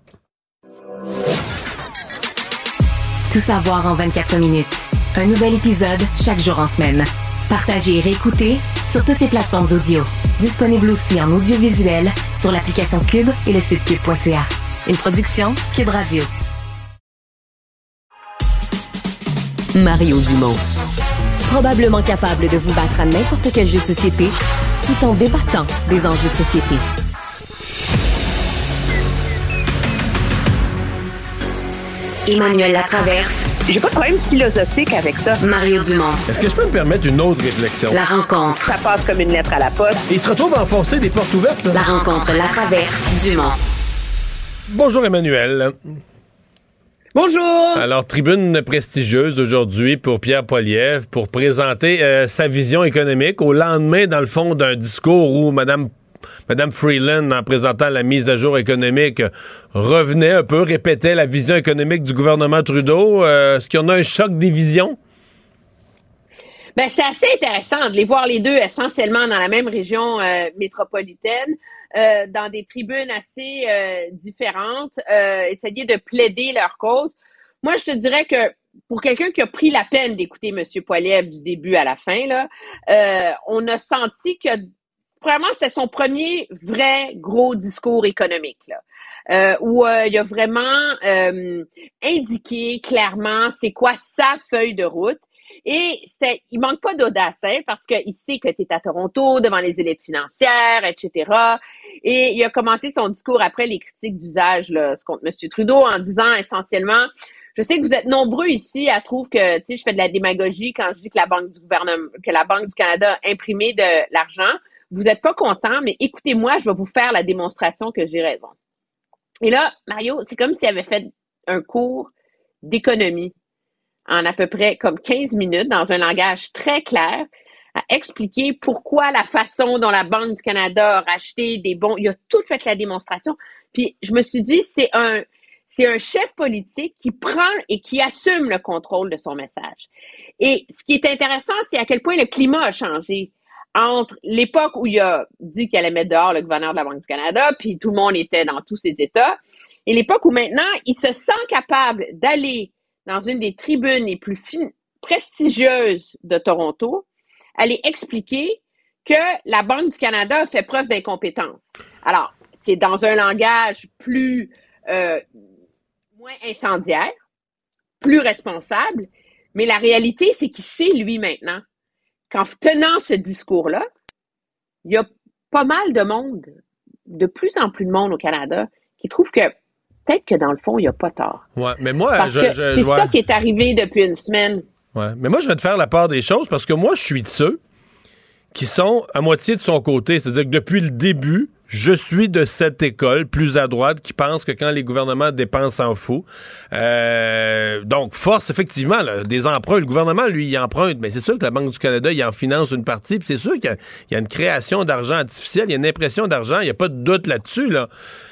Tout savoir en vingt-quatre minutes. Un nouvel épisode chaque jour en semaine. Partagez et réécoutez sur toutes les plateformes audio. Disponible aussi en audiovisuel sur l'application Cube et le site cube point c a. Une production Cube Radio. Mario Dumont. Probablement capable de vous battre à n'importe quel jeu de société tout en débattant des enjeux de société. Emmanuel Latraverse. J'ai pas de problème philosophique avec ça. Mario Dumont. Est-ce que je peux me permettre une autre réflexion? La rencontre. Ça passe comme une lettre à la poste. Et il se retrouve à enfoncer des portes ouvertes, là. La rencontre Latraverse Dumont. Bonjour Emmanuel. Bonjour. Alors, tribune prestigieuse aujourd'hui pour Pierre Poilievre pour présenter euh, sa vision économique au lendemain, dans le fond, d'un discours où Mme Mme Freeland, en présentant la mise à jour économique, revenait un peu, répétait la vision économique du gouvernement Trudeau. Euh, est-ce qu'il y en a un choc des visions? Ben, c'est assez intéressant de les voir les deux essentiellement dans la même région euh, métropolitaine, euh, dans des tribunes assez euh, différentes, euh, essayer de plaider leur cause. Moi, je te dirais que pour quelqu'un qui a pris la peine d'écouter M. Poilievre du début à la fin, là, euh, on a senti que premièrement, c'était son premier vrai gros discours économique, là, euh, où euh, il a vraiment euh, indiqué clairement c'est quoi sa feuille de route. Et c'était, il manque pas d'audace, hein, parce qu'il sait que tu es à Toronto, devant les élites financières, et cetera. Et il a commencé son discours après les critiques d'usage là, contre M. Trudeau en disant essentiellement, je sais que vous êtes nombreux ici à trouver que, tu sais, je fais de la démagogie quand je dis que la Banque du gouvernement, que la Banque du Canada a imprimé de l'argent. Vous n'êtes pas content, mais écoutez-moi, je vais vous faire la démonstration que j'ai raison. Et là, Mario, c'est comme s'il avait fait un cours d'économie en à peu près comme quinze minutes, dans un langage très clair, à expliquer pourquoi la façon dont la Banque du Canada a racheté des bons, il a tout fait la démonstration. Puis je me suis dit, c'est un, c'est un chef politique qui prend et qui assume le contrôle de son message. Et ce qui est intéressant, c'est à quel point le climat a changé entre l'époque où il a dit qu'il allait mettre dehors le gouverneur de la Banque du Canada, puis tout le monde était dans tous ses états, et l'époque où maintenant, il se sent capable d'aller dans une des tribunes les plus fin- prestigieuses de Toronto, aller expliquer que la Banque du Canada a fait preuve d'incompétence. Alors, c'est dans un langage plus euh, moins incendiaire, plus responsable, mais la réalité, c'est qu'il sait, lui, maintenant, qu'en tenant ce discours-là, il y a pas mal de monde, de plus en plus de monde au Canada, qui trouve que peut-être que dans le fond, il n'y a pas tort. Ouais, mais moi, parce je, que je, c'est je vois... ça qui est arrivé depuis une semaine. Ouais, mais moi, je vais te faire la part des choses parce que moi, je suis de ceux qui sont à moitié de son côté. C'est-à-dire que depuis le début, je suis de cette école plus à droite qui pense que quand les gouvernements dépensent en fou, euh, donc force effectivement là, des emprunts. Le gouvernement, lui, il emprunte, mais c'est sûr que la Banque du Canada, il en finance une partie, puis c'est sûr qu'il y a, il y a une création d'argent artificielle, il y a une impression d'argent, il n'y a pas de doute là-dessus. Là,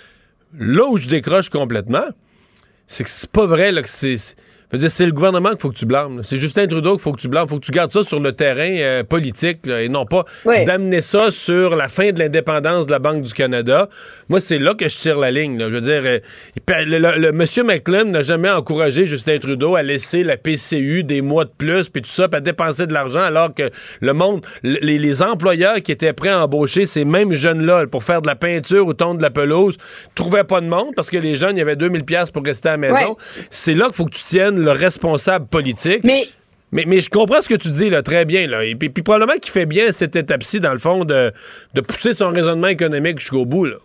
là où je décroche complètement, c'est que c'est pas vrai là, que c'est... C'est le gouvernement qu'il faut que tu blâmes. Là. C'est Justin Trudeau qu'il faut que tu blâmes. Il faut que tu gardes ça sur le terrain euh, politique là, et non pas oui. d'amener ça sur la fin de l'indépendance de la Banque du Canada. Moi, c'est là que je tire la ligne. Là. Je veux dire, euh, le, le, le, M. McClellan n'a jamais encouragé Justin Trudeau à laisser la P C U des mois de plus puis tout ça, puis à dépenser de l'argent alors que le monde, les, les employeurs qui étaient prêts à embaucher ces mêmes jeunes-là pour faire de la peinture ou tondre de la pelouse trouvaient pas de monde parce que les jeunes, il y avait deux mille dollars pour rester à la maison. Oui. C'est là qu'il faut que tu tiennes le responsable politique. Mais, mais, mais je comprends ce que tu dis là, très bien. Là. Et puis, puis probablement qu'il fait bien cette étape-ci, dans le fond, de, de pousser son raisonnement économique jusqu'au bout. Là.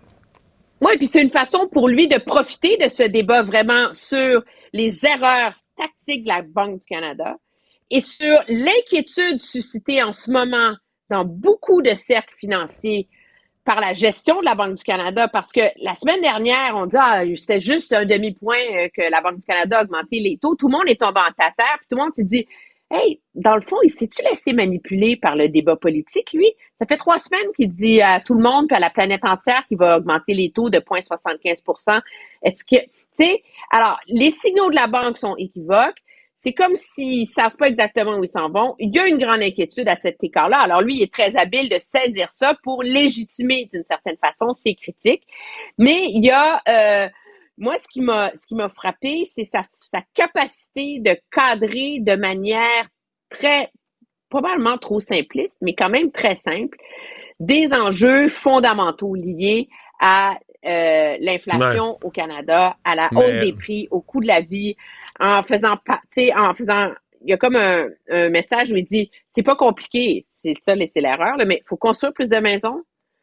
Oui, puis c'est une façon pour lui de profiter de ce débat vraiment sur les erreurs tactiques de la Banque du Canada et sur l'inquiétude suscitée en ce moment dans beaucoup de cercles financiers par la gestion de la Banque du Canada, parce que la semaine dernière, on dit ah, c'était juste un demi-point que la Banque du Canada a augmenté les taux. Tout le monde est tombé en tataire, puis tout le monde s'est dit hey, dans le fond, il s'est-tu laissé manipuler par le débat politique, lui? Ça fait trois semaines qu'il dit à tout le monde puis à la planète entière qu'il va augmenter les taux de zéro virgule soixante-quinze pour cent. Est-ce que, tu sais, alors, les signaux de la banque sont équivoques. C'est comme s'ils savent pas exactement où ils s'en vont. Il y a une grande inquiétude à cet écart-là. Alors lui, il est très habile de saisir ça pour légitimer d'une certaine façon ses critiques. Mais il y a, euh, moi, ce qui m'a, ce qui m'a frappé, c'est sa, sa capacité de cadrer de manière très, probablement trop simpliste, mais quand même très simple, des enjeux fondamentaux liés à euh, l'inflation ouais. au Canada, à la hausse mais... des prix, au coût de la vie, en faisant, tu sais, en faisant, il y a comme un, un message où il dit, c'est pas compliqué, c'est ça, c'est l'erreur, là, mais il faut construire plus de maisons,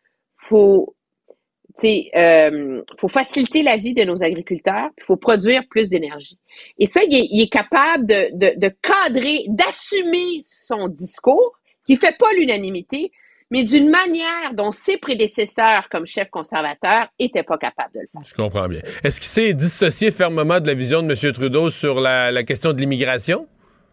faut, tu sais, euh, faut faciliter la vie de nos agriculteurs, il faut produire plus d'énergie. Et ça, il est, il est capable de, de, de cadrer, d'assumer son discours, qui fait pas l'unanimité, mais d'une manière dont ses prédécesseurs comme chef conservateur n'étaient pas capables de le faire. Je comprends bien. Est-ce qu'il s'est dissocié fermement de la vision de M. Trudeau sur la, la question de l'immigration?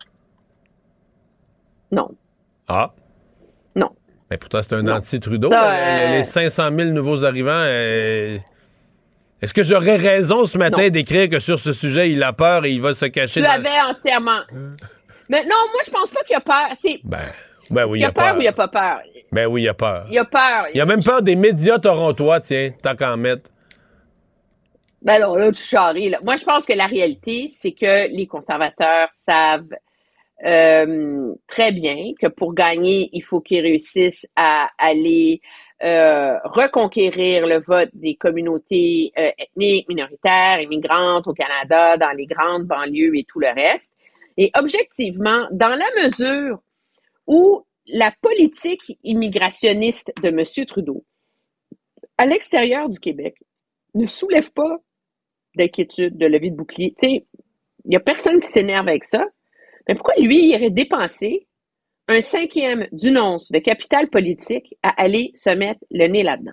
Non. Ah? Non. Mais pourtant, c'est un non. anti-Trudeau. Ça, là, euh... Les cinq cent mille nouveaux arrivants... Euh... Est-ce que j'aurais raison ce matin non. d'écrire que sur ce sujet, il a peur et il va se cacher? Tu dans... avais entièrement... Mais non, moi, je pense pas qu'il a peur. C'est... Ben, ben oui, il a, a peur, peur ou il a pas peur? Ben oui, il a peur. Il a peur. Il a même peur des médias torontois, tiens, tant qu'à en mettre. Ben alors là, tu charries, là. Moi, je pense que la réalité, c'est que les conservateurs savent euh, très bien que pour gagner, il faut qu'ils réussissent à aller euh, reconquérir le vote des communautés euh, ethniques, minoritaires, immigrantes au Canada, dans les grandes banlieues et tout le reste. Et objectivement, dans la mesure où la politique immigrationniste de M. Trudeau, à l'extérieur du Québec, ne soulève pas d'inquiétude, de levée de bouclier. Tu sais, il n'y a personne qui s'énerve avec ça. Mais pourquoi lui, il irait dépenser un cinquième d'une once de capital politique à aller se mettre le nez là-dedans?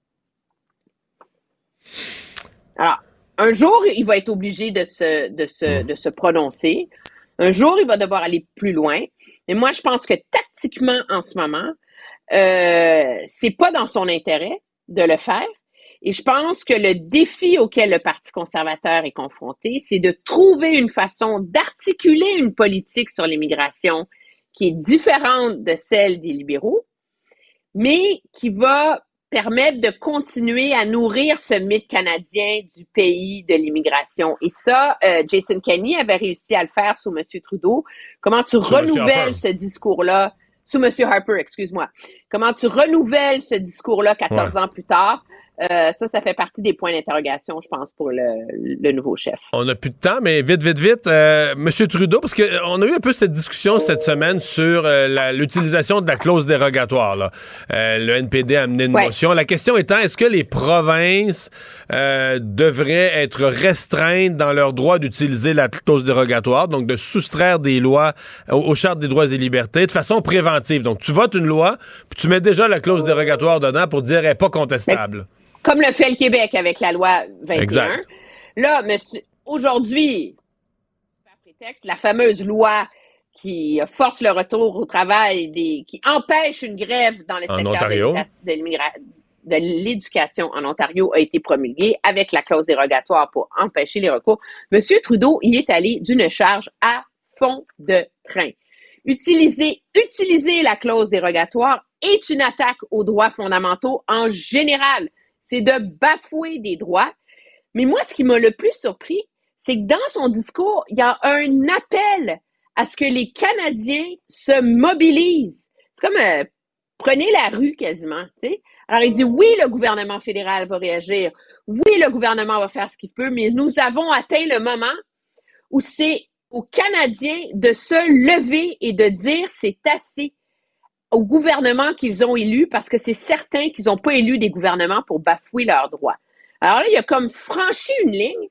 Alors, un jour, il va être obligé de se, de se, de se prononcer. Un jour, il va devoir aller plus loin. Mais moi, je pense que tactiquement, en ce moment, euh, c'est pas dans son intérêt de le faire. Et je pense que le défi auquel le Parti conservateur est confronté, c'est de trouver une façon d'articuler une politique sur l'immigration qui est différente de celle des libéraux, mais qui va permettre de continuer à nourrir ce mythe canadien du pays de l'immigration. Et ça, euh, Jason Kenney avait réussi à le faire sous M. Trudeau. Comment tu sous renouvelles ce discours-là, sous M. Harper, excuse-moi, comment tu renouvelles ce discours-là quatorze ouais. ans plus tard? Euh, ça, ça fait partie des points d'interrogation, je pense, pour le, le nouveau chef. On n'a plus de temps, mais vite, vite, vite. Euh, Monsieur Trudeau, parce qu'on a eu un peu cette discussion cette semaine sur euh, la, l'utilisation de la clause dérogatoire. Là. Euh, le N P D a amené une ouais. motion. La question étant, est-ce que les provinces euh, devraient être restreintes dans leur droit d'utiliser la clause dérogatoire, donc de soustraire des lois aux, aux chartes des droits et libertés de façon préventive? Donc, tu votes une loi, puis tu mets déjà la clause dérogatoire dedans pour dire qu'elle n'est pas contestable. Mais... Comme le fait le Québec avec la loi vingt et un. Exact. Là, monsieur, aujourd'hui, par prétexte, la fameuse loi qui force le retour au travail, des, qui empêche une grève dans le en secteur Ontario. de, de l'éducation en Ontario a été promulguée avec la clause dérogatoire pour empêcher les recours. Monsieur Trudeau y est allé d'une charge à fond de train. Utiliser, utiliser la clause dérogatoire est une attaque aux droits fondamentaux en général. C'est de bafouer des droits. Mais moi, ce qui m'a le plus surpris, c'est que dans son discours, il y a un appel à ce que les Canadiens se mobilisent. C'est comme euh, prenez la rue quasiment, tu sais. Alors, il dit oui, le gouvernement fédéral va réagir. Oui, le gouvernement va faire ce qu'il peut, mais nous avons atteint le moment où c'est aux Canadiens de se lever et de dire c'est assez au gouvernement qu'ils ont élu, parce que c'est certain qu'ils n'ont pas élu des gouvernements pour bafouer leurs droits. Alors là, il a comme franchi une ligne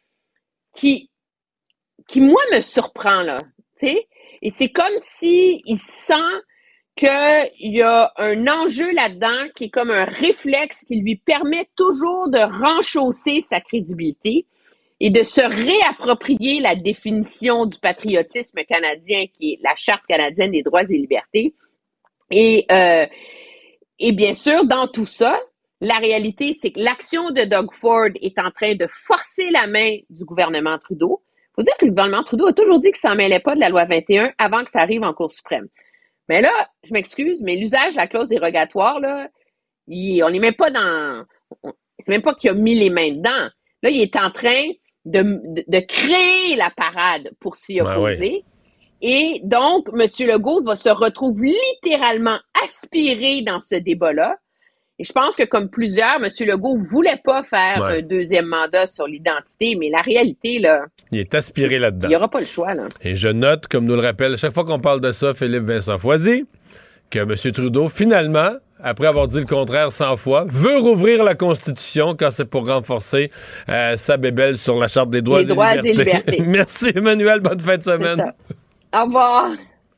qui, qui moi, me surprend, là, tu sais. Et c'est comme si il sent qu'il y a un enjeu là-dedans qui est comme un réflexe qui lui permet toujours de renchausser sa crédibilité et de se réapproprier la définition du patriotisme canadien, qui est la Charte canadienne des droits et libertés. Et, euh, et bien sûr, dans tout ça, la réalité, c'est que l'action de Doug Ford est en train de forcer la main du gouvernement Trudeau. Il faut dire que le gouvernement Trudeau a toujours dit qu'il ne s'en mêlait pas de la loi vingt et un avant que ça arrive en Cour suprême. Mais là, je m'excuse, mais l'usage de la clause dérogatoire, là, il, on n'est même pas dans... On, c'est même pas qu'il a mis les mains dedans. Là, il est en train de, de, de créer la parade pour s'y opposer. Ben oui. Et donc, M. Legault va se retrouver littéralement aspiré dans ce débat-là. Et je pense que, comme plusieurs, M. Legault ne voulait pas faire ouais. un deuxième mandat sur l'identité, mais la réalité, là... Il est aspiré là-dedans. Il n'y aura pas le choix, là. Et je note, comme nous le rappelle chaque fois qu'on parle de ça, Philippe Vincent Foisy, que M. Trudeau, finalement, après avoir dit le contraire cent fois, veut rouvrir la Constitution quand c'est pour renforcer euh, sa bébelle sur la Charte des droits, Les et, droits libertés. et libertés. Merci, Emmanuel. Bonne fin de semaine. Au revoir.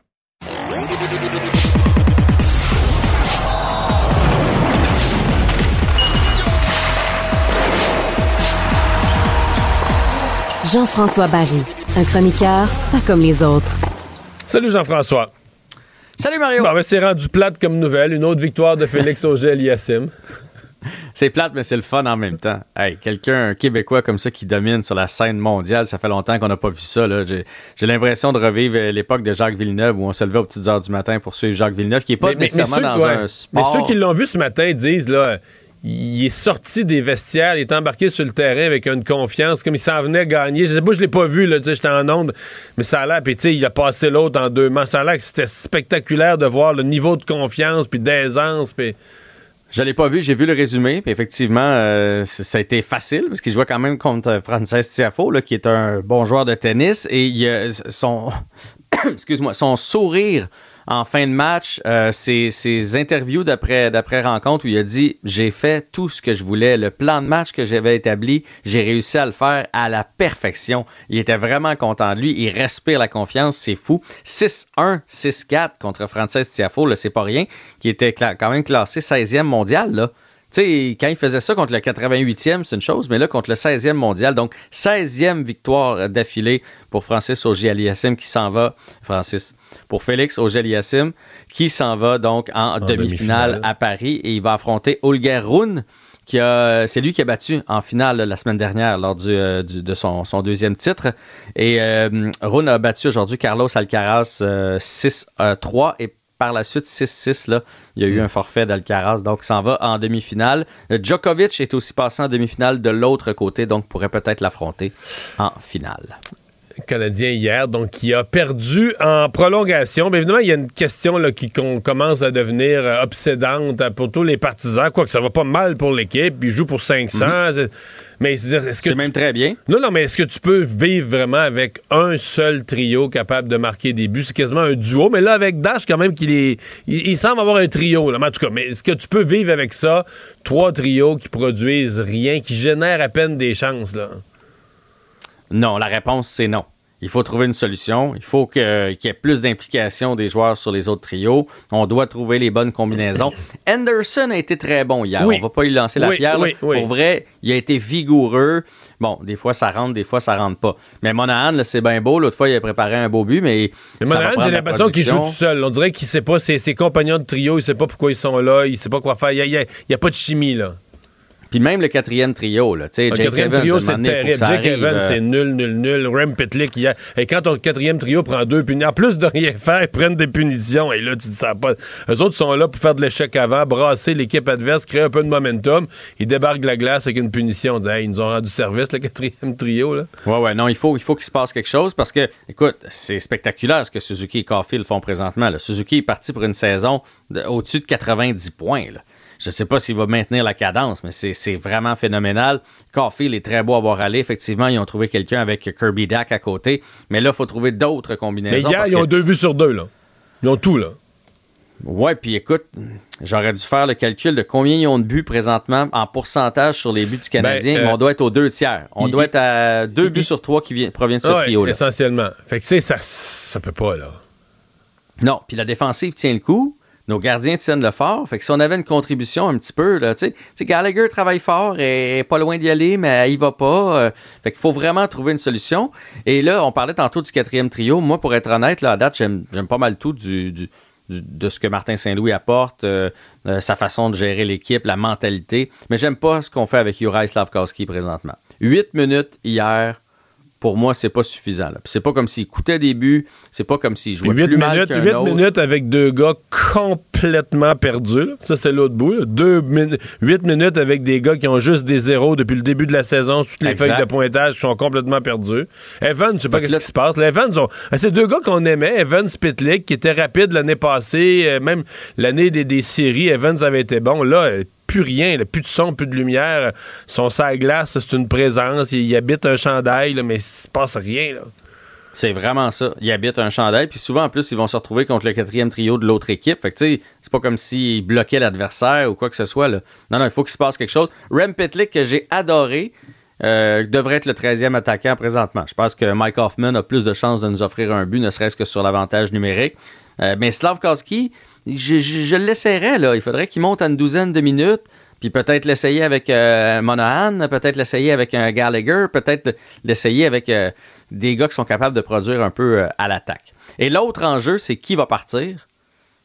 Jean-François Barry, un chroniqueur pas comme les autres. Salut Jean-François. Salut Mario. Bon, ben, c'est rendu plate comme nouvelle. Une autre victoire de Félix Auger-Aliassime. C'est plate, mais c'est le fun en même temps. Hey, quelqu'un, un Québécois comme ça qui domine sur la scène mondiale, ça fait longtemps qu'on n'a pas vu ça. Là. J'ai, j'ai l'impression de revivre l'époque de Jacques Villeneuve où on se levait aux petites heures du matin pour suivre Jacques Villeneuve, qui n'est pas mais, nécessairement mais, mais ceux, dans ouais. un sport. Mais ceux qui l'ont vu ce matin disent, là, il est sorti des vestiaires, il est embarqué sur le terrain avec une confiance, comme il s'en venait gagner. Je sais pas, je l'ai pas vu, là, j'étais en onde, mais ça a l'air, puis tu sais, il a passé l'autre en deux manches. Ça a l'air que c'était spectaculaire de voir le niveau de confiance, puis d'aisance, puis... Je l'ai pas vu, j'ai vu le résumé, puis effectivement, euh, ça a été facile, parce qu'il jouait quand même contre Frances Tiafoe, là, qui est un bon joueur de tennis, et il a son, excuse-moi, son sourire en fin de match, euh, ses, ses interviews d'après, d'après rencontre où il a dit « J'ai fait tout ce que je voulais. Le plan de match que j'avais établi, j'ai réussi à le faire à la perfection. » Il était vraiment content de lui. Il respire la confiance. C'est fou. six un, six quatre contre Frances Tiafoe, là, c'est pas rien, qui était cla- quand même classé seizième mondial, là. Tu sais, quand il faisait ça contre le quatre-vingt-huitième, c'est une chose, mais là, contre le seizième mondial, donc seizième victoire d'affilée pour Francis Auger-Aliassime qui s'en va, Francis, pour Félix Auger-Aliassime qui s'en va donc en, en demi-finale, demi-finale à Paris et il va affronter Holger Rune, qui a, c'est lui qui a battu en finale là, la semaine dernière lors du, euh, du, de son, son deuxième titre. Et euh, Rune a battu aujourd'hui Carlos Alcaraz euh, six trois et par la suite, six six, là, il y a eu un forfait d'Alcaraz, donc il s'en va en demi-finale. Djokovic est aussi passé en demi-finale de l'autre côté, donc pourrait peut-être l'affronter en finale. Canadien hier, donc qui a perdu en prolongation. Bien évidemment, il y a une question là, qui com- commence à devenir euh, obsédante pour tous les partisans, quoique ça va pas mal pour l'équipe, ils jouent pour cinq cents. Mm-hmm. Mais est-ce que c'est tu... même très bien. Non, non, mais est-ce que tu peux vivre vraiment avec un seul trio capable de marquer des buts? C'est quasiment un duo, mais là, avec Dash, quand même, qu'il est... il, il semble avoir un trio, là. Mais en tout cas, mais est-ce que tu peux vivre avec ça? Trois trios qui produisent rien, qui génèrent à peine des chances, là? Non, la réponse, c'est non. Il faut trouver une solution. Il faut que, qu'il y ait plus d'implication des joueurs sur les autres trios. On doit trouver les bonnes combinaisons. Anderson a été très bon hier. Oui. On va pas lui lancer la oui, pierre. Oui, oui. Pour vrai, il a été vigoureux. Bon, des fois, ça rentre, des fois, ça rentre pas. Mais Monahan, là, c'est bien beau. L'autre fois, il a préparé un beau but, mais... mais Monahan, j'ai l'impression qu'il joue tout seul. On dirait qu'il sait pas ses, ses compagnons de trio. Il sait pas pourquoi ils sont là. Il sait pas quoi faire. Il y a, il y a, il y a pas de chimie, là. Puis même le quatrième trio, là. Le Jake quatrième Evans, trio, c'est terrible. Jake arrive, Evans, euh... c'est nul, nul, nul. Rem Pitlick, hier. Et quand ton quatrième trio prend deux punitions, en plus de rien faire, ils prennent des punitions. Et là, tu dis ça pas. Eux autres sont là pour faire de l'échec avant, brasser l'équipe adverse, créer un peu de momentum. Ils débarquent la glace avec une punition. On dit, hey, ils nous ont rendu service, le quatrième trio, là. Ouais, ouais, non, il faut, il faut qu'il se passe quelque chose parce que, écoute, c'est spectaculaire ce que Suzuki et Caulfield font présentement, là. Suzuki est parti pour une saison de, au-dessus de quatre-vingt-dix points, là. Je ne sais pas s'il va maintenir la cadence, mais c'est, c'est vraiment phénoménal. Caulfield est très beau à voir aller. Effectivement, ils ont trouvé quelqu'un avec Kirby Dack à côté. Mais là, il faut trouver d'autres combinaisons. Mais hier, ils ont que... deux buts sur deux, là. Ils ont tout, là. Ouais, puis écoute, j'aurais dû faire le calcul de combien ils ont de buts présentement en pourcentage sur les buts du Canadien. Ben, euh, mais on doit être aux deux tiers. On il, doit être à deux il, buts il, sur trois qui vient, proviennent de ce ouais, trio-là. Essentiellement. Fait que, tu sais, ça, ça peut pas, là. Non, puis la défensive tient le coup. Nos gardiens tiennent le fort. Fait que si on avait une contribution un petit peu, là, tu sais, Gallagher travaille fort et est pas loin d'y aller, mais elle y va pas. Euh, fait qu'il faut vraiment trouver une solution. Et là, on parlait tantôt du quatrième trio. Moi, pour être honnête, là, à date, j'aime, j'aime pas mal tout du, du, du, de ce que Martin Saint-Louis apporte, euh, euh, sa façon de gérer l'équipe, la mentalité. Mais j'aime pas ce qu'on fait avec Juraj Slafkovský présentement. Huit minutes hier. Pour moi, c'est pas suffisant. Là. Puis c'est pas comme s'il coûtait des buts, c'est pas comme s'il jouait plus mal qu'un huit autre. minutes avec deux gars complètement perdus. Là. Ça, c'est l'autre bout. Deux min- huit minutes avec des gars qui ont juste des zéros depuis le début de la saison. Toutes les exact. Feuilles de pointage sont complètement perdues. Evans, je sais pas qu'est-ce qui se passe. Là, Evans, on... c'est deux gars qu'on aimait. Evans, Pitlick, qui était rapide l'année passée. Euh, même l'année des, des séries, Evans avait été bon. Là, plus rien, là, plus de son, plus de lumière. Son sac à glace, c'est une présence. Il, il habite un chandail, là, mais il se passe rien. Là. C'est vraiment ça. Il habite un chandail, puis souvent, en plus, ils vont se retrouver contre le quatrième trio de l'autre équipe. Fait que, tu sais, c'est pas comme s'ils bloquaient l'adversaire ou quoi que ce soit, là. Non, non, il faut qu'il se passe quelque chose. Rem Pitlick, que j'ai adoré, euh, devrait être le treizième attaquant présentement. Je pense que Mike Hoffman a plus de chances de nous offrir un but, ne serait-ce que sur l'avantage numérique. Euh, mais Slafkovský, je, je, je l'essaierais, là. Il faudrait qu'il monte à une douzaine de minutes, puis peut-être l'essayer avec euh, Monahan, peut-être l'essayer avec un Gallagher, peut-être l'essayer avec euh, des gars qui sont capables de produire un peu euh, à l'attaque. Et l'autre enjeu, c'est qui va partir,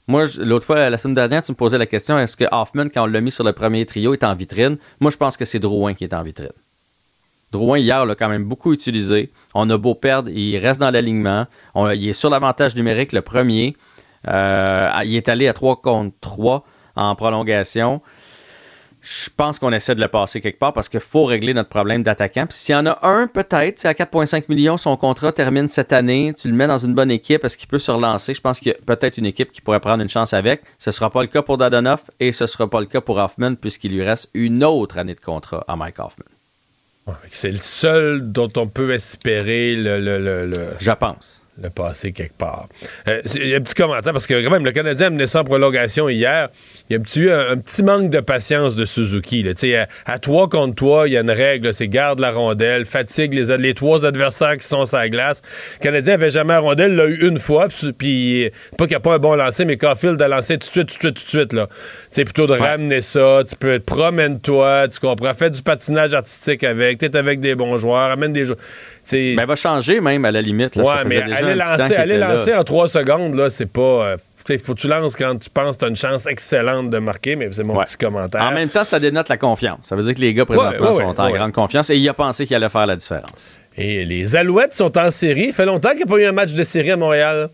Moi, je, l'autre fois, la semaine dernière, tu me posais la question, est-ce que Hoffman, quand on l'a mis sur le premier trio, est en vitrine? Moi, je pense que c'est Drouin qui est en vitrine. Drouin, hier, l'a quand même beaucoup utilisé. On a beau perdre, il reste dans l'alignement. On, il est sur l'avantage numérique, le premier. Euh, il est allé à trois contre trois en prolongation. Je pense qu'on essaie de le passer quelque part parce qu'il faut régler notre problème d'attaquant. Puis s'il y en a un, peut-être, c'est à quatre virgule cinq millions, son contrat termine cette année. Tu le mets dans une bonne équipe. Est-ce qu'il peut se relancer? Je pense qu'il y a peut-être une équipe qui pourrait prendre une chance avec. Ce ne sera pas le cas pour Dadonov et ce ne sera pas le cas pour Hoffman puisqu'il lui reste une autre année de contrat à Mike Hoffman. C'est le seul dont on peut espérer le... le, le, le... Je pense. Le passer quelque part. Euh, il y a un petit commentaire, parce que quand même, le Canadien a mené ça en prolongation hier. Il y a un petit, un, un petit manque de patience de Suzuki. Là. À, à trois contre toi, il y a une règle, là, c'est garde la rondelle, fatigue les, les trois adversaires qui sont sur la glace. Le Canadien n'avait jamais la rondelle, l'a eu une fois, puis pas qu'il n'y a pas un bon lancer, mais Caulfield a lancé tout de suite, tout de suite, tout de suite. Là. T'sais, plutôt de ouais. ramener ça, tu peux promène-toi, tu comprends, fais du patinage artistique avec, t'es avec des bons joueurs, amène des joueurs. Mais elle va changer même à la limite. Là, ouais, mais aller lancer, aller lancer en trois secondes, là, c'est pas. Il euh, faut que tu lances quand tu penses que tu as une chance excellente de marquer, mais c'est mon ouais. petit commentaire. En même temps, ça dénote la confiance. Ça veut dire que les gars présentement ouais, ouais, sont en ouais. grande confiance et il a pensé qu'il allait faire la différence. Et les Alouettes sont en série. Ça fait longtemps qu'il n'y a pas eu un match de série à Montréal.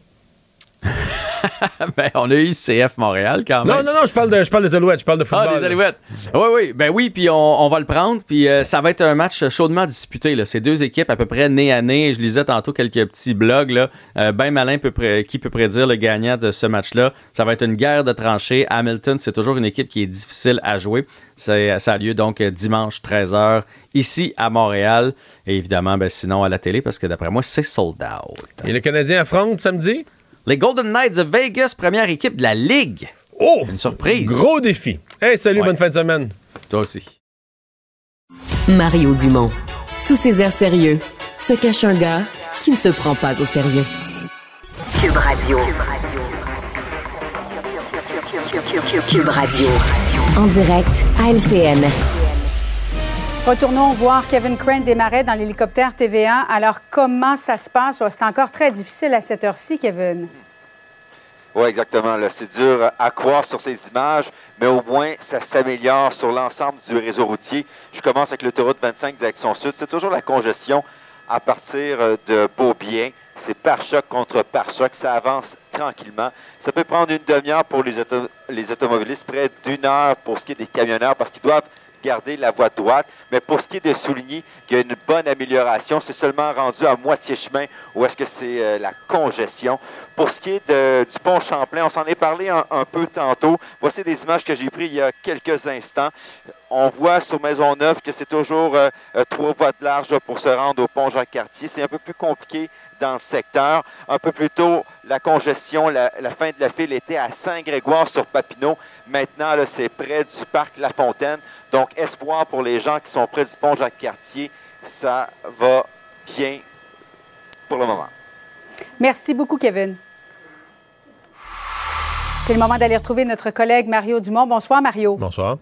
ben, on a eu C F Montréal quand même. Non, non, non, je parle, de, je parle des Alouettes, je parle de football. Ah, des Alouettes. Oui, oui, ben oui, puis on, on va le prendre, puis euh, ça va être un match chaudement disputé. Là. C'est deux équipes à peu près nez à nez. Je lisais tantôt quelques petits blogs. Là. Euh, ben malin peut pré- qui peut prédire le gagnant de ce match-là. Ça va être une guerre de tranchées. Hamilton, c'est toujours une équipe qui est difficile à jouer. C'est, ça a lieu donc dimanche treize heures ici à Montréal. Et évidemment, ben, sinon à la télé, parce que d'après moi, c'est sold out. Et le Canadien affronte samedi? Les Golden Knights de Vegas, première équipe de la Ligue. Oh! Une surprise. Gros défi. Hey, salut, ouais. Bonne fin de semaine. Toi aussi. Mario Dumont. Sous ses airs sérieux, se cache un gars qui ne se prend pas au sérieux. Cube Radio. Cube Radio. En direct à L C N. Retournons voir Kevin Crane démarrer dans l'hélicoptère T V A. Alors, comment ça se passe? C'est encore très difficile à cette heure-ci, Kevin. Oui, exactement. Là, c'est dur à croire sur ces images, mais au moins, ça s'améliore sur l'ensemble du réseau routier. Je commence avec l'autoroute vingt-cinq direction sud. C'est toujours la congestion à partir de Beaubien. C'est pare-choc contre pare-choc. Ça avance tranquillement. Ça peut prendre une demi-heure pour les, auto- les automobilistes, près d'une heure pour ce qui est des camionneurs, parce qu'ils doivent garder la voie droite. Mais pour ce qui est de souligner qu'il y a une bonne amélioration, c'est seulement rendu à moitié chemin où est-ce que c'est euh, la congestion. Pour ce qui est de, du pont Champlain, on s'en est parlé un, un peu tantôt. Voici des images que j'ai prises il y a quelques instants. On voit sur Maisonneuve que c'est toujours euh, euh, trois voies de large pour se rendre au pont Jacques-Cartier. C'est un peu plus compliqué dans le secteur. Un peu plus tôt, la congestion, la, la fin de la file était à Saint-Grégoire sur Papineau. Maintenant, là, c'est près du parc La Fontaine. Donc, espoir pour les gens qui sont près du pont Jacques-Cartier. Ça va bien pour le moment. Merci beaucoup, Kevin. C'est le moment d'aller retrouver notre collègue Mario Dumont. Bonsoir, Mario. Bonsoir.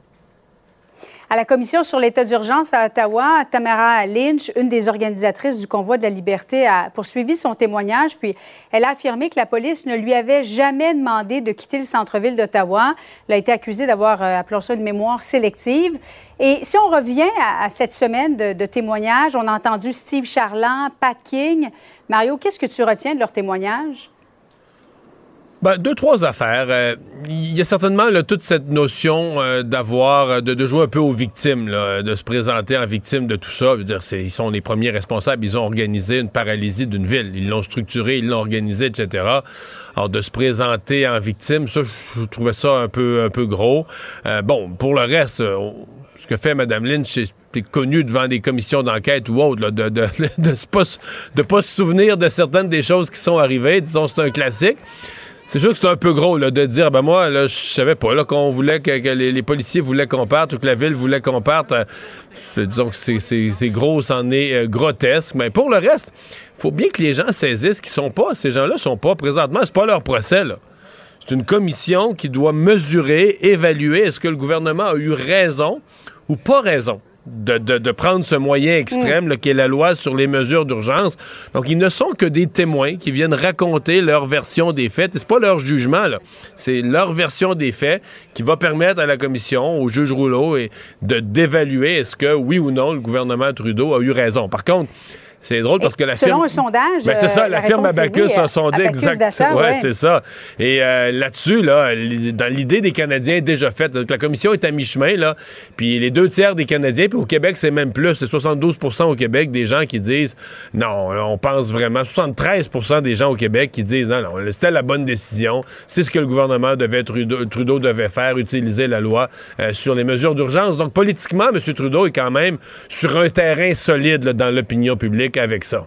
À la commission sur l'état d'urgence à Ottawa, Tamara Lynch, une des organisatrices du Convoi de la liberté, a poursuivi son témoignage, puis elle a affirmé que la police ne lui avait jamais demandé de quitter le centre-ville d'Ottawa. Elle a été accusée d'avoir, euh, appelons ça, une mémoire sélective. Et si on revient à, à cette semaine de, de témoignages, on a entendu Steve Charland, Pat King. Mario, qu'est-ce que tu retiens de leur témoignage? Ben, deux, trois affaires. Il euh, y a certainement là, toute cette notion euh, d'avoir, de, de jouer un peu aux victimes, là, de se présenter en victime de tout ça. Je veux dire, c'est, ils sont les premiers responsables. Ils ont organisé une paralysie d'une ville. Ils l'ont structurée, ils l'ont organisée, et cetera. Alors, de se présenter en victime, ça, je trouvais ça un peu, un peu gros. Euh, bon, pour le reste, on, ce que fait Mme Lynch, c'est t'es connu devant des commissions d'enquête ou autres, là, de de, de, de, de, pas, de pas se souvenir de certaines des choses qui sont arrivées. Disons, c'est un classique. C'est sûr que c'est un peu gros là, de dire, ben moi, là, je savais pas là, qu'on voulait que, que les, les policiers voulaient qu'on parte ou que la ville voulait qu'on parte. Euh, disons que c'est, c'est, c'est gros, c'en est euh, grotesque. Mais pour le reste, il faut bien que les gens saisissent qu'ils sont pas, ces gens-là sont pas, présentement, c'est pas leur procès, là. C'est une commission qui doit mesurer, évaluer est-ce que le gouvernement a eu raison ou pas raison de, de, de prendre ce moyen extrême mmh. là, qui est la loi sur les mesures d'urgence. Donc, ils ne sont que des témoins qui viennent raconter leur version des faits. Et c'est pas leur jugement, là. C'est leur version des faits qui va permettre à la commission, au juge Rouleau, et de d'évaluer est-ce que, oui ou non, le gouvernement Trudeau a eu raison. Par contre, c'est drôle parce que la selon firme... un sondage... Ben, c'est ça, la, la firme Abacus oui, a sondé exactement. Ouais, ouais. c'est ça. Et euh, là-dessus, là, dans l'idée des Canadiens est déjà faite. La commission est à mi-chemin, là, puis les deux tiers des Canadiens, puis au Québec, c'est même plus. C'est soixante-douze pour cent au Québec des gens qui disent non, on pense vraiment... soixante-treize pour cent des gens au Québec qui disent non, non, c'était la bonne décision. C'est ce que le gouvernement devait... Trudeau, Trudeau devait faire, utiliser la loi euh, sur les mesures d'urgence. Donc, politiquement, M. Trudeau est quand même sur un terrain solide là, dans l'opinion publique avec ça.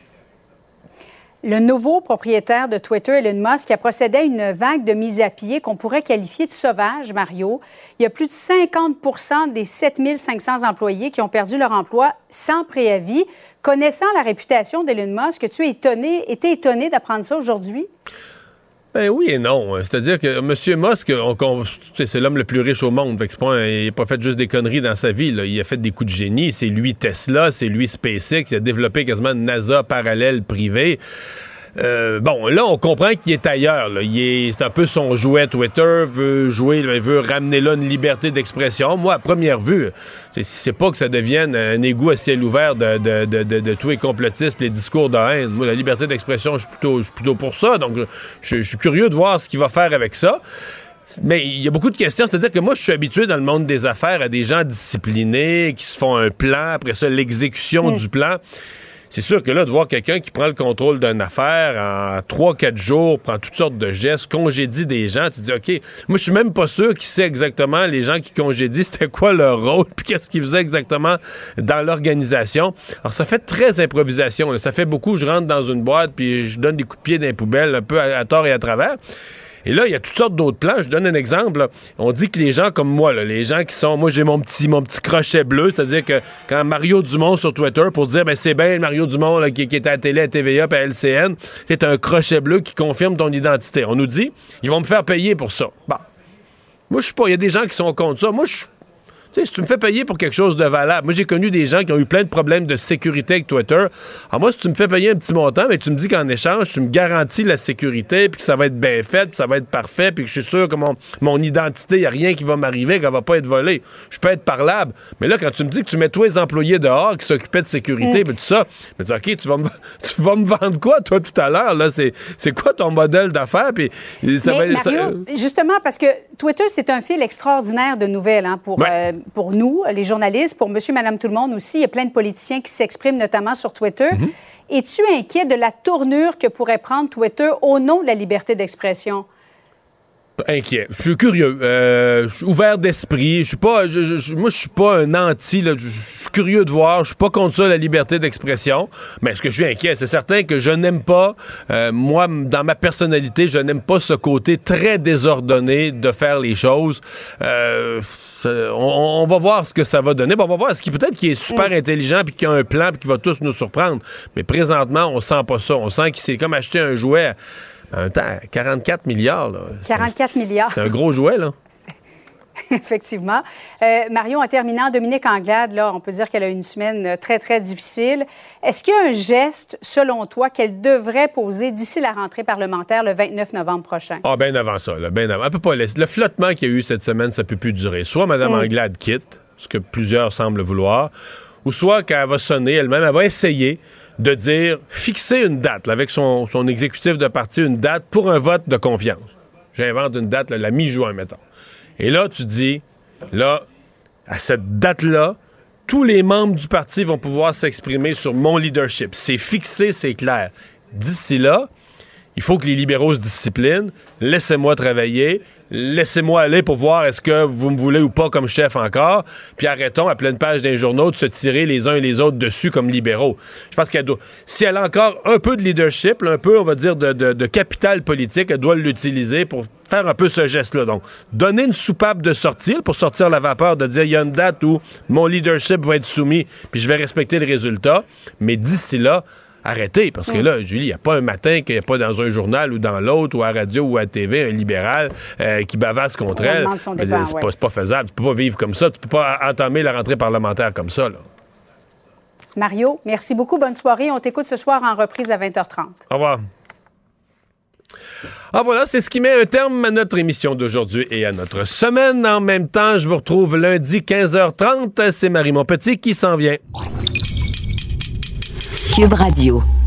Le nouveau propriétaire de Twitter, Elon Musk, a procédé à une vague de mise à pied qu'on pourrait qualifier de sauvage, Mario. Il y a plus de cinquante pour cent des sept mille cinq cents employés qui ont perdu leur emploi sans préavis. Connaissant la réputation d'Elon Musk, tu es étonné, étais étonné d'apprendre ça aujourd'hui? Ben oui et non. C'est-à-dire que M. Musk, on, on, c'est l'homme le plus riche au monde. Fait que c'est pas un, il n'a pas fait juste des conneries dans sa vie. Là. Il a fait des coups de génie. C'est lui Tesla, c'est lui SpaceX. Il a développé quasiment une NASA parallèle privée. Euh, bon, là, on comprend qu'il est ailleurs. Là. Il est, c'est un peu son jouet. Twitter veut jouer, il veut ramener là une liberté d'expression. Moi, à première vue, c'est, c'est pas que ça devienne un égout à ciel ouvert de, de, de, de, de tous les complotistes, les discours de haine. Moi, la liberté d'expression, je suis plutôt, je suis plutôt pour ça. Donc, je, je suis curieux de voir ce qu'il va faire avec ça. Mais il y a beaucoup de questions. C'est-à-dire que moi, je suis habitué dans le monde des affaires à des gens disciplinés qui se font un plan, après ça, l'exécution mmh. du plan. C'est sûr que là, de voir quelqu'un qui prend le contrôle d'une affaire en trois quatre jours, prend toutes sortes de gestes, congédie des gens, tu te dis, OK, moi, je suis même pas sûr qu'il sait exactement, les gens qui congédient, c'était quoi leur rôle, puis qu'est-ce qu'ils faisaient exactement dans l'organisation. Alors, ça fait très improvisation. Là. Ça fait beaucoup, je rentre dans une boîte, puis je donne des coups de pied dans les poubelles, un peu à, à tort et à travers. Et là, il y a toutes sortes d'autres plans. Je donne un exemple. Là. On dit que les gens comme moi, là, les gens qui sont... Moi, j'ai mon petit, mon petit crochet bleu, c'est-à-dire que quand Mario Dumont sur Twitter, pour dire, ben c'est bien Mario Dumont là, qui, qui était à la télé, à T V A, puis à L C N, c'est un crochet bleu qui confirme ton identité. On nous dit, ils vont me faire payer pour ça. Bon. Moi, je sais pas. Il y a des gens qui sont contre ça. Moi, je... Tu sais, si tu me fais payer pour quelque chose de valable, moi j'ai connu des gens qui ont eu plein de problèmes de sécurité avec Twitter. Alors moi, si tu me fais payer un petit montant, mais tu me dis qu'en échange, tu me garantis la sécurité, puis que ça va être bien fait, puis ça va être parfait, puis que je suis sûr que mon, mon identité, il n'y a rien qui va m'arriver, qu'elle va pas être volée. Je peux être parlable. Mais là, quand tu me dis que tu mets tous les employés dehors qui s'occupaient de sécurité, mm. tout ça, mais tu dis, OK, tu vas, me, tu vas me vendre quoi, toi, tout à l'heure? Là, c'est, c'est quoi ton modèle d'affaires? Puis ça mais va, Mario, ça... justement, parce que Twitter, c'est un fil extraordinaire de nouvelles hein, pour... Ouais. Euh, pour nous, les journalistes, pour monsieur, madame, tout le monde aussi. Il y a plein de politiciens qui s'expriment, notamment sur Twitter. Mm-hmm. Es-tu inquiet de la tournure que pourrait prendre Twitter au nom de la liberté d'expression? Inquiet. Je suis curieux. Euh, je suis ouvert d'esprit. Je suis pas. Je, je, moi, je suis pas un anti. Là. Je, je suis curieux de voir. Je suis pas contre ça, la liberté d'expression. Mais est-ce que je suis inquiet? C'est certain que je n'aime pas. Euh, moi, dans ma personnalité, je n'aime pas ce côté très désordonné de faire les choses. Euh, on, on va voir ce que ça va donner. Bon, on va voir ce qui peut-être qui est super mm. intelligent puis qui a un plan puis qui va tous nous surprendre. Mais présentement, on sent pas ça. On sent que c'est comme acheter un jouet. En même temps, quarante-quatre milliards. Là. quarante-quatre milliards. C'est un gros jouet, là. Effectivement. Euh, Marion, en terminant, Dominique Anglade, là, on peut dire qu'elle a une semaine très, très difficile. Est-ce qu'il y a un geste, selon toi, qu'elle devrait poser d'ici la rentrée parlementaire le vingt-neuf novembre prochain? Ah, bien avant ça, là, bien avant. Elle peut pas laisser. Le flottement qu'il y a eu cette semaine, ça peut plus durer. Soit Mme mm. Anglade quitte, ce que plusieurs semblent vouloir, ou soit qu'elle va sonner elle-même, elle va essayer de dire, fixer une date, là, avec son, son exécutif de parti, une date pour un vote de confiance. J'invente une date, là, la mi-juin, mettons. Et là, tu dis, là, à cette date-là, tous les membres du parti vont pouvoir s'exprimer sur mon leadership. C'est fixé, c'est clair. D'ici là, il faut que les libéraux se disciplinent. Laissez-moi travailler. Laissez-moi aller pour voir est-ce que vous me voulez ou pas comme chef encore. Puis arrêtons à pleine page d'un journaux de se tirer les uns et les autres dessus comme libéraux. Je pense qu'elle doit... Si elle a encore un peu de leadership, un peu, on va dire, de, de, de capital politique, elle doit l'utiliser pour faire un peu ce geste-là. Donc, donner une soupape de sortie pour sortir la vapeur, de dire il y a une date où mon leadership va être soumis puis je vais respecter le résultat. Mais d'ici là, Arrêtez, parce que là, Julie, il n'y a pas un matin qu'il n'y a pas dans un journal ou dans l'autre, ou à radio ou à T V, un libéral euh, qui bavasse contre elle. Son départ, c'est, ouais. pas, c'est pas faisable. Tu peux pas vivre comme ça. Tu peux pas entamer la rentrée parlementaire comme ça, là. Mario, merci beaucoup. Bonne soirée. On t'écoute ce soir en reprise à vingt heures trente. Au revoir. Ah voilà, c'est ce qui met un terme à notre émission d'aujourd'hui et à notre semaine. En même temps, je vous retrouve lundi quinze heures trente. C'est Marie Montpetit qui s'en vient. Cube Radio.